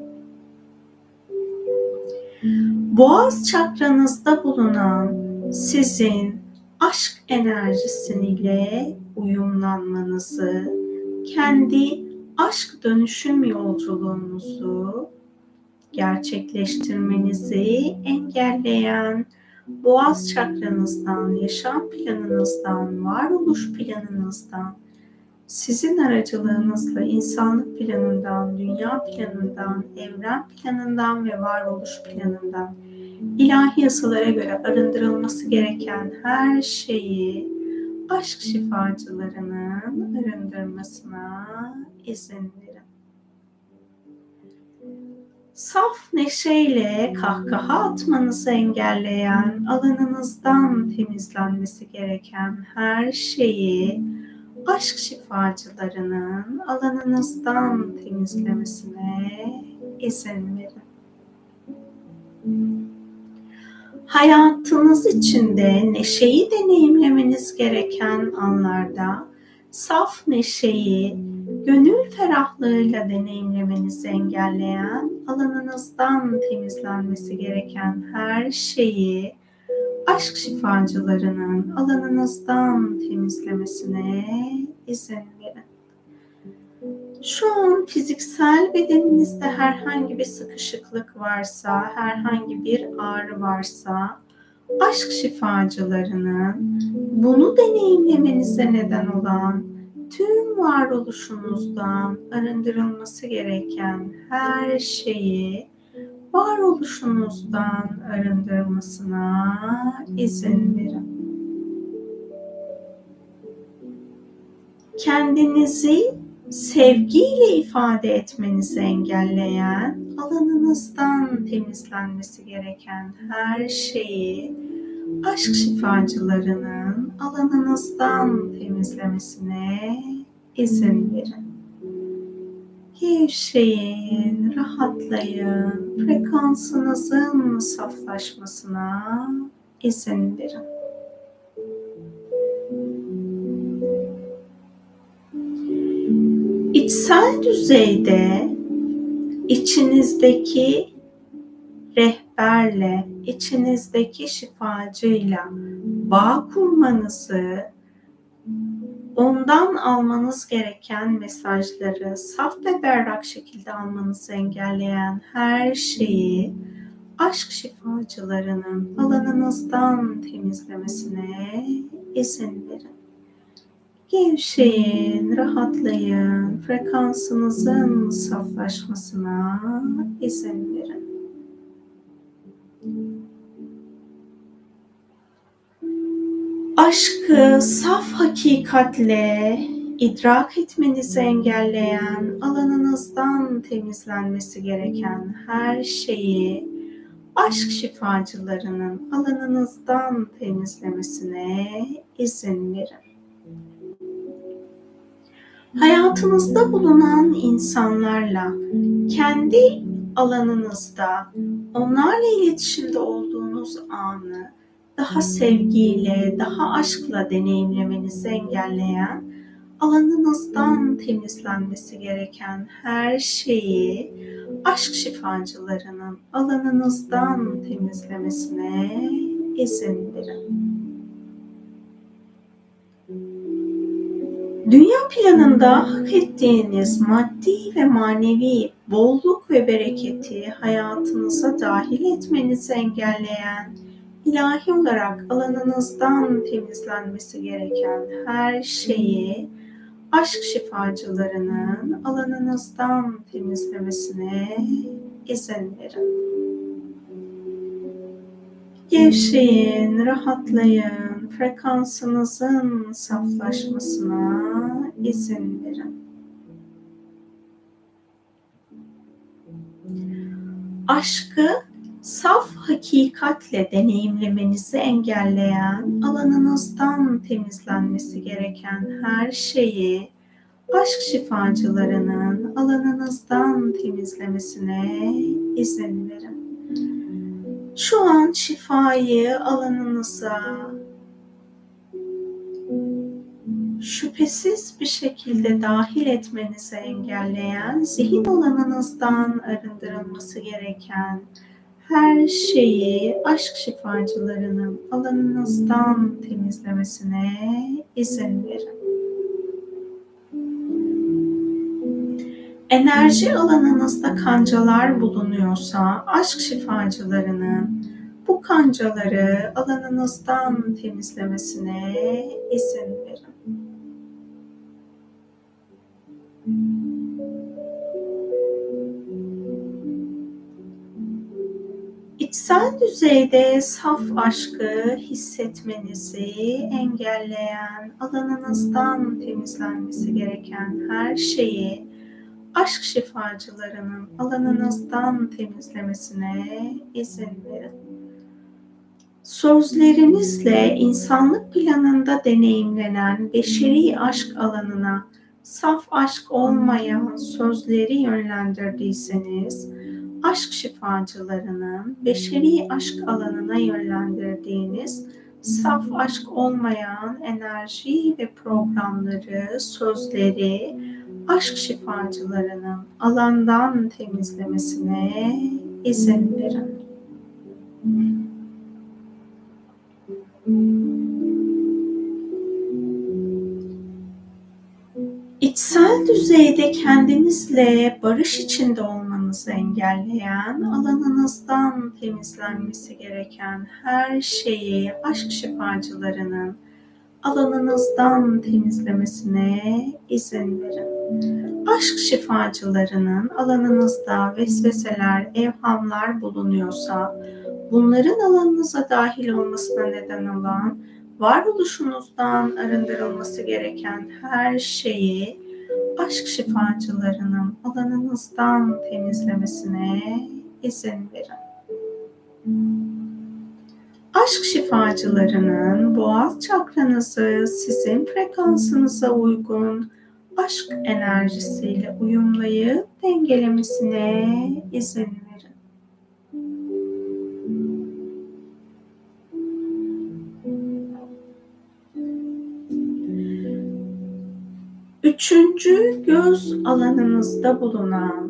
Boğaz çakranızda bulunan sizin aşk enerjisiyle uyumlanmanızı, kendi aşk dönüşüm yolculuğunuzu gerçekleştirmenizi engelleyen boğaz çakranızdan, yaşam planınızdan, varoluş planınızdan, sizin aracılığınızla insanlık planından, dünya planından, evren planından ve varoluş planından ilahi yasalara göre arındırılması gereken her şeyi aşk şifacılarının arındırmasına izin verin. Saf neşeyle kahkaha atmanızı engelleyen, alanınızdan temizlenmesi gereken her şeyi aşk şifacılarının alanınızdan temizlemesine izin verin. Hayatınız içinde neşeyi deneyimlemeniz gereken anlarda saf neşeyi gönül ferahlığıyla deneyimlemenizi engelleyen, alanınızdan temizlenmesi gereken her şeyi aşk şifacılarının alanınızdan temizlemesine izin verin. Şu an fiziksel bedeninizde herhangi bir sıkışıklık varsa, herhangi bir ağrı varsa, aşk şifacılarının bunu deneyimlemenize neden olan tüm varoluşunuzdan arındırılması gereken her şeyi varoluşunuzdan arındırmasına izin verin. Kendinizi sevgiyle ifade etmenizi engelleyen, alanınızdan temizlenmesi gereken her şeyi aşk şifacılarının alanınızdan temizlemesine izin verin. Gevşeyin, rahatlayın, frekansınızın saflaşmasına izin verin. İçsel düzeyde içinizdeki rehberle, içinizdeki şifacıyla bağ kurmanızı, ondan almanız gereken mesajları saf ve berrak şekilde almanızı engelleyen her şeyi aşk şifacılarının alanınızdan temizlemesine izin verin. Gevşeyin, rahatlayın, frekansınızın saflaşmasına izin verin. Aşkı saf hakikatle idrak etmenizi engelleyen, alanınızdan temizlenmesi gereken her şeyi aşk şifacılarının alanınızdan temizlemesine izin verin. Hayatınızda bulunan insanlarla kendi alanınızda onlarla iletişimde olduğunuz anı daha sevgiyle, daha aşkla deneyimlemenizi engelleyen, alanınızdan temizlenmesi gereken her şeyi aşk şifacılarının alanınızdan temizlemesine izin verin. Dünya planında hak ettiğiniz maddi ve manevi bolluk ve bereketi hayatınıza dahil etmenizi engelleyen, ilahi olarak alanınızdan temizlenmesi gereken her şeyi aşk şifacılarının alanınızdan temizlemesine izin verin. Gevşeyin, rahatlayın, frekansınızın saflaşmasına izin verin. Aşkı saf hakikatle deneyimlemenizi engelleyen, alanınızdan temizlenmesi gereken her şeyi aşk şifacılarının alanınızdan temizlemesine izin verin. Şu an şifayı alanınıza şüphesiz bir şekilde dahil etmenizi engelleyen, zihin alanınızdan arındırılması gereken her şeyi aşk şifacılarının alanınızdan temizlemesine izin verin. Enerji alanınızda kancalar bulunuyorsa aşk şifacılarının bu kancaları alanınızdan temizlemesine izin verin. İçsel düzeyde saf aşkı hissetmenizi engelleyen, alanınızdan temizlenmesi gereken her şeyi aşk şifacılarının alanınızdan temizlemesine izin verin. Sözlerinizle insanlık planında deneyimlenen beşeri aşk alanına saf aşk olmayan sözleri yönlendirdiyseniz, aşk şifacılarının beşeri aşk alanına yönlendirdiğiniz saf aşk olmayan enerji ve programları, sözleri aşk şifacılarının alandan temizlemesine izin verin. İçsel düzeyde kendinizle barış içinde olmanızı engelleyen, alanınızdan temizlenmesi gereken her şeyi aşk şifacılarının alanınızdan temizlemesine izin verin. Aşk şifacılarının alanınızda vesveseler, evhamlar bulunuyorsa, bunların alanınıza dahil olmasına neden olan, varoluşunuzdan arındırılması gereken her şeyi aşk şifacılarının alanınızdan temizlemesine izin verin. Aşk şifacılarının boğaz çakranızı sizin frekansınıza uygun aşk enerjisiyle uyumlayıp dengelemesine izin verin. Üçüncü göz alanınızda bulunan,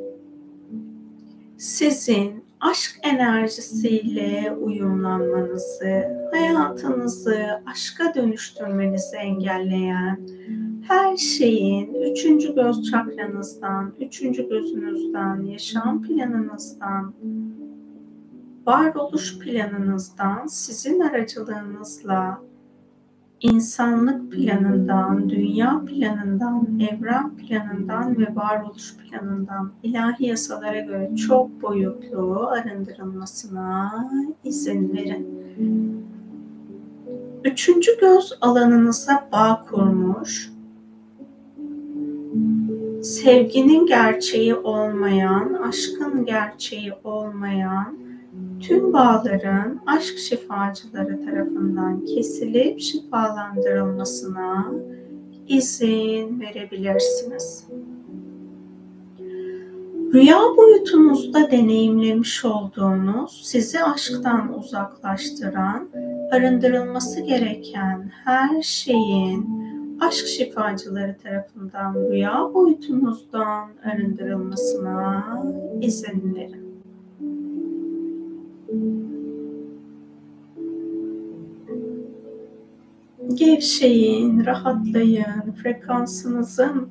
sizin aşk enerjisiyle uyumlanmanızı, hayatınızı aşka dönüştürmenizi engelleyen her şeyin üçüncü göz çakranızdan, üçüncü gözünüzden, yaşam planınızdan, varoluş planınızdan, sizin aracılığınızla insanlık planından, dünya planından, evren planından ve varoluş planından ilahi yasalara göre çok boyutlu arındırılmasına izin verin. Üçüncü göz alanınıza bağ kurmuş, sevginin gerçeği olmayan, aşkın gerçeği olmayan tüm bağların aşk şifacıları tarafından kesilip şifalandırılmasına izin verebilirsiniz. Rüya boyutunuzda deneyimlemiş olduğunuz, sizi aşktan uzaklaştıran, arındırılması gereken her şeyin aşk şifacıları tarafından rüya boyutunuzdan arındırılmasına izin verin. Gevşeyin, rahatlayın, frekansınızın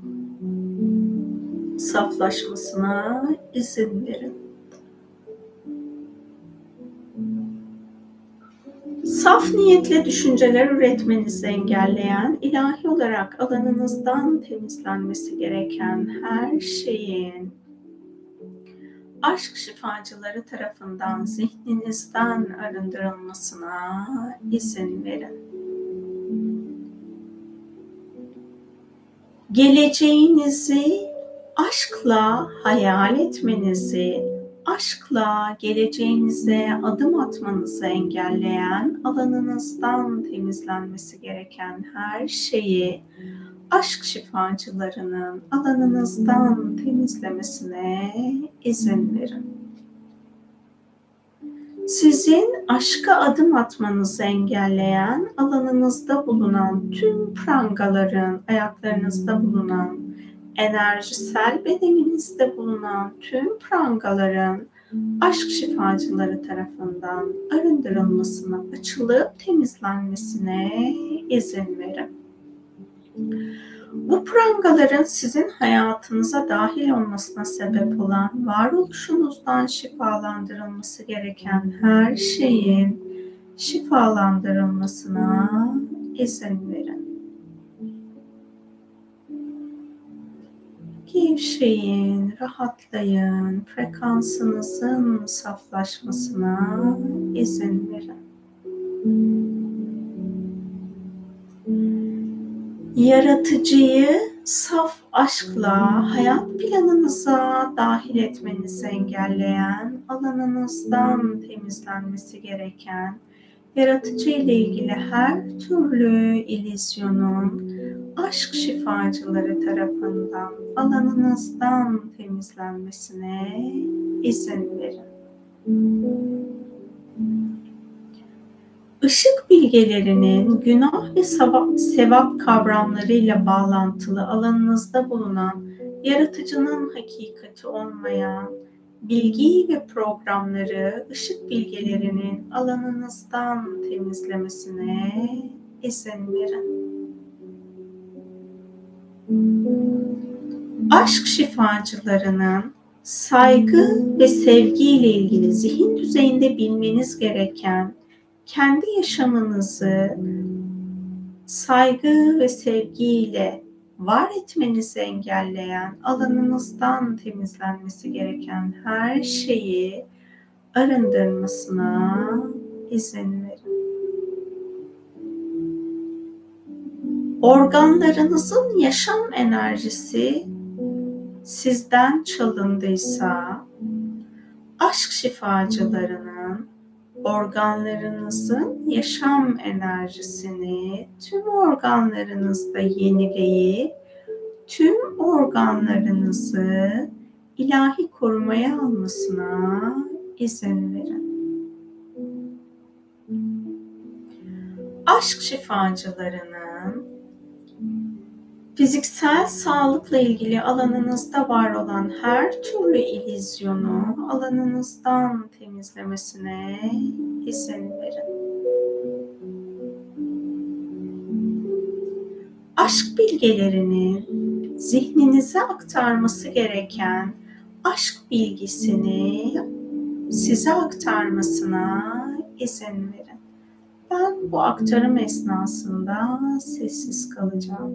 saflaşmasına izin verin. Saf niyetle düşünceler üretmenizi engelleyen, ilahi olarak alanınızdan temizlenmesi gereken her şeyin aşk şifacıları tarafından zihninizden arındırılmasına izin verin. Geleceğinizi aşkla hayal etmenizi, aşkla geleceğinize adım atmanızı engelleyen, alanınızdan temizlenmesi gereken her şeyi aşk şifacılarının alanınızdan temizlemesine izin verin. Sizin aşka adım atmanızı engelleyen, alanınızda bulunan tüm prangaların, ayaklarınızda bulunan, enerjisel bedeninizde bulunan tüm prangaların aşk şifacıları tarafından arındırılmasına, açılıp temizlenmesine izin verin. Bu prangaların sizin hayatınıza dahil olmasına sebep olan, varoluşunuzdan şifalandırılması gereken her şeyin şifalandırılmasına izin verin. Gevşeyin, rahatlayın, frekansınızın saflaşmasına izin verin. Yaratıcıyı saf aşkla hayat planınıza dahil etmenizi engelleyen, alanınızdan temizlenmesi gereken, yaratıcı ile ilgili her türlü illüzyonun aşk şifacıları tarafından alanınızdan temizlenmesine izin verin. Işık bilgelerinin günah ve sevap kavramlarıyla bağlantılı alanınızda bulunan, yaratıcının hakikati olmayan bilgi ve programları ışık bilgelerinin alanınızdan temizlemesine izin verin. Aşk şifacılarının saygı ve sevgi ile ilgili zihin düzeyinde bilmeniz gereken, kendi yaşamınızı saygı ve sevgiyle var etmenizi engelleyen, alanınızdan temizlenmesi gereken her şeyi arındırmasına izin verin. Organlarınızın yaşam enerjisi sizden çalındıysa, aşk şifacılarının organlarınızın yaşam enerjisini tüm organlarınızda yenileyip tüm organlarınızı ilahi korumaya almasına izin verin. Aşk şifacılarının fiziksel sağlıkla ilgili alanınızda var olan her türlü illüzyonu alanınızdan temizlemesine izin verin. Aşk bilgelerinin zihninize aktarması gereken aşk bilgisini size aktarmasına izin verin. Ben bu aktarım esnasında sessiz kalacağım.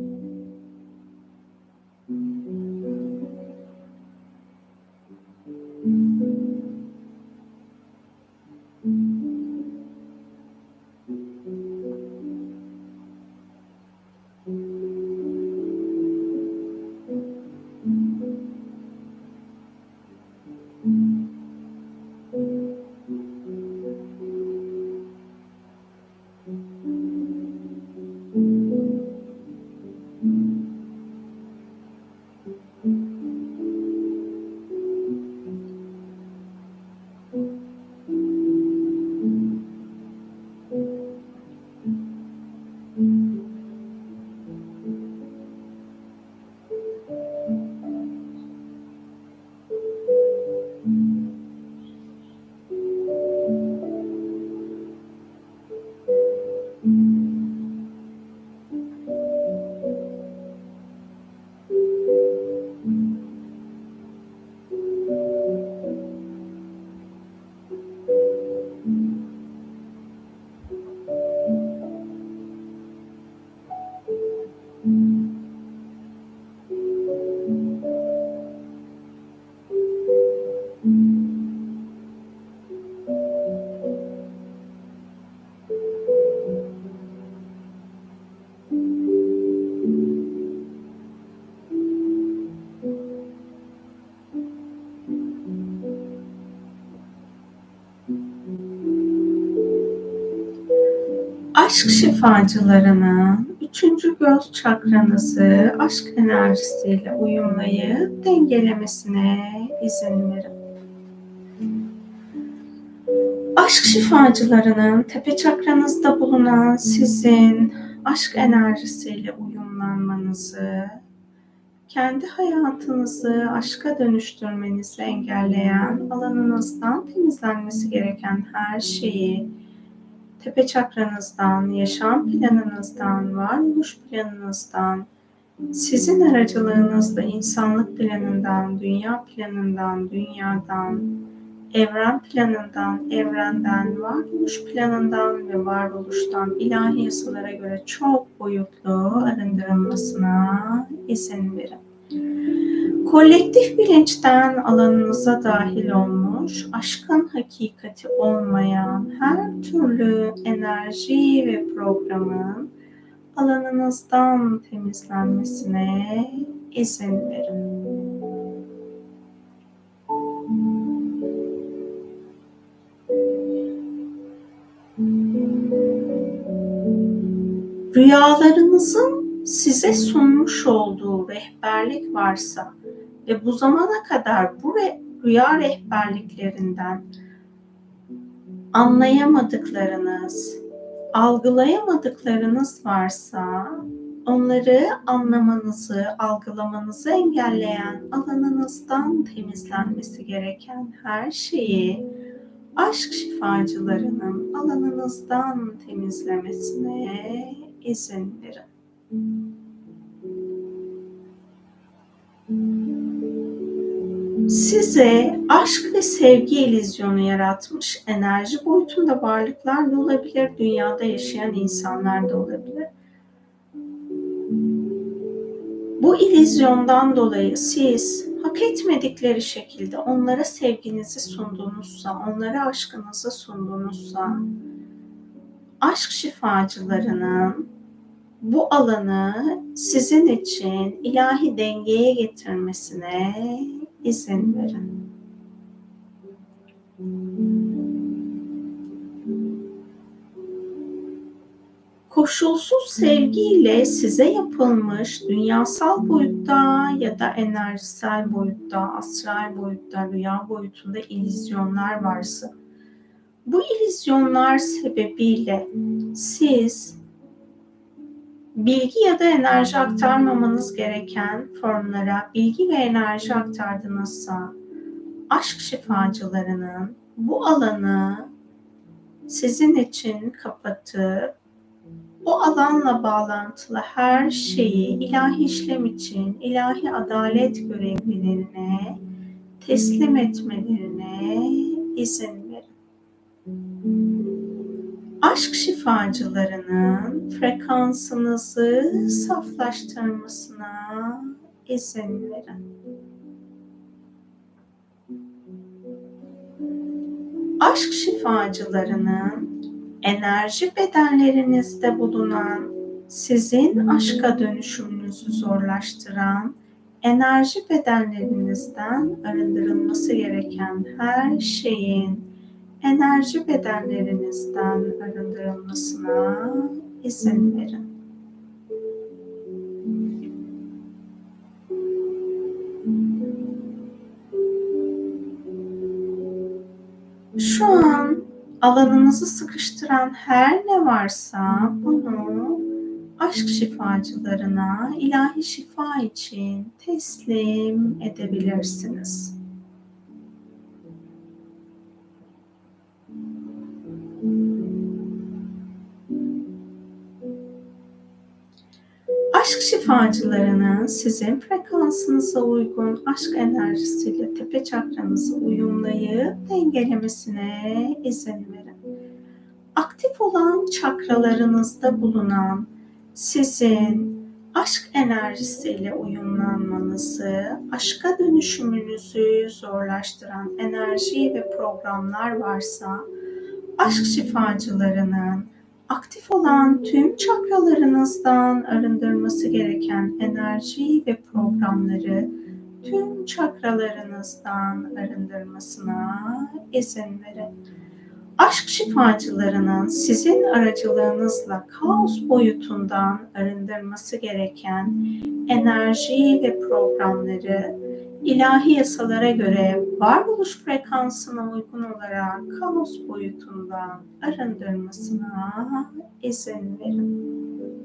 Aşk şifacılarının 3. göz çakranızı aşk enerjisiyle uyumlayıp dengelemesine izin verin. Aşk şifacılarının tepe çakranızda bulunan sizin aşk enerjisiyle uyumlanmanızı, kendi hayatınızı aşka dönüştürmenizi engelleyen alanınızdan temizlenmesi gereken her şeyi, tepe çakranızdan, yaşam planınızdan, varoluş planınızdan, sizin aracılığınızla insanlık planından, dünya planından, dünyadan, evren planından, evrenden, varoluş planından ve varoluştan ilahi yasalara göre çok boyutlu arındırılmasına izin verin. Kolektif bilinçten alanınıza dahil olmuş, aşkın hakikati olmayan her türlü enerji ve programın alanınızdan temizlenmesine izin verin. Rüyalarınızın size sunmuş olduğu rehberlik varsa ve bu zamana kadar bu rüya rehberliklerinden anlayamadıklarınız, algılayamadıklarınız varsa onları anlamanızı, algılamanızı engelleyen alanınızdan temizlenmesi gereken her şeyi aşk şifacılarının alanınızdan temizlemesine izin verin. Size aşk ve sevgi illüzyonu yaratmış enerji boyutunda varlıklar da olabilir, dünyada yaşayan insanlar da olabilir. Bu illüzyondan dolayı siz hak etmedikleri şekilde onlara sevginizi sundunuzsa, onlara aşkınızı sundunuzsa, aşk şifacılarının bu alanı sizin için ilahi dengeye getirmesine izin verin. Koşulsuz sevgiyle size yapılmış dünyasal boyutta ya da enerjisel boyutta, astral boyutta, rüya boyutunda illüzyonlar varsa, bu illüzyonlar sebebiyle siz bilgi ya da enerji aktarmamanız gereken formlara bilgi ve enerji aktardınızsa, aşk şifacılarının bu alanı sizin için kapatıp o alanla bağlantılı her şeyi ilahi işlem için ilahi adalet görevlilerine teslim etmelerine izin verin. Aşk şifacılarının frekansınızı saflaştırmasına izin verin. Aşk şifacılarının enerji bedenlerinizde bulunan, sizin aşka dönüşümünüzü zorlaştıran enerji bedenlerinizden arındırılması gereken her şeyin enerji bedenlerinizden arındırılmasına izin verin. Şu an alanınızı sıkıştıran her ne varsa bunu aşk şifacılarına ilahi şifa için teslim edebilirsiniz. Aşk şifacılarının sizin frekansınıza uygun aşk enerjisiyle tepe çakranızı uyumlayıp dengelemesine izin verin. Aktif olan çakralarınızda bulunan sizin aşk enerjisiyle uyumlanmanızı, aşka dönüşümünüzü zorlaştıran enerji ve programlar varsa, aşk şifacılarının aktif olan tüm çakralarınızdan arındırması gereken enerji ve programları tüm çakralarınızdan arındırmasına izin verin. Aşk şifacılarının sizin aracılığınızla kaos boyutundan arındırması gereken enerji ve programları ilahi yasalara göre varoluş frekansına uygun olarak kaos boyutundan arındırmasına izin verin.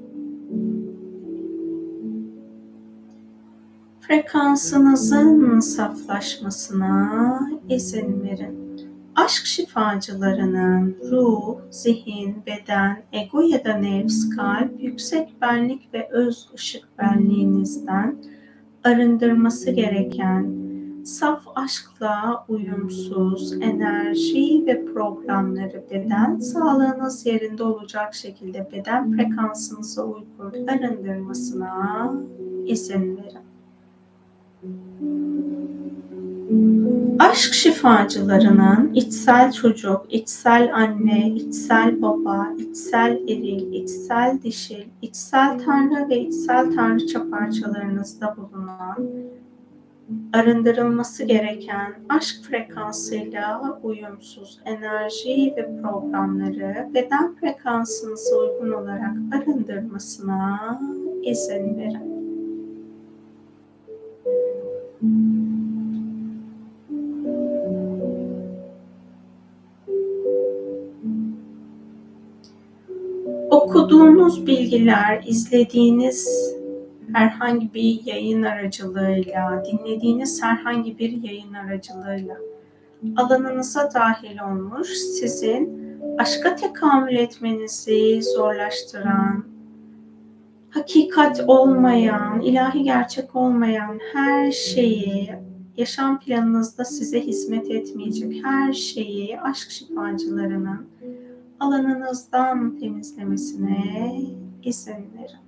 Frekansınızın saflaşmasına izin verin. Aşk şifacılarının ruh, zihin, beden, ego ya da nefs, kalp, yüksek benlik ve öz ışık benliğinizden arındırması gereken saf aşkla uyumsuz enerji ve programları beden sağlığınız yerinde olacak şekilde beden frekansınıza uygun arındırmasına izin verin. Aşk şifacılarının içsel çocuk, içsel anne, içsel baba, içsel eril, içsel dişil, içsel tanrı ve içsel tanrıça parçalarınızda bulunan arındırılması gereken aşk frekansıyla uyumsuz enerji ve programları beden frekansınıza uygun olarak arındırmasına izin verin. Okuduğunuz bilgiler, izlediğiniz herhangi bir yayın aracılığıyla, dinlediğiniz herhangi bir yayın aracılığıyla alanınıza dahil olmuş, sizin aşka tekamül etmenizi zorlaştıran, hakikat olmayan, ilahi gerçek olmayan her şeyi, yaşam planınızda size hizmet etmeyecek her şeyi aşk şifacılarının alanınızdan temizlemesine izin verin.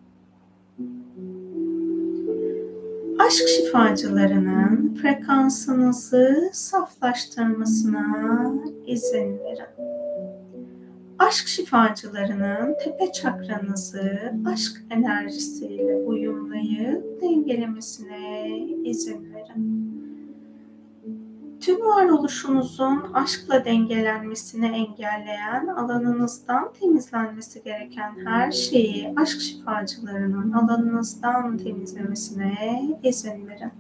Aşk şifacılarının frekansınızı saflaştırmasına izin verin. Aşk şifacılarının tepe çakranızı aşk enerjisiyle uyumlayıp dengelemesine izin verin. Tüm varoluşunuzun aşkla dengelenmesini engelleyen, alanınızdan temizlenmesi gereken her şeyi aşk şifacılarının alanınızdan temizlemesine izin verin.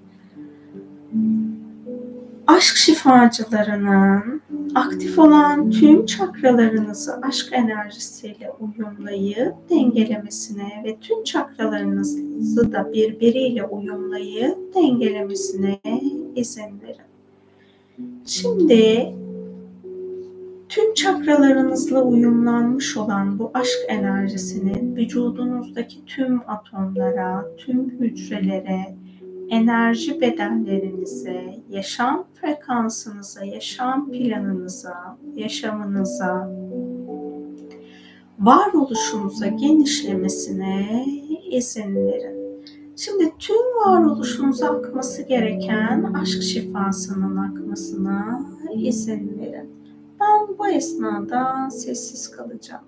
Aşk şifacılarının aktif olan tüm çakralarınızı aşk enerjisiyle uyumlayıp dengelemesine ve tüm çakralarınızı da birbiriyle uyumlayıp dengelemesine izin verin. Şimdi tüm çakralarınızla uyumlanmış olan bu aşk enerjisinin vücudunuzdaki tüm atomlara, tüm hücrelere, enerji bedenlerinize, yaşam frekansınıza, yaşam planınıza, yaşamınıza, varoluşunuza genişlemesine izin verin. Şimdi tüm varoluşunuza akması gereken aşk şifasının akmasına izin verin. Ben bu esnada sessiz kalacağım.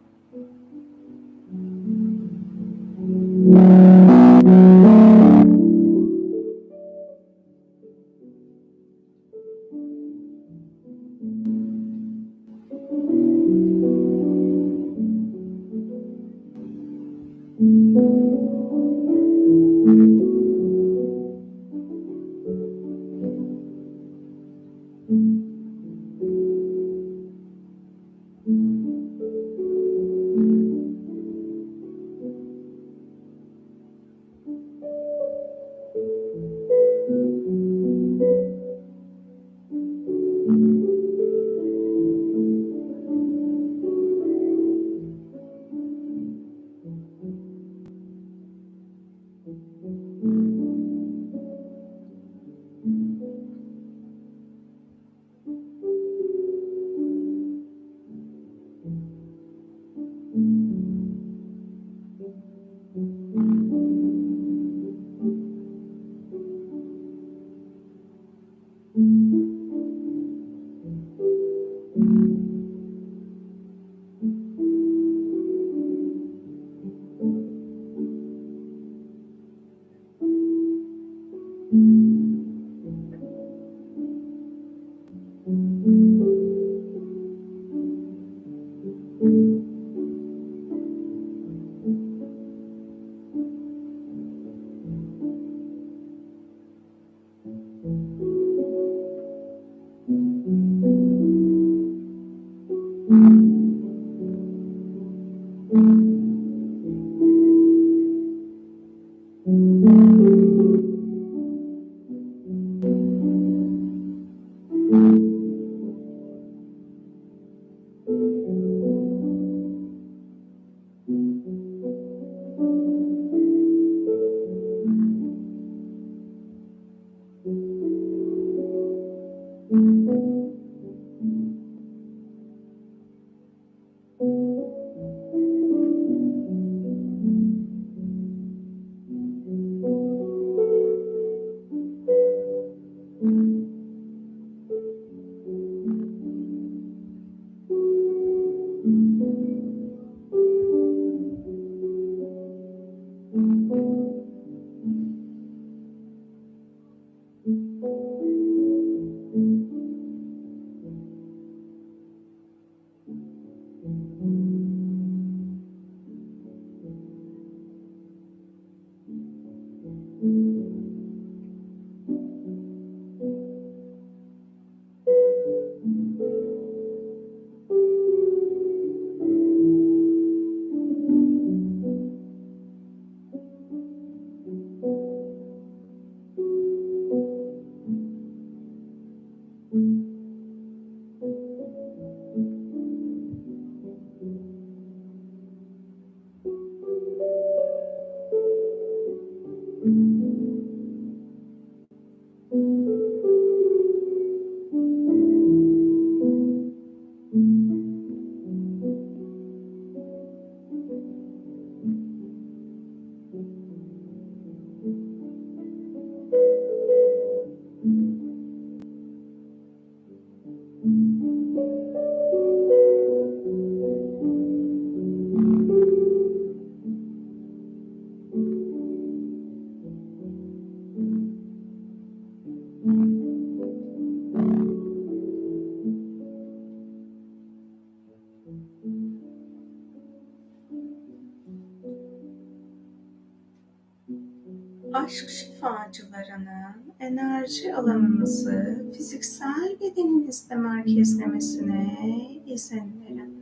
Aşk şifacılarının enerji alanınızı fiziksel bedeninizde merkezlemesine izin verin.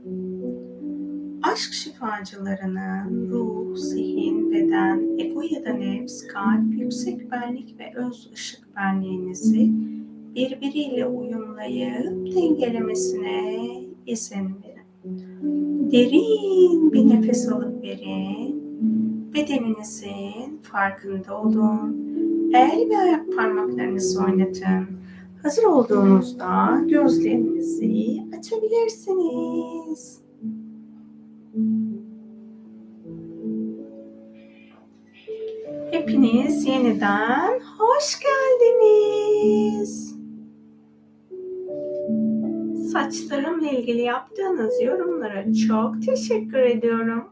Aşk şifacılarının ruh, zihin, beden, ego ya da nefs, kalp, yüksek benlik ve öz ışık benliğinizi birbiriyle uyumlayıp dengelemesine izin verin. Derin bir nefes alıp verin. Bedeninizin farkında olun. El ve ayak parmaklarınızı oynatın. Hazır olduğunuzda gözlerinizi açabilirsiniz. Hepiniz yeniden hoş geldiniz. Saçlarımla ilgili yaptığınız yorumlara çok teşekkür ediyorum.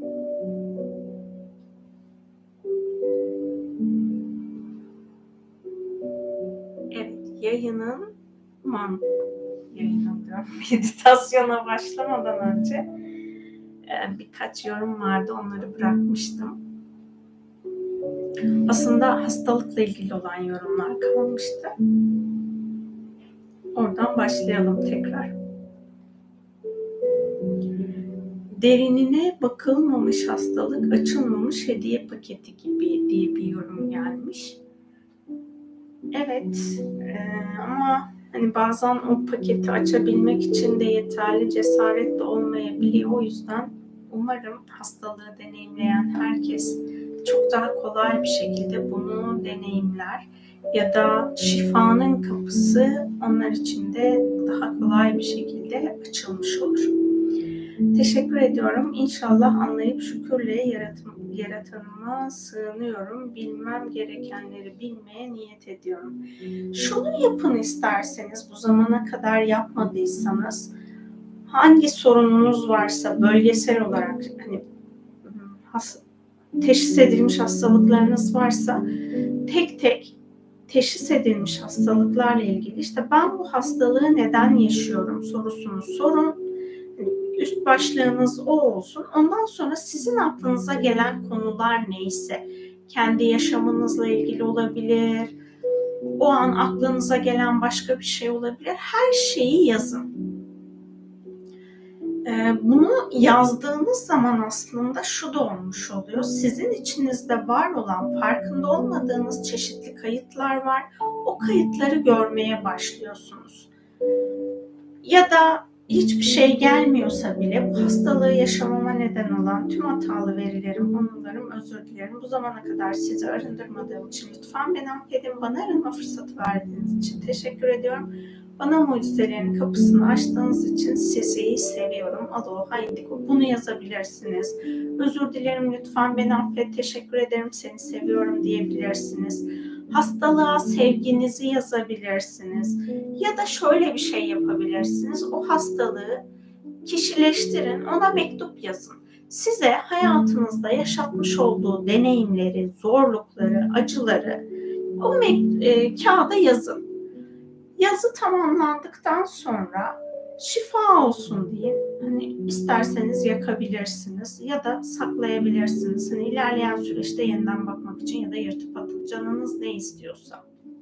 Meditasyona başlamadan önce birkaç yorum vardı, onları bırakmıştım. Aslında hastalıkla ilgili olan yorumlar kalmıştı. Oradan başlayalım tekrar. Derinine bakılmamış hastalık, açılmamış hediye paketi gibi diye bir yorum gelmiş. Evet, ama hani bazen o paketi açabilmek için de yeterli cesaret de olmayabiliyor. O yüzden umarım hastalığı deneyimleyen herkes çok daha kolay bir şekilde bunu deneyimler ya da şifanın kapısı onlar için de daha kolay bir şekilde açılmış olur. Teşekkür ediyorum. İnşallah anlayıp şükürle yaratanıma sığınıyorum. Bilmem gerekenleri bilmeye niyet ediyorum. Şunu yapın isterseniz, bu zamana kadar yapmadıysanız, hangi sorununuz varsa bölgesel olarak, hani teşhis edilmiş hastalıklarınız varsa tek tek teşhis edilmiş hastalıklarla ilgili işte ben bu hastalığı neden yaşıyorum sorusunu sorun. Üst başlığınız o olsun. Ondan sonra sizin aklınıza gelen konular neyse, kendi yaşamınızla ilgili olabilir, o an aklınıza gelen başka bir şey olabilir. Her şeyi yazın. Bunu yazdığınız zaman aslında şu da olmuş oluyor. Sizin içinizde var olan, farkında olmadığınız çeşitli kayıtlar var. O kayıtları görmeye başlıyorsunuz. Ya da hiçbir şey gelmiyorsa bile bu hastalığı yaşamama neden olan tüm hatalı verilerim, onurlarım, özür dilerim. Bu zamana kadar sizi arındırmadığım için lütfen beni affedin. Bana arınma fırsatı verdiğiniz için teşekkür ediyorum. Bana mucizelerin kapısını açtığınız için sizi seviyorum. Aloha indigo. Bunu yazabilirsiniz. Özür dilerim, lütfen beni affet, teşekkür ederim, seni seviyorum diyebilirsiniz. Hastalığa sevginizi yazabilirsiniz. Ya da şöyle bir şey yapabilirsiniz. O hastalığı kişileştirin, ona mektup yazın. Size hayatınızda yaşatmış olduğu deneyimleri, zorlukları, acıları o kağıda yazın. Yazı tamamlandıktan sonra şifa olsun deyin. Hani isterseniz yakabilirsiniz ya da saklayabilirsiniz. Hani ilerleyen süreçte yeniden bakmak için ya da yırtıp atıp canınız ne istiyorsa.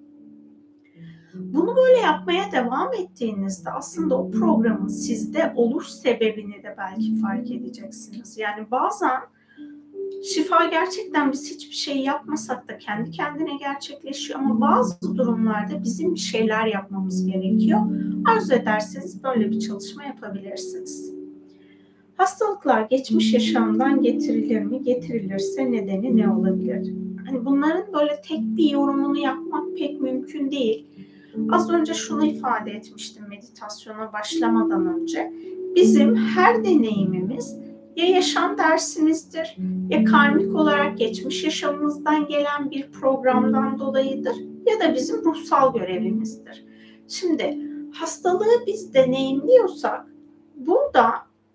Bunu böyle yapmaya devam ettiğinizde aslında o programın sizde oluş sebebini de belki fark edeceksiniz. Yani bazen şifa gerçekten biz hiçbir şey yapmasak da kendi kendine gerçekleşiyor ama bazı durumlarda bizim bir şeyler yapmamız gerekiyor. Arzu ederseniz böyle bir çalışma yapabilirsiniz. Hastalıklar geçmiş yaşamdan getirilir mi? Getirilirse nedeni ne olabilir? Hani bunların böyle tek bir yorumunu yapmak pek mümkün değil. Az önce şunu ifade etmiştim meditasyona başlamadan önce. Bizim her deneyimimiz ya yaşam dersimizdir, ya karmik olarak geçmiş yaşamımızdan gelen bir programdan dolayıdır ya da bizim ruhsal görevimizdir. Şimdi hastalığı biz deneyimliyorsak burada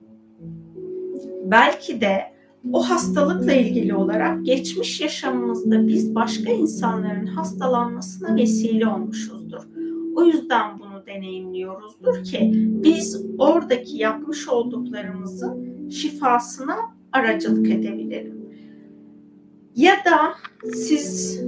belki de o hastalıkla ilgili olarak geçmiş yaşamımızda biz başka insanların hastalanmasına vesile olmuşuzdur. O yüzden bunu deneyimliyoruzdur ki biz oradaki yapmış olduklarımızın şifasına aracılık edebilelim. Ya da siz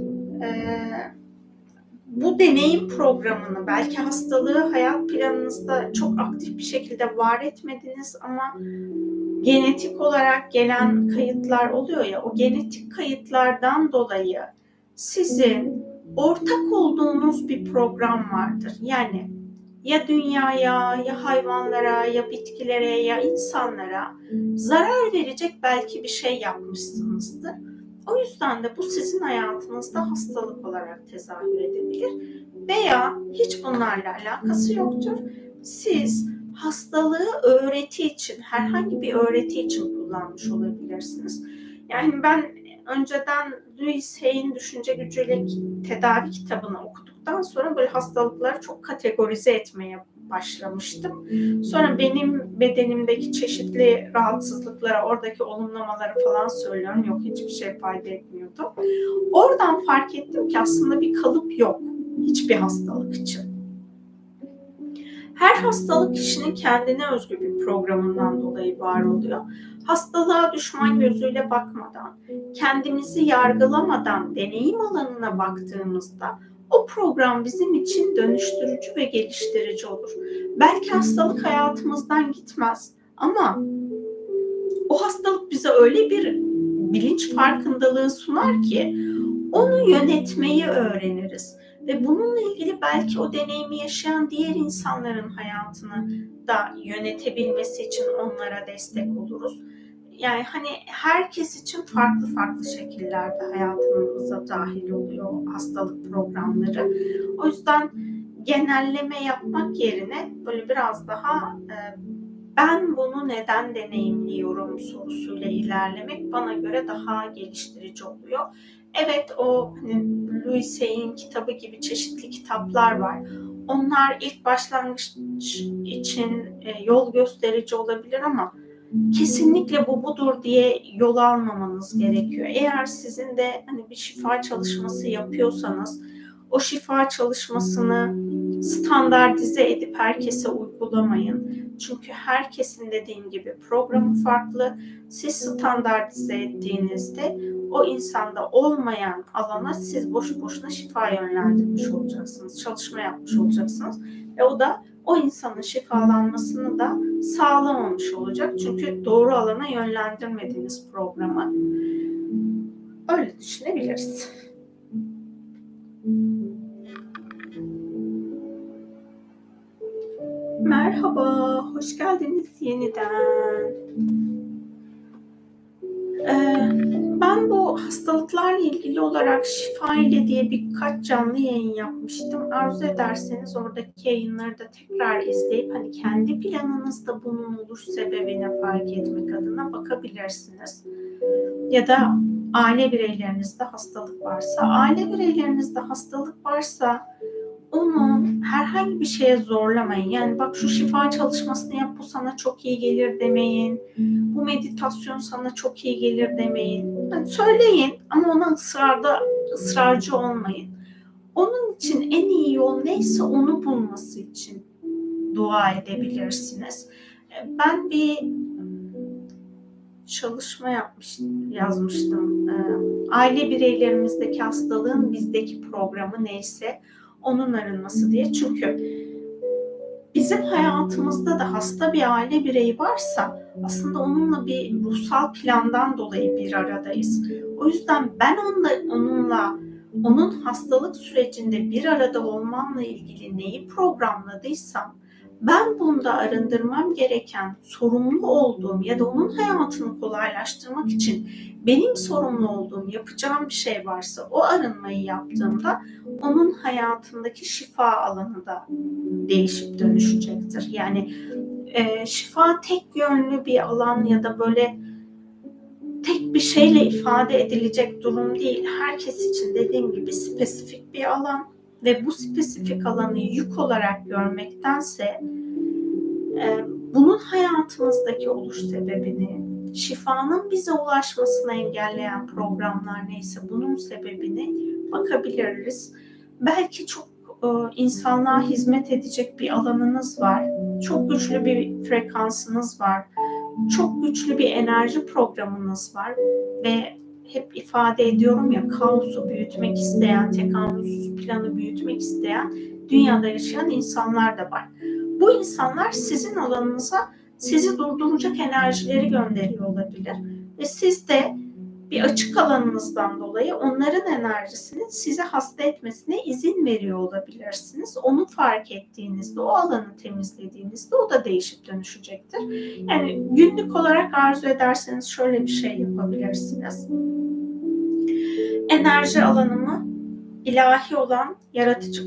bu deneyim programını belki hastalığı hayat planınızda çok aktif bir şekilde var etmediniz ama genetik olarak gelen kayıtlar oluyor ya, o genetik kayıtlardan dolayı sizin ortak olduğunuz bir program vardır. Yani ya dünyaya, ya hayvanlara, ya bitkilere, ya insanlara zarar verecek belki bir şey yapmışsınızdır. O yüzden de bu sizin hayatınızda hastalık olarak tezahür edebilir veya hiç bunlarla alakası yoktur. Siz hastalığı öğreti için, herhangi bir öğreti için kullanmış olabilirsiniz. Yani ben önceden Louise Hay'in Düşünce Gücüyle Tedavi kitabını okuduktan sonra böyle hastalıkları çok kategorize etmeye başlamıştım. Sonra benim bedenimdeki çeşitli rahatsızlıklara, oradaki olumlamaları falan söylüyorum. Yok, hiçbir şey fayda etmiyordu. Oradan fark ettim ki aslında bir kalıp yok hiçbir hastalık için. Her hastalık kişinin kendine özgü bir programından dolayı var oluyor. Hastalığa düşman gözüyle bakmadan, kendimizi yargılamadan deneyim alanına baktığımızda o program bizim için dönüştürücü ve geliştirici olur. Belki hastalık hayatımızdan gitmez ama o hastalık bize öyle bir bilinç farkındalığı sunar ki onu yönetmeyi öğreniriz. Ve bununla ilgili belki o deneyimi yaşayan diğer insanların hayatını da yönetebilmesi için onlara destek oluruz. Yani hani herkes için farklı farklı şekillerde hayatımıza dahil oluyor hastalık programları. O yüzden genelleme yapmak yerine böyle biraz daha ben bunu neden deneyimliyorum sorusuyla ilerlemek bana göre daha geliştirici oluyor. Evet, o hani Louise Hay'in kitabı gibi çeşitli kitaplar var. Onlar ilk başlangıç için yol gösterici olabilir ama kesinlikle bu budur diye yol almamanız gerekiyor. Eğer sizin de hani bir şifa çalışması yapıyorsanız o şifa çalışmasını standartize edip herkese uygulamayın. Çünkü herkesin dediğim gibi programı farklı. Siz standartize ettiğinizde o insanda olmayan alana siz boşu boşuna şifa yönlendirmiş olacaksınız. Çalışma yapmış olacaksınız. Ve o da o insanın şifalanmasını da sağlamamış olacak. Çünkü doğru alana yönlendirmediğiniz programı. Öyle düşünebiliriz. Merhaba, hoş geldiniz yeniden. Ben bu hastalıklarla ilgili olarak Şifa ile diye birkaç canlı yayın yapmıştım. Arzu ederseniz oradaki yayınları da tekrar izleyip hani kendi planınızda bunun oluş sebebine fark etmek adına bakabilirsiniz. Ya da aile bireylerinizde hastalık varsa onu herhangi bir şeye zorlamayın. Yani bak şu şifa çalışmasını yap, bu sana çok iyi gelir demeyin. Bu meditasyon sana çok iyi gelir demeyin. Yani söyleyin ama ona ısrarcı olmayın. Onun için en iyi yol neyse onu bulması için dua edebilirsiniz. Ben bir çalışma yazmıştım. Aile bireylerimizdeki hastalığın bizdeki programı neyse onun arınması diye. Çünkü bizim hayatımızda da hasta bir aile bireyi varsa aslında onunla bir ruhsal plandan dolayı bir aradayız. O yüzden ben onun hastalık sürecinde bir arada olmamla ilgili neyi programladıysam ben bunda arındırmam gereken, sorumlu olduğum ya da onun hayatını kolaylaştırmak için benim sorumlu olduğum, yapacağım bir şey varsa o arınmayı yaptığımda onun hayatındaki şifa alanı da değişip dönüşecektir. Yani şifa tek yönlü bir alan ya da böyle tek bir şeyle ifade edilecek durum değil. Herkes için dediğim gibi spesifik bir alan ve bu spesifik alanı yük olarak görmektense bunun hayatımızdaki oluş sebebini, şifanın bize ulaşmasına engelleyen programlar neyse bunun sebebini bakabiliriz. Belki çok insanlığa hizmet edecek bir alanınız var. Çok güçlü bir frekansınız var. Çok güçlü bir enerji programınız var ve hep ifade ediyorum ya, kaosu büyütmek isteyen, tekamülsüz planı büyütmek isteyen dünyada yaşayan insanlar da var. Bu insanlar sizin alanınıza sizi durduracak enerjileri gönderiyor olabilir ve siz de bir açık alanınızdan dolayı onların enerjisinin sizi hasta etmesine izin veriyor olabilirsiniz. Onu fark ettiğinizde, o alanı temizlediğinizde o da değişip dönüşecektir. Yani günlük olarak arzu ederseniz şöyle bir şey yapabilirsiniz. Enerji alanımı ilahi olan yaratıcı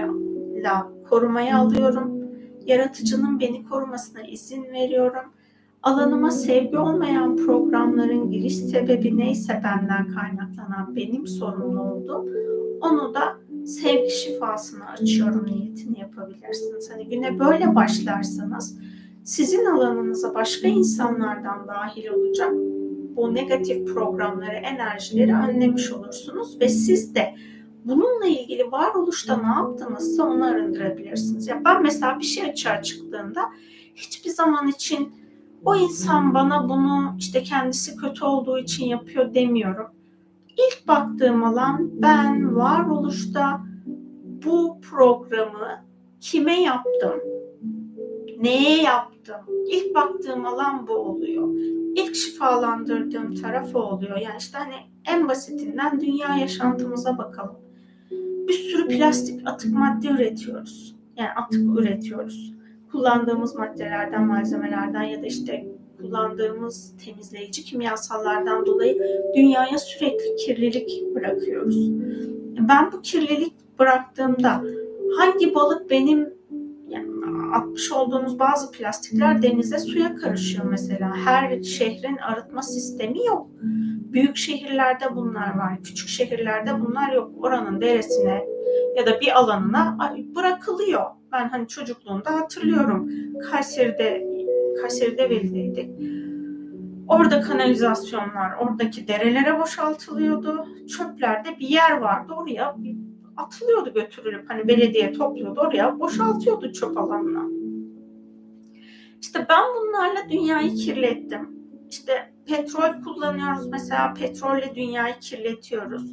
korumaya alıyorum. Yaratıcının beni korumasına izin veriyorum. Alanıma sevgi olmayan programların giriş sebebi neyse benden kaynaklanan benim sorumlu olduğum onu da sevgi şifasına açıyorum niyetini yapabilirsiniz. Hani güne böyle başlarsanız sizin alanınıza başka insanlardan dahil olacak bu negatif programları, enerjileri önlemiş olursunuz ve siz de bununla ilgili varoluşta ne yaptınızsa onu arındırabilirsiniz. Ya ben mesela bir şey açığa çıktığında hiçbir zaman için o insan bana bunu işte kendisi kötü olduğu için yapıyor demiyorum. İlk baktığım alan ben varoluşta bu programı kime yaptım, neye yaptım? İlk baktığım alan bu oluyor. İlk şifalandırdığım tarafı oluyor. Yani işte hani en basitinden dünya yaşantımıza bakalım. Bir sürü plastik atık madde üretiyoruz. Yani atık üretiyoruz. Kullandığımız maddelerden, malzemelerden ya da işte kullandığımız temizleyici kimyasallardan dolayı dünyaya sürekli kirlilik bırakıyoruz. Ben bu kirlilik bıraktığımda hangi balık benim atmış olduğumuz bazı plastikler denize, suya karışıyor mesela. Her şehrin arıtma sistemi yok. Büyük şehirlerde bunlar var. Küçük şehirlerde bunlar yok. Oranın deresine ya da bir alanına bırakılıyor. Ben hani çocukluğumda hatırlıyorum. Kayseri'de Veli'deydik. Orada kanalizasyonlar, oradaki derelere boşaltılıyordu. Çöplerde bir yer vardı. Oraya atılıyordu, götürülüp hani belediye topluyordu, oraya boşaltıyordu çöp alanına. İşte ben bunlarla dünyayı kirlettim. İşte petrol kullanıyoruz mesela, petrolle dünyayı kirletiyoruz.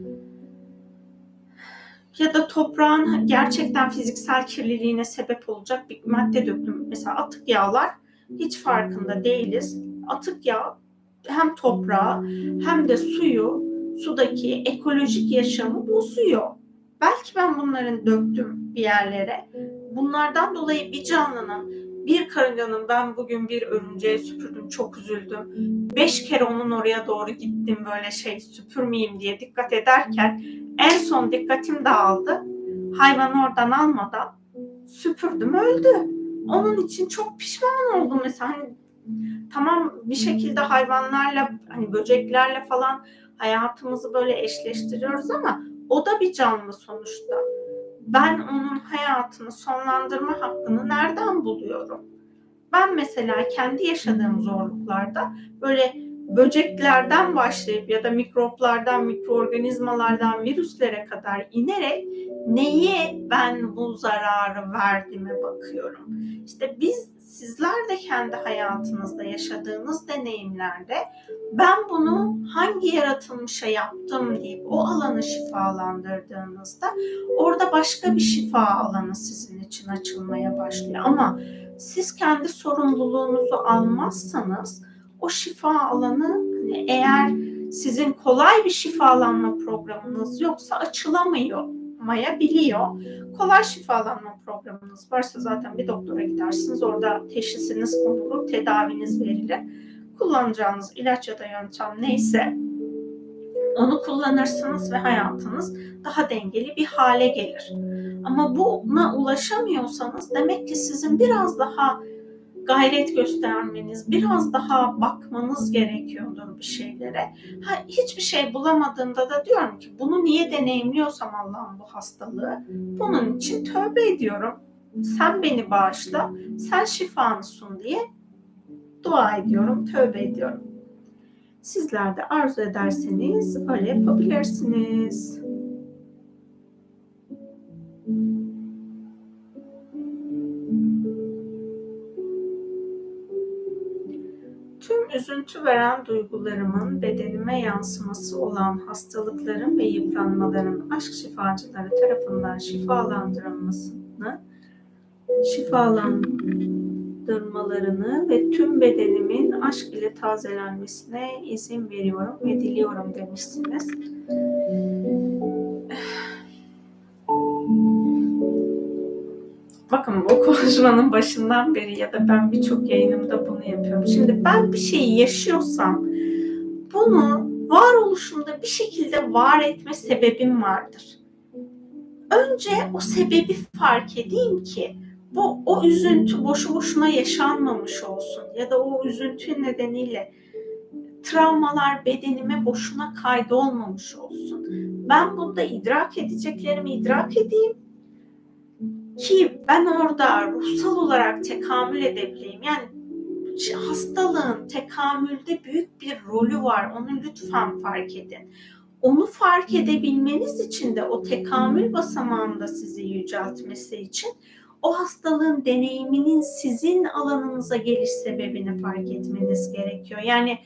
Ya da toprağın gerçekten fiziksel kirliliğine sebep olacak bir madde döktüm. Mesela atık yağlar hiç farkında değiliz. Atık yağ hem toprağı hem de suyu, sudaki ekolojik yaşamı bozuyor. Belki ben bunların döktüm bir yerlere. Bunlardan dolayı bir canlının, bir karıncanın, ben bugün bir örümceği süpürdüm, çok üzüldüm. 5 kere onun oraya doğru gittim böyle süpürmeyeyim diye dikkat ederken en son dikkatim dağıldı. Hayvanı oradan almadan süpürdüm, öldü. Onun için çok pişman oldum mesela. Hani tamam, bir şekilde hayvanlarla, hani böceklerle falan hayatımızı böyle eşleştiriyoruz ama o da bir canlı sonuçta. Ben onun hayatını sonlandırma hakkını nereden buluyorum? Ben mesela kendi yaşadığım zorluklarda böyle böceklerden başlayıp ya da mikroplardan, mikroorganizmalardan virüslere kadar inerek neye ben bu zararı verdiğime bakıyorum. İşte sizler de kendi hayatınızda yaşadığınız deneyimlerde ben bunu hangi yaratılmışa yaptım deyip o alanı şifalandırdığınızda orada başka bir şifa alanı sizin için açılmaya başlıyor. Ama siz kendi sorumluluğunuzu almazsanız o şifa alanı, hani eğer sizin kolay bir şifalanma programınız yoksa açılamayabiliyor. Kolay şifalanma programınız varsa zaten bir doktora gidersiniz. Orada teşhisiniz konulur, tedaviniz verilir. Kullanacağınız ilaç ya da yöntem neyse onu kullanırsınız ve hayatınız daha dengeli bir hale gelir. Ama buna ulaşamıyorsanız demek ki sizin biraz daha gayret göstermeniz, biraz daha bakmanız gerekiyordur bir şeylere. Hiçbir şey bulamadığımda da diyorum ki bunu niye deneyimliyorsam Allah'ım bu hastalığı, bunun için tövbe ediyorum. Sen beni bağışla, sen şifanı sun diye dua ediyorum, tövbe ediyorum. Sizler de arzu ederseniz öyle yapabilirsiniz. Tüm üzüntü veren duygularımın bedenime yansıması olan hastalıkların ve yıpranmaların aşk şifacıları tarafından şifalandırmalarını ve tüm bedenimin aşk ile tazelenmesine izin veriyorum ve diliyorum demişsiniz. Bakın, bu konuşmanın başından beri ya da ben birçok yayınımda bunu yapıyorum. Şimdi ben bir şeyi yaşıyorsam bunu varoluşumda bir şekilde var etme sebebim vardır. Önce o sebebi fark edeyim ki o üzüntü boşu boşuna yaşanmamış olsun ya da o üzüntü nedeniyle travmalar bedenime boşuna kaydolmamış olsun. Ben bunda idrak edeceklerimi idrak edeyim ki ben orada ruhsal olarak tekamül edebileyim. Yani hastalığın tekamülde büyük bir rolü var. Onu lütfen fark edin. Onu fark edebilmeniz için de o tekamül basamağında sizi yüceltmesi için o hastalığın deneyiminin sizin alanınıza geliş sebebini fark etmeniz gerekiyor. Yani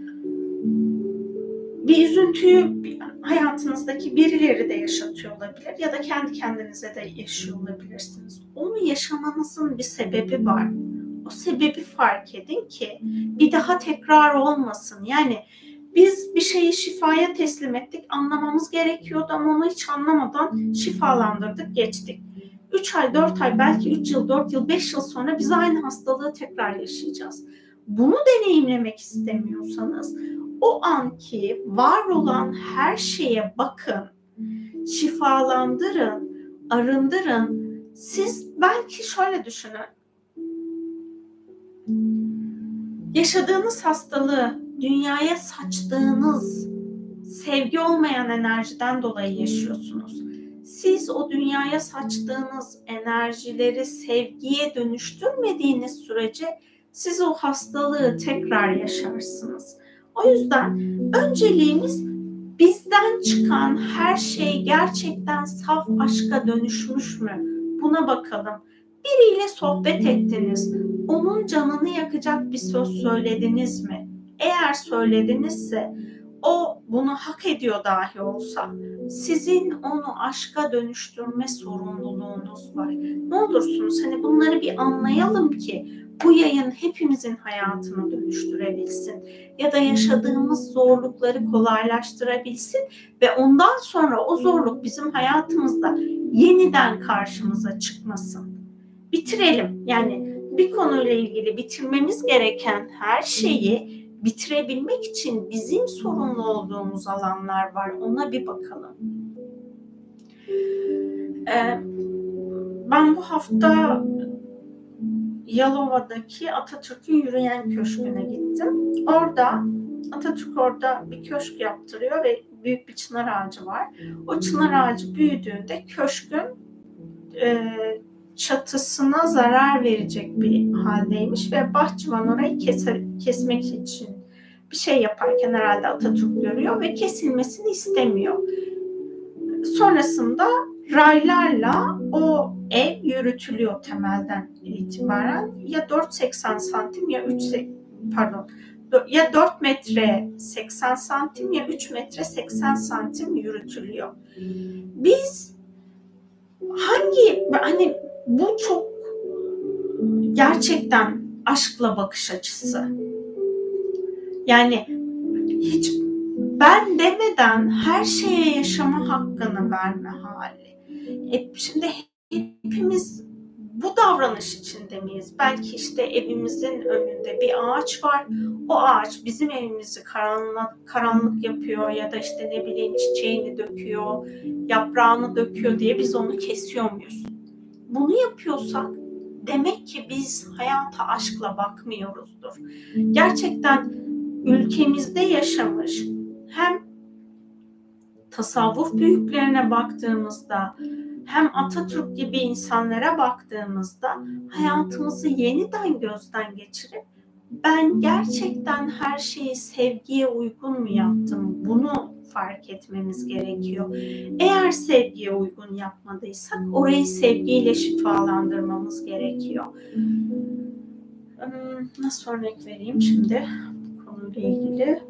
bir üzüntüyü hayatınızdaki birileri de yaşatıyor olabilir ya da kendi kendinize de yaşıyor olabilirsiniz. Onu yaşamanızın bir sebebi var. O sebebi fark edin ki bir daha tekrar olmasın. Yani biz bir şeyi şifaya teslim ettik, anlamamız gerekiyordu ama onu hiç anlamadan şifalandırdık, geçtik. 3 ay, 4 ay, belki 3 yıl, 4 yıl, 5 yıl sonra biz aynı hastalığı tekrar yaşayacağız. Bunu deneyimlemek istemiyorsanız o anki var olan her şeye bakın, şifalandırın, arındırın. Siz belki şöyle düşünün. Yaşadığınız hastalığı dünyaya saçtığınız sevgi olmayan enerjiden dolayı yaşıyorsunuz. Siz o dünyaya saçtığınız enerjileri sevgiye dönüştürmediğiniz sürece siz o hastalığı tekrar yaşarsınız. O yüzden önceliğimiz bizden çıkan her şey gerçekten saf aşka dönüşmüş mü? Buna bakalım. Biriyle sohbet ettiniz. Onun canını yakacak bir söz söylediniz mi? Eğer söyledinizse o bunu hak ediyor dahi olsa sizin onu aşka dönüştürme sorumluluğunuz var. Ne olursunuz hani bunları bir anlayalım ki bu yayın hepimizin hayatını dönüştürebilsin ya da yaşadığımız zorlukları kolaylaştırabilsin ve ondan sonra o zorluk bizim hayatımızda yeniden karşımıza çıkmasın. Bitirelim. Yani bir konuyla ilgili bitirmemiz gereken her şeyi bitirebilmek için bizim sorumlu olduğumuz alanlar var. Ona bir bakalım. Ben bu hafta Yalova'daki Atatürk'ün Yürüyen Köşkü'ne gittim. Atatürk bir köşk yaptırıyor ve büyük bir çınar ağacı var. O çınar ağacı büyüdüğünde köşkün çatısına zarar verecek bir haldeymiş ve bahçıvan orayı kesmek için bir şey yaparken herhalde Atatürk görüyor ve kesilmesini istemiyor. Sonrasında raylarla o ev yürütülüyor temelden itibaren. Ya 4,80 santim ya 4 metre 80 santim ya 3 metre 80 santim yürütülüyor. Biz bu çok gerçekten aşkla bakış açısı. Yani hiç ben demeden her şeye yaşama hakkını verme hali. Şimdi hepimiz bu davranış içinde miyiz? Belki işte evimizin önünde bir ağaç var. O ağaç bizim evimizi karanlık yapıyor ya da işte ne bileyim çiçeğini döküyor, yaprağını döküyor diye biz onu kesiyor muyuz? Bunu yapıyorsak demek ki biz hayata aşkla bakmıyoruzdur. Gerçekten ülkemizde yaşamış hem tasavvuf büyüklerine baktığımızda hem Atatürk gibi insanlara baktığımızda hayatımızı yeniden gözden geçirip ben gerçekten her şeyi sevgiye uygun mu yaptım? Bunu fark etmemiz gerekiyor. Eğer sevgiye uygun yapmadıysak orayı sevgiyle şifalandırmamız gerekiyor. Nasıl örnek vereyim şimdi bu konuyla ilgili?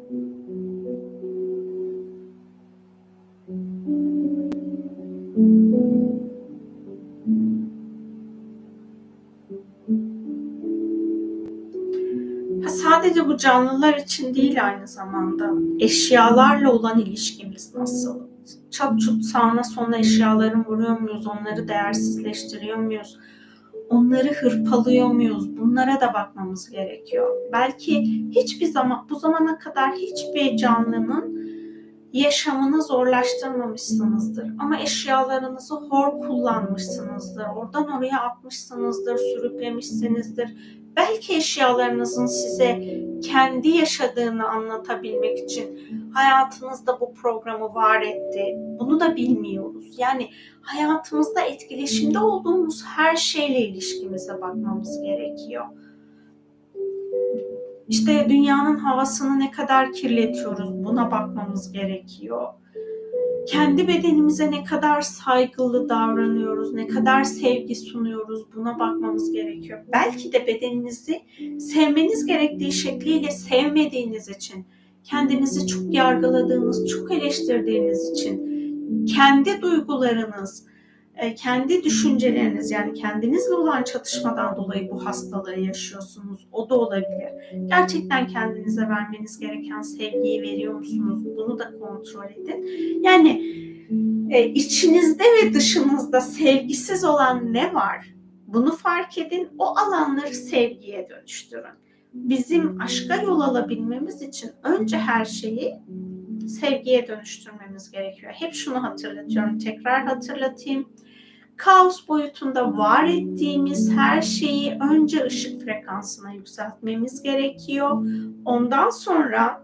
Sadece bu canlılar için değil, aynı zamanda eşyalarla olan ilişkimiz nasıl? Çat çut sağına soluna eşyaları vuruyor muyuz? Onları değersizleştiriyor muyuz? Onları hırpalıyor muyuz? Bunlara da bakmamız gerekiyor. Belki bu zamana kadar hiçbir canlının yaşamını zorlaştırmamışsınızdır. Ama eşyalarınızı hor kullanmışsınızdır. Oradan oraya atmışsınızdır, sürüklemişsinizdir. Belki eşyalarınızın size kendi yaşadığını anlatabilmek için hayatınızda bu programı var etti. Bunu da bilmiyoruz. Yani hayatımızda etkileşimde olduğumuz her şeyle ilişkimize bakmamız gerekiyor. İşte dünyanın havasını ne kadar kirletiyoruz, buna bakmamız gerekiyor. Kendi bedenimize ne kadar saygılı davranıyoruz, ne kadar sevgi sunuyoruz, buna bakmamız gerekiyor. Belki de bedeninizi sevmeniz gerektiği şekliyle sevmediğiniz için, kendinizi çok yargıladığınız, çok eleştirdiğiniz için, kendi duygularınız, kendi düşünceleriniz, yani kendinizle olan çatışmadan dolayı bu hastalığı yaşıyorsunuz. O da olabilir. Gerçekten kendinize vermeniz gereken sevgiyi veriyor musunuz? Bunu da kontrol edin. Yani içinizde ve dışınızda sevgisiz olan ne var? Bunu fark edin. O alanları sevgiye dönüştürün. Bizim aşka yol alabilmemiz için önce her şeyi sevgiye dönüştürmemiz gerekiyor. Hep şunu hatırlatıyorum, tekrar hatırlatayım. Kaos boyutunda var ettiğimiz her şeyi önce ışık frekansına yükseltmemiz gerekiyor. Ondan sonra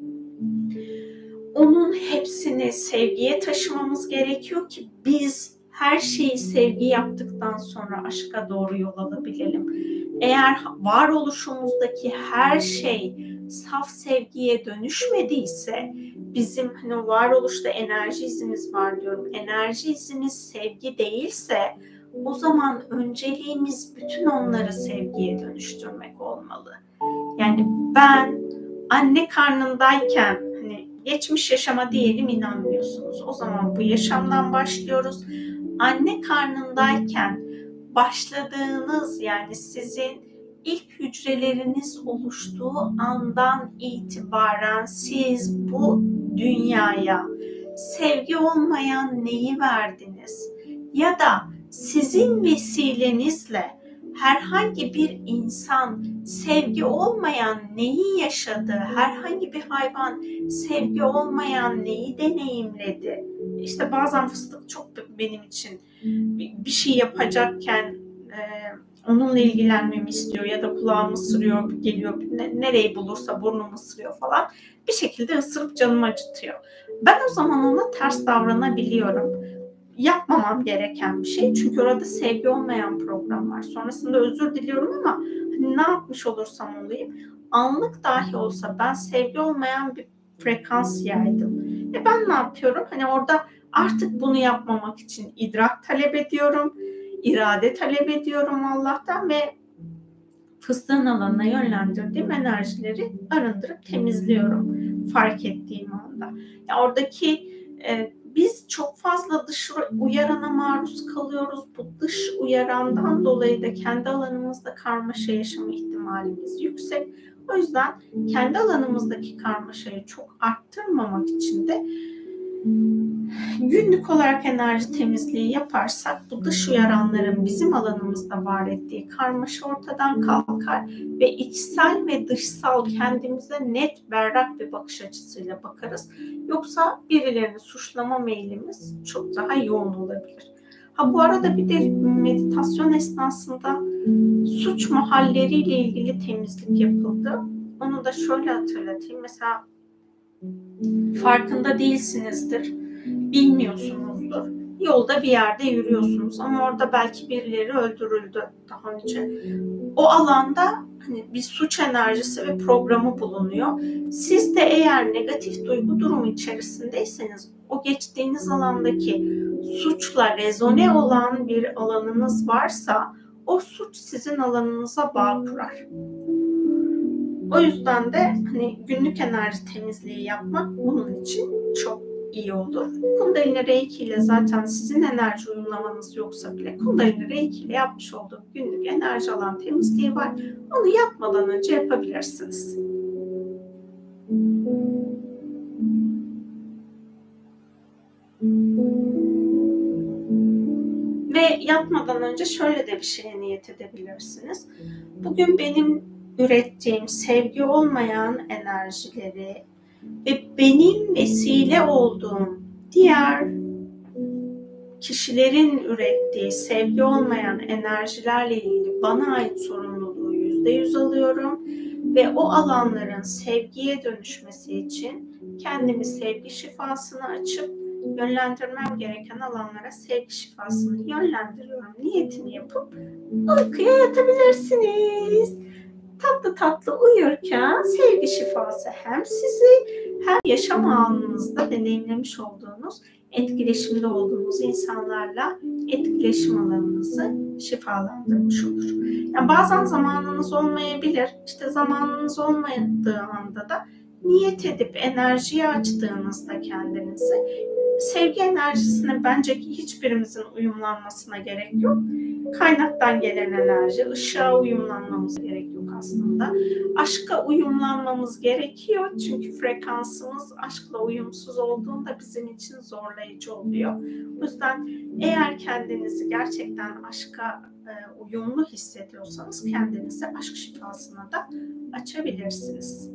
onun hepsini sevgiye taşımamız gerekiyor ki biz her şeyi sevgi yaptıktan sonra aşka doğru yol alabilelim. Eğer varoluşumuzdaki her şey saf sevgiye dönüşmediyse, bizim varoluşta enerji izimiz var diyorum. Enerji izimiz sevgi değilse, o zaman önceliğimiz bütün onları sevgiye dönüştürmek olmalı. Yani ben anne karnındayken geçmiş yaşama diyelim inanmıyorsunuz. O zaman bu yaşamdan başlıyoruz. Anne karnındayken başladığınız, yani sizin ilk hücreleriniz oluştuğu andan itibaren siz bu dünyaya sevgi olmayan neyi verdiniz? Ya da sizin vesilenizle herhangi bir insan sevgi olmayan neyi yaşadı? Herhangi bir hayvan sevgi olmayan neyi deneyimledi? İşte bazen fıstık çok benim için bir şey yapacakken onunla ilgilenmemi istiyor ya da kulağımı ısırıyor, geliyor, nereyi bulursa burnumu ısırıyor falan. Bir şekilde ısırıp canımı acıtıyor. Ben o zaman ona ters davranabiliyorum. Yapmamam gereken bir şey. Çünkü orada sevgi olmayan program var. Sonrasında özür diliyorum ama hani ne yapmış olursam olayım, anlık dahi olsa ben sevgi olmayan bir frekans yaydım. Ben ne yapıyorum? Hani orada artık bunu yapmamak için idrak talep ediyorum, irade talep ediyorum Allah'tan ve fıstığın alanına yönlendirdiğim enerjileri arındırıp temizliyorum fark ettiğim anda. Ya oradaki biz çok fazla dış uyarana maruz kalıyoruz. Bu dış uyarandan dolayı da kendi alanımızda karmaşa yaşama ihtimalimiz yüksek. O yüzden kendi alanımızdaki karmaşayı çok arttırmamak için de günlük olarak enerji temizliği yaparsak bu dış uyaranların bizim alanımızda var ettiği karmaşa ortadan kalkar ve içsel ve dışsal kendimize net, berrak bir bakış açısıyla bakarız. Yoksa birilerini suçlama meyilimiz çok daha yoğun olabilir. Bu arada bir de meditasyon esnasında suç mahalleriyle ilgili temizlik yapıldı. Onu da şöyle hatırlatayım. Mesela farkında değilsinizdir, bilmiyorsunuzdur. Yolda bir yerde yürüyorsunuz ama orada belki birileri öldürüldü daha önce. O alanda hani bir suç enerjisi ve programı bulunuyor. Siz de eğer negatif duygu durumu içerisindeyseniz o geçtiğiniz alandaki suçla rezone olan bir alanınız varsa o suç sizin alanınıza bağ kurar. O yüzden de hani günlük enerji temizliği yapmak bunun için çok iyi olur. Kundalini Reiki ile zaten sizin enerji uyumlamanız yoksa bile Kundalini Reiki ile yapmış olduğum günlük enerji alan temizliği var. Onu yatmadan önce yapabilirsiniz. Ve yatmadan önce şöyle de bir şeye niyet edebilirsiniz. Bugün benim ürettiğim sevgi olmayan enerjileri ve benim vesile olduğum diğer kişilerin ürettiği sevgi olmayan enerjilerle ilgili bana ait sorumluluğu %100 alıyorum ve o alanların sevgiye dönüşmesi için kendimi sevgi şifasına açıp yönlendirmem gereken alanlara sevgi şifasını yönlendiriyorum. Niyetini yapıp uykuya yatabilirsiniz. Tatlı tatlı uyurken sevgi şifası hem sizi hem yaşam anınızda deneyimlemiş olduğunuz, etkileşimde olduğunuz insanlarla etkileşim alanınızı şifalandırmış olur. Yani bazen zamanınız olmayabilir. İşte zamanınız olmadığı anda da niyet edip enerjiyi açtığınızda kendinizi, sevgi enerjisine bence hiçbirimizin uyumlanmasına gerek yok. Kaynaktan gelen enerji, ışığa uyumlanmamız gerek yok aslında. Aşka uyumlanmamız gerekiyor çünkü frekansımız aşkla uyumsuz olduğunda bizim için zorlayıcı oluyor. O yüzden eğer kendinizi gerçekten aşka uyumlu hissediyorsanız kendinizi aşk şifasına da açabilirsiniz.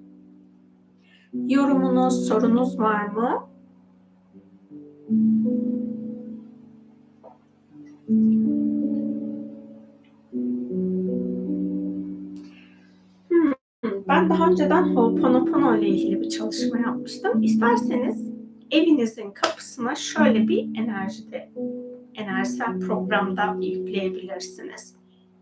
Yorumunuz, sorunuz var mı? Ben daha önceden Ho'oponopono ile ilgili bir çalışma yapmıştım. İsterseniz evinizin kapısına şöyle bir enerjisel programda yükleyebilirsiniz.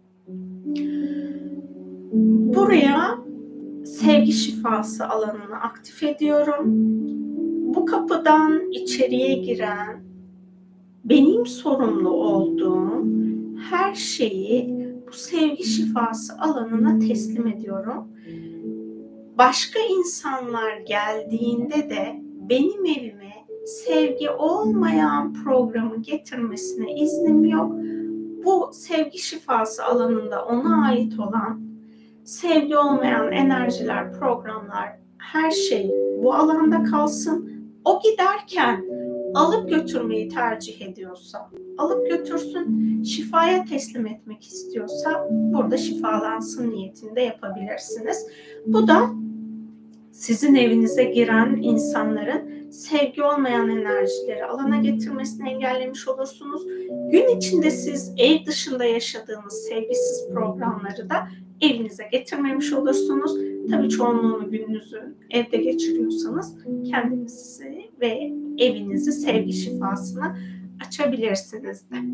Buraya sevgi şifası alanını aktif ediyorum. Bu kapıdan içeriye giren benim sorumlu olduğum her şeyi bu sevgi şifası alanına teslim ediyorum. Başka insanlar geldiğinde de benim evime sevgi olmayan programı getirmesine iznim yok. bu sevgi şifası alanında ona ait olan sevgi olmayan enerjiler, programlar, her şey bu alanda kalsın. O giderken alıp götürmeyi tercih ediyorsa alıp götürsün, şifaya teslim etmek istiyorsa burada şifalansın niyetinde yapabilirsiniz. Bu da sizin evinize giren insanların sevgi olmayan enerjileri alana getirmesini engellemiş olursunuz. Gün içinde siz ev dışında yaşadığınız sevgisiz programları da evinize getirmemiş olursunuz. Tabii çoğunluğunu gününüzü evde geçiriyorsanız kendinizi ve evinizi sevgi şifasına açabilirsiniz de.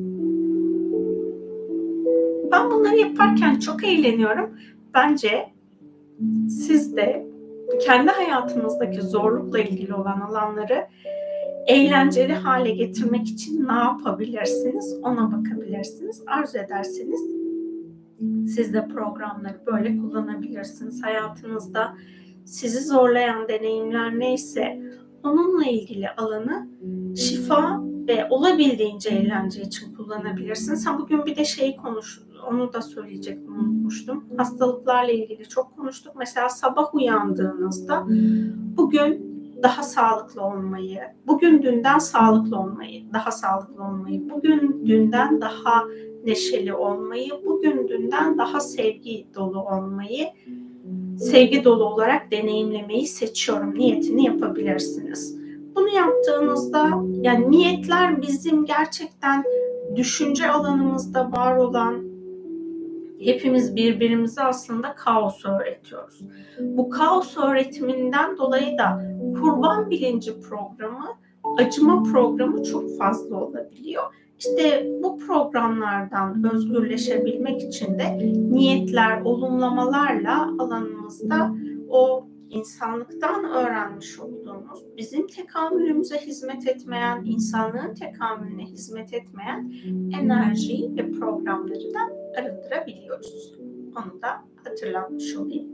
Ben bunları yaparken çok eğleniyorum. Bence siz de kendi hayatınızdaki zorlukla ilgili olan alanları eğlenceli hale getirmek için ne yapabilirsiniz? Ona bakabilirsiniz. Arzu ederseniz siz de programları böyle kullanabilirsiniz. Hayatınızda sizi zorlayan deneyimler neyse onunla ilgili alanı şifa ve olabildiğince eğlence için kullanabilirsiniz. Bugün bir de onu da söyleyecektim, unutmuştum. Hastalıklarla ilgili çok konuştuk. Mesela sabah uyandığınızda bugün daha sağlıklı olmayı, bugün dünden sağlıklı olmayı, daha sağlıklı olmayı, bugün dünden daha neşeli olmayı, bugün dünden daha sevgi dolu olmayı, sevgi dolu olarak deneyimlemeyi seçiyorum niyetini yapabilirsiniz. Bunu yaptığınızda yani niyetler bizim gerçekten düşünce alanımızda var olan, hepimiz birbirimize aslında kaos öğretiyoruz. Bu kaos öğretiminden dolayı da kurban bilinci programı, acıma programı çok fazla olabiliyor. İşte bu programlardan özgürleşebilmek için de niyetler, olumlamalarla alanımızda o insanlıktan öğrenmiş olduğumuz, bizim tekamülümüze hizmet etmeyen, insanlığın tekamülüne hizmet etmeyen enerjiyi ve programları da arındırabiliyoruz. Onu da hatırlatmış olayım.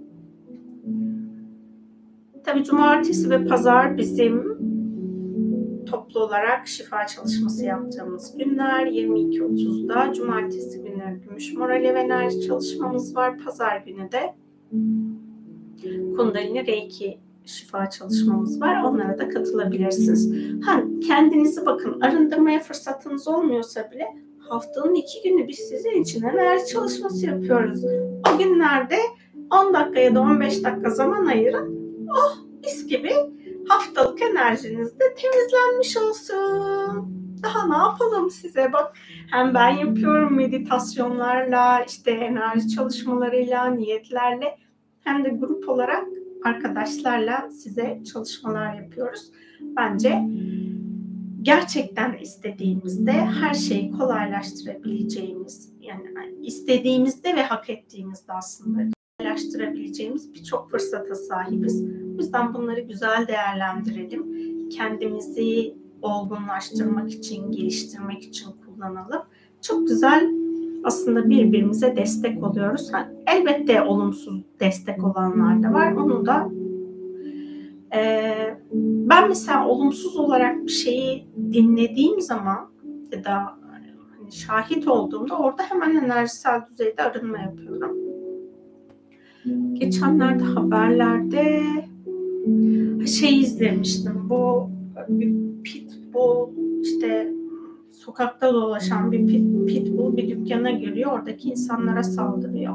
Tabii cumartesi ve pazar bizim toplu olarak şifa çalışması yaptığımız günler. 22.30'da cumartesi günü gümüş morale ve enerji çalışmamız var. Pazar günü de Kundalini Reiki şifa çalışmamız var. Onlara da katılabilirsiniz. Kendinizi bakın, arındırmaya fırsatınız olmuyorsa bile haftanın 2 günü biz sizin için enerji çalışması yapıyoruz. O günlerde 10 dakika ya da 15 dakika zaman ayırın. Mis gibi haftalık enerjiniz de temizlenmiş olsun. Daha ne yapalım size? Bak, hem ben yapıyorum meditasyonlarla, işte enerji çalışmalarıyla, niyetlerle, hem de grup olarak arkadaşlarla size çalışmalar yapıyoruz. Bence gerçekten istediğimizde her şeyi kolaylaştırabileceğimiz, yani istediğimizde ve hak ettiğimizde aslında kolaylaştırabileceğimiz birçok fırsata sahibiz. O yüzden bunları güzel değerlendirelim. Kendimizi olgunlaştırmak için, geliştirmek için kullanalım. Çok güzel aslında birbirimize destek oluyoruz. Elbette olumsuz destek olanlar da var. Onu da ben mesela olumsuz olarak bir şeyi dinlediğim zaman ya da şahit olduğumda orada hemen enerjisel düzeyde arınma yapıyorum. Geçenlerde haberlerde izlemiştim. Bu bir pitbull, işte sokakta dolaşan bir pitbull bir dükkana giriyor. Oradaki insanlara saldırıyor.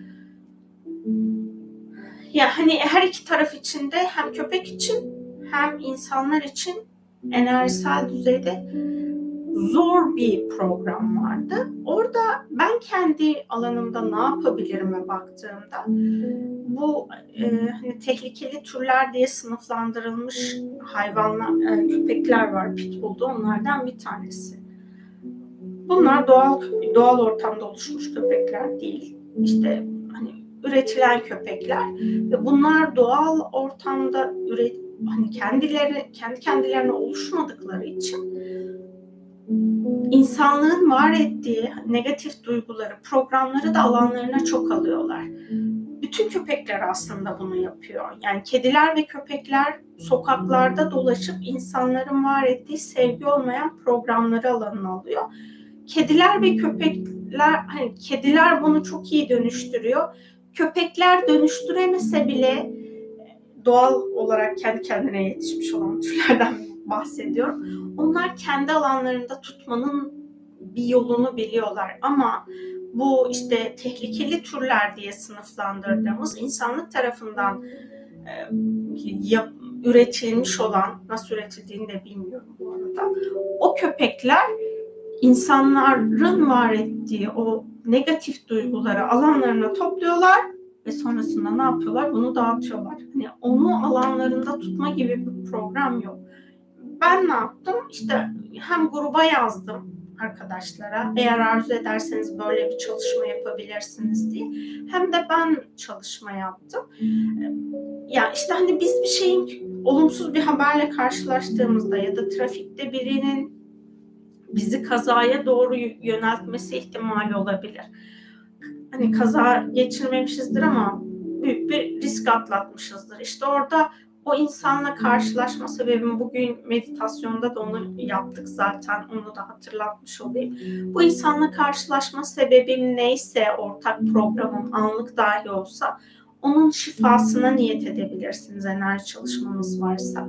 Ya her iki taraf için de, hem köpek için hem insanlar için enerjisel düzeyde zor bir program vardı. Orada ben kendi alanımda ne yapabilirime baktığımda bu tehlikeli türler diye sınıflandırılmış hayvanlar, köpekler var. Pitbull da onlardan bir tanesi. Bunlar doğal ortamda oluşmuş köpekler değil. İşte üretilen köpekler ve bunlar doğal ortamda kendi kendilerine oluşmadıkları için insanlığın var ettiği negatif duyguları, programları da alanlarına çok alıyorlar. Bütün köpekler aslında bunu yapıyor. Yani kediler ve köpekler sokaklarda dolaşıp insanların var ettiği sevgi olmayan programları alanına alıyor. kediler ve köpekler, hani kediler bunu çok iyi dönüştürüyor. Köpekler dönüştüremese bile doğal olarak kendi kendine yetişmiş olan türlerden bahsediyorum. Onlar kendi alanlarında tutmanın bir yolunu biliyorlar ama bu işte tehlikeli türler diye sınıflandırdığımız insanlık tarafından üretilmiş olan, nasıl üretildiğini de bilmiyorum bu arada, o köpekler insanların var ettiği o negatif duyguları alanlarına topluyorlar ve sonrasında ne yapıyorlar? Bunu dağıtıyorlar. Hani onu alanlarında tutma gibi bir program yok. Ben ne yaptım? İşte hem gruba yazdım arkadaşlara, eğer arzu ederseniz böyle bir çalışma yapabilirsiniz diye. Hem de ben çalışma yaptım. Ya işte hani biz bir şeyin olumsuz bir haberle karşılaştığımızda ya da trafikte birinin bizi kazaya doğru yöneltmesi ihtimali olabilir. Hani kaza geçirmemişizdir ama büyük bir risk atlatmışızdır. İşte orada o insanla karşılaşma sebebim, bugün meditasyonda da onu yaptık zaten, onu da hatırlatmış olayım. Bu insanla karşılaşma sebebim neyse, ortak programım anlık dahi olsa onun şifasına niyet edebilirsiniz enerji çalışmanız varsa.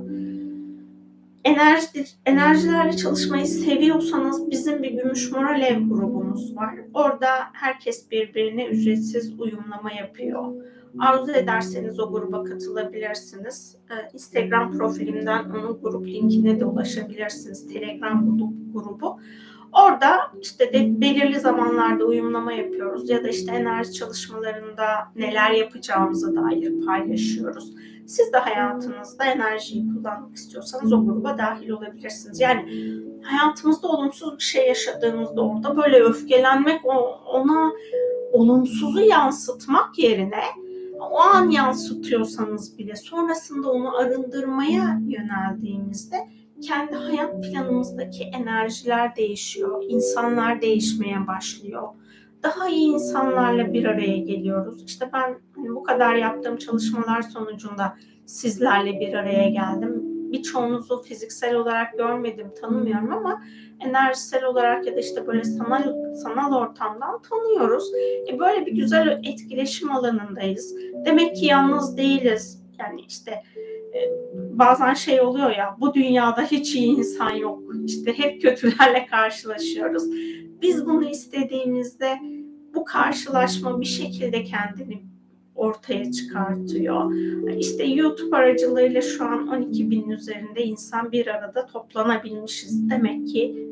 Enerjilerle çalışmayı seviyorsanız bizim bir Gümüşmor Alev grubumuz var. Orada herkes birbirine ücretsiz uyumlama yapıyor. Arzu ederseniz o gruba katılabilirsiniz. Instagram profilimden onun grup linkine de ulaşabilirsiniz. Telegram grubu. Orada işte belirli zamanlarda uyumlama yapıyoruz ya da işte enerji çalışmalarında neler yapacağımıza dair paylaşıyoruz. Siz de hayatınızda enerjiyi kullanmak istiyorsanız o gruba dahil olabilirsiniz. Yani hayatımızda olumsuz bir şey yaşadığımızda orada böyle öfkelenmek, ona olumsuzu yansıtmak yerine o an yansıtıyorsanız bile sonrasında onu arındırmaya yöneldiğimizde kendi hayat planımızdaki enerjiler değişiyor, insanlar değişmeye başlıyor. Daha iyi insanlarla bir araya geliyoruz. İşte ben bu kadar yaptığım çalışmalar sonucunda sizlerle bir araya geldim. Birçoğunuzu fiziksel olarak görmedim, tanımıyorum ama enerjisel olarak ya da işte böyle sanal ortamdan tanıyoruz. Böyle bir güzel etkileşim alanındayız. Demek ki yalnız değiliz. Yani işte bazen şey oluyor ya, bu dünyada hiç iyi insan yok. İşte hep kötülerle karşılaşıyoruz. Biz bunu istediğimizde bu karşılaşma bir şekilde kendini ortaya çıkartıyor. İşte YouTube aracılığıyla şu an 12.000'in üzerinde insan bir arada toplanabilmişiz. Demek ki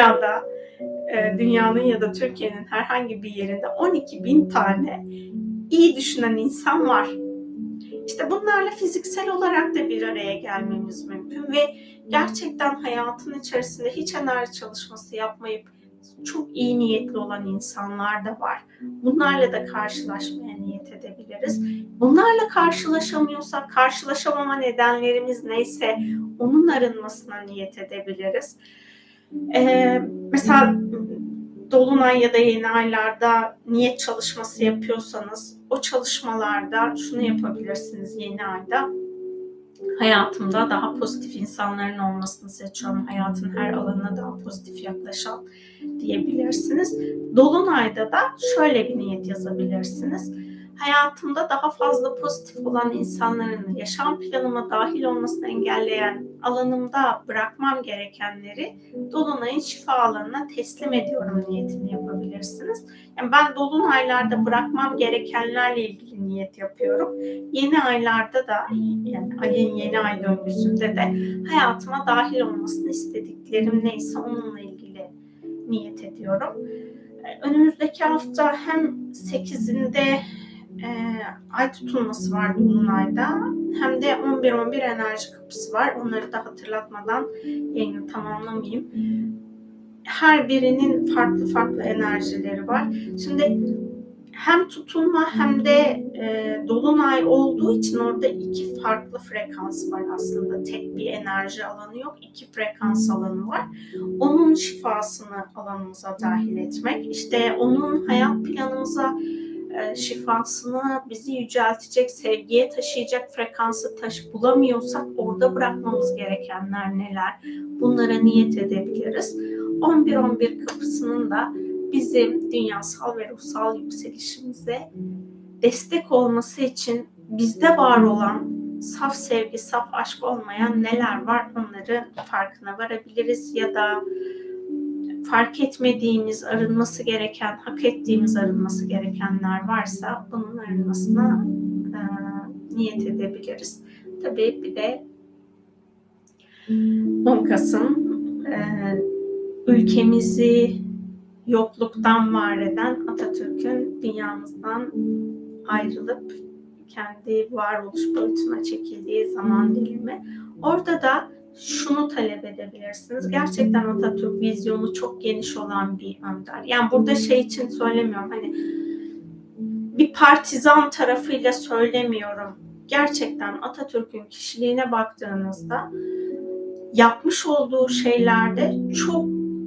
dünyanın ya da Türkiye'nin herhangi bir yerinde 12.000 tane iyi düşünen insan var. İşte bunlarla fiziksel olarak da bir araya gelmemiz mümkün ve gerçekten hayatın içerisinde hiç enerji çalışması yapmayıp çok iyi niyetli olan insanlar da var. Bunlarla da karşılaşmaya niyet edebiliriz. Bunlarla karşılaşamıyorsak, karşılaşamama nedenlerimiz neyse onun arınmasına niyet edebiliriz. Mesela dolunay ya da yeni aylarda niyet çalışması yapıyorsanız o çalışmalarda şunu yapabilirsiniz yeni ayda. Hayatımda daha pozitif insanların olmasını seçiyorum. Hayatın her alanına daha pozitif yaklaşan diyebilirsiniz. Dolunayda da şöyle bir niyet yazabilirsiniz. Hayatımda daha fazla pozitif olan insanların yaşam planıma dahil olmasını engelleyen alanımda bırakmam gerekenleri dolunayın şifa alanına teslim ediyorum niyetini yapabilirsiniz. Yani ben dolunaylarda bırakmam gerekenlerle ilgili niyet yapıyorum. Yeni aylarda da, yani ayın yeni ay döngüsünde de hayatıma dahil olmasını istediklerim neyse onunla ilgili niyet ediyorum. Önümüzdeki hafta hem 8'inde ay tutulması var dolunayda, hem de 11-11 enerji kapısı var. Onları da hatırlatmadan yayını tamamlamayayım. Her birinin farklı farklı enerjileri var. Şimdi hem tutulma hem de dolunay olduğu için orada iki farklı frekans var aslında. Tek bir enerji alanı yok, iki frekans alanı var. Onun şifasını alanımıza dahil etmek, işte onun hayat planımıza şifasını, bizi yüceltecek, sevgiye taşıyacak frekansı bulamıyorsak orada bırakmamız gerekenler neler? Bunlara niyet edebiliriz. 11-11 kapısının da bizim dünyasal ve ruhsal yükselişimize destek olması için bizde var olan saf sevgi, saf aşk olmayan neler var, onları farkına varabiliriz ya da fark etmediğimiz, arınması gereken, hak ettiğimiz arınması gerekenler varsa bunun arınmasına niyet edebiliriz. Tabii bir de 10 Kasım ülkemizi yokluktan var eden Atatürk'ün dünyamızdan ayrılıp kendi varoluş boyutuna çekildiği zaman dilimi. Orada da şunu talep edebilirsiniz. Gerçekten Atatürk vizyonu çok geniş olan bir önder. Yani burada şey için söylemiyorum. Hani bir partizan tarafıyla söylemiyorum. Gerçekten Atatürk'ün kişiliğine baktığınızda yapmış olduğu şeylerde çok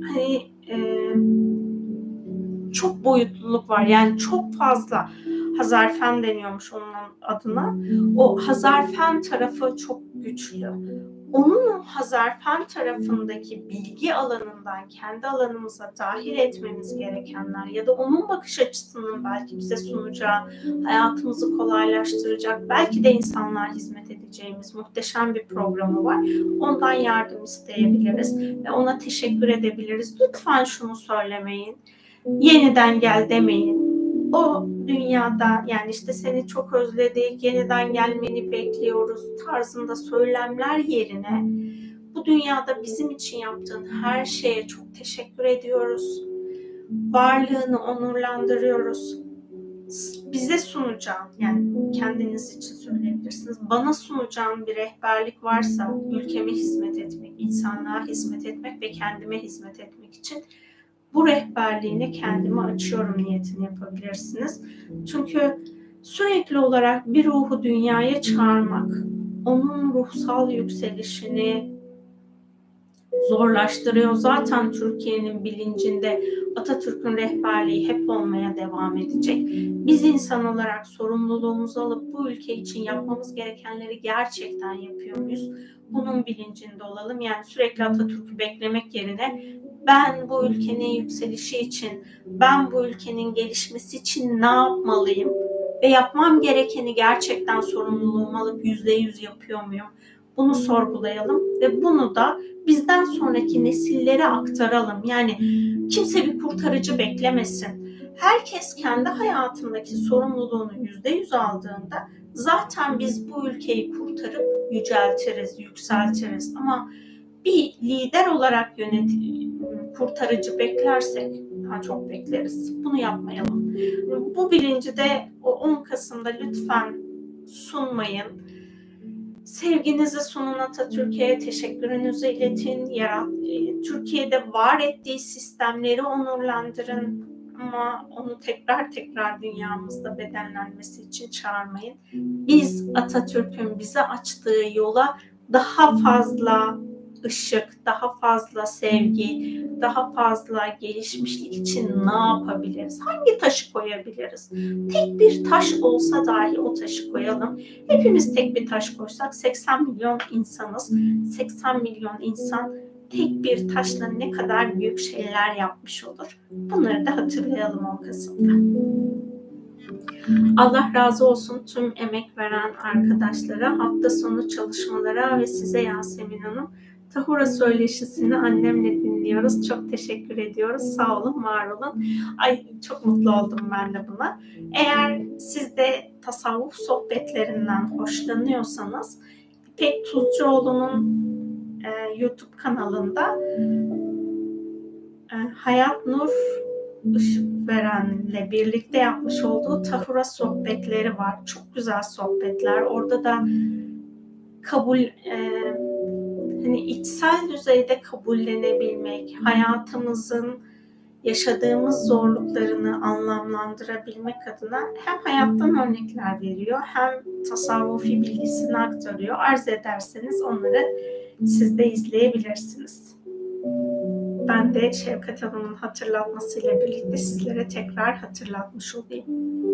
çok boyutluluk var. Yani çok fazla Hazarfen deniyormuş onun adına. O Hazarfen tarafı çok güçlü. Onun o Hazarfen tarafındaki bilgi alanından kendi alanımıza dahil etmemiz gerekenler ya da onun bakış açısının belki bize sunacağı, hayatımızı kolaylaştıracak, belki de insanlığa hizmet edeceğimiz muhteşem bir programı var. Ondan yardım isteyebiliriz ve ona teşekkür edebiliriz. Lütfen şunu söylemeyin. Yeniden gel demeyin. O dünyada yani işte seni çok özledik, yeniden gelmeni bekliyoruz tarzında söylemler yerine bu dünyada bizim için yaptığın her şeye çok teşekkür ediyoruz. Varlığını onurlandırıyoruz. Bize sunacağın, yani kendiniz için söyleyebilirsiniz, bana sunacağın bir rehberlik varsa ülkeme hizmet etmek, insanlığa hizmet etmek ve kendime hizmet etmek için bu rehberliğine kendimi açıyorum niyetini yapabilirsiniz. Çünkü sürekli olarak bir ruhu dünyaya çağırmak, onun ruhsal yükselişini zorlaştırıyor. Zaten Türkiye'nin bilincinde Atatürk'ün rehberliği hep olmaya devam edecek. Biz insan olarak sorumluluğumuzu alıp bu ülke için yapmamız gerekenleri gerçekten yapıyor muyuz? Bunun bilincinde olalım. Yani sürekli Atatürk'ü beklemek yerine ben bu ülkenin yükselişi için, ben bu ülkenin gelişmesi için ne yapmalıyım? Ve yapmam gerekeni gerçekten sorumluluğumu alıp %100 yapıyor muyum? Bunu sorgulayalım ve bunu da bizden sonraki nesillere aktaralım. Yani kimse bir kurtarıcı beklemesin. Herkes kendi hayatındaki sorumluluğunu %100 aldığında zaten biz bu ülkeyi kurtarıp yüceltiriz, yükseltiriz. Ama bir lider olarak kurtarıcı beklersek daha çok bekleriz. Bunu yapmayalım. Bu bilinci de o 10 Kasım'da lütfen sunmayın. Sevginizi sunun Atatürk'e, teşekkürünüzü iletin. Türkiye'de var ettiği sistemleri onurlandırın ama onu tekrar dünyamızda bedenlenmesi için çağırmayın. Biz Atatürk'ün bize açtığı yola daha fazla ışık, daha fazla sevgi, daha fazla gelişmişlik için ne yapabiliriz? Hangi taşı koyabiliriz? Tek bir taş olsa dahi o taşı koyalım. Hepimiz tek bir taş koysak 80 milyon insanız. 80 milyon insan tek bir taşla ne kadar büyük şeyler yapmış olur. Bunları da hatırlayalım 10 Kasım'da. Allah razı olsun tüm emek veren arkadaşlara, hafta sonu çalışmalara ve size Yasemin Hanım. Tahura söyleşisini annemle dinliyoruz. Çok teşekkür ediyoruz. Sağ olun, var olun. Ay çok mutlu oldum ben de buna. Eğer siz de tasavvuf sohbetlerinden hoşlanıyorsanız İpek Tuzcuoğlu'nun YouTube kanalında Hayat Nur Işıkveren'le birlikte yapmış olduğu Tahura sohbetleri var. Çok güzel sohbetler. Orada da hani içsel düzeyde kabullenebilmek, hayatımızın yaşadığımız zorluklarını anlamlandırabilmek adına hem hayattan örnekler veriyor hem tasavvufi bilgisini aktarıyor. Arzu ederseniz onları siz de izleyebilirsiniz. Ben de Şevkat Hanım'ın hatırlatmasıyla birlikte sizlere tekrar hatırlatmış olayım.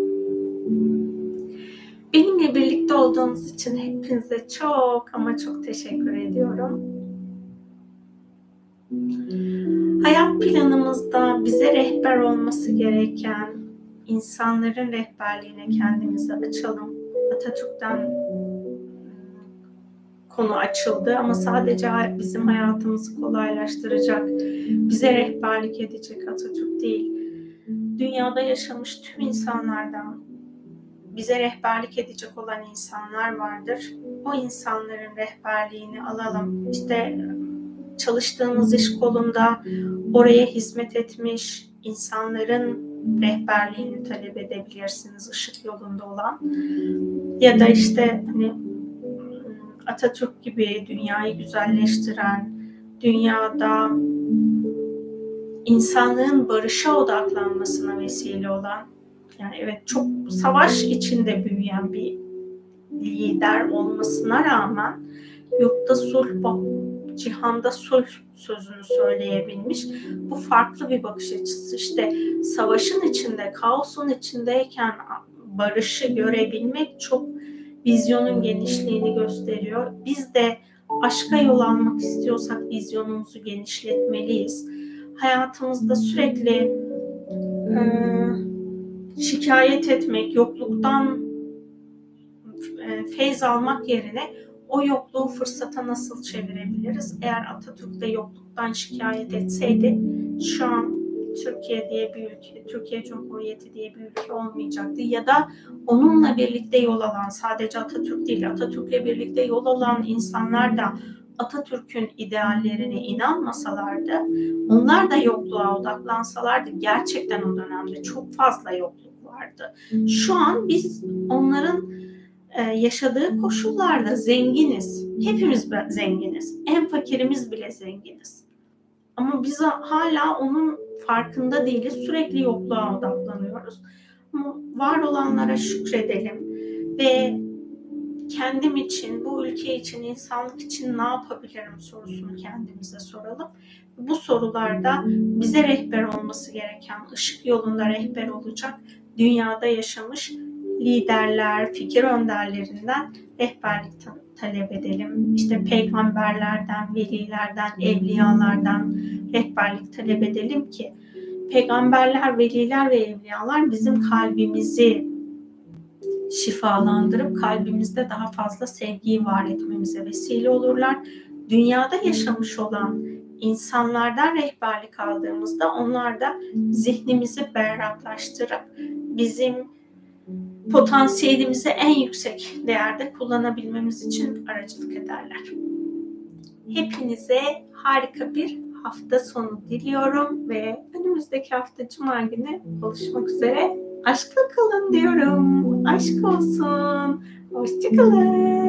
Benimle birlikte olduğunuz için hepinize çok ama çok teşekkür ediyorum. Hayat planımızda bize rehber olması gereken insanların rehberliğine kendimizi açalım. Atatürk'ten konu açıldı ama sadece bizim hayatımızı kolaylaştıracak, bize rehberlik edecek Atatürk değil. Dünyada yaşamış tüm insanlardan bize rehberlik edecek olan insanlar vardır. O insanların rehberliğini alalım. İşte çalıştığınız iş kolunda oraya hizmet etmiş insanların rehberliğini talep edebilirsiniz, ışık yolunda olan. Ya da işte hani Atatürk gibi dünyayı güzelleştiren, dünyada insanlığın barışa odaklanmasına vesile olan, yani evet çok savaş içinde büyüyen bir lider olmasına rağmen yurtta sulh, cihanda sulh sözünü söyleyebilmiş. Bu farklı bir bakış açısı. İşte savaşın içinde, kaosun içindeyken barışı görebilmek çok vizyonun genişliğini gösteriyor. Biz de aşka yol almak istiyorsak vizyonumuzu genişletmeliyiz. Hayatımızda sürekli şikayet etmek, yokluktan feyz almak yerine o yokluğu fırsata nasıl çevirebiliriz? Eğer Atatürk de yokluktan şikayet etseydi şu an Türkiye diye bir ülke, Türkiye Cumhuriyeti diye bir ülke olmayacaktı. Ya da onunla birlikte yol alan, sadece Atatürk değil, Atatürk'le birlikte yol alan insanlar da Atatürk'ün ideallerine inanmasalardı, onlar da yokluğa odaklansalardı, gerçekten o dönemde çok fazla yokluk vardı. Şu an biz onların yaşadığı koşullarda zenginiz. Hepimiz zenginiz. En fakirimiz bile zenginiz. Ama biz hala onun farkında değiliz. Sürekli yokluğa odaklanıyoruz. Ama var olanlara şükredelim ve kendim için, bu ülke için, insanlık için ne yapabilirim sorusunu kendimize soralım. Bu sorularda bize rehber olması gereken, ışık yolunda rehber olacak, dünyada yaşamış liderler, fikir önderlerinden rehberlik talep edelim. İşte peygamberlerden, velilerden, evliyalardan rehberlik talep edelim ki peygamberler, veliler ve evliyalar bizim kalbimizi şifalandırıp kalbimizde daha fazla sevgiyi var etmemize vesile olurlar. Dünyada yaşamış olan insanlardan rehberlik aldığımızda onlar da zihnimizi berraklaştırıp bizim potansiyelimizi en yüksek değerde kullanabilmemiz için aracılık ederler. Hepinize harika bir hafta sonu diliyorum ve önümüzdeki hafta Cuma günü buluşmak üzere. Aşkla kalın diyorum. Aşk olsun. Hoşça kalın.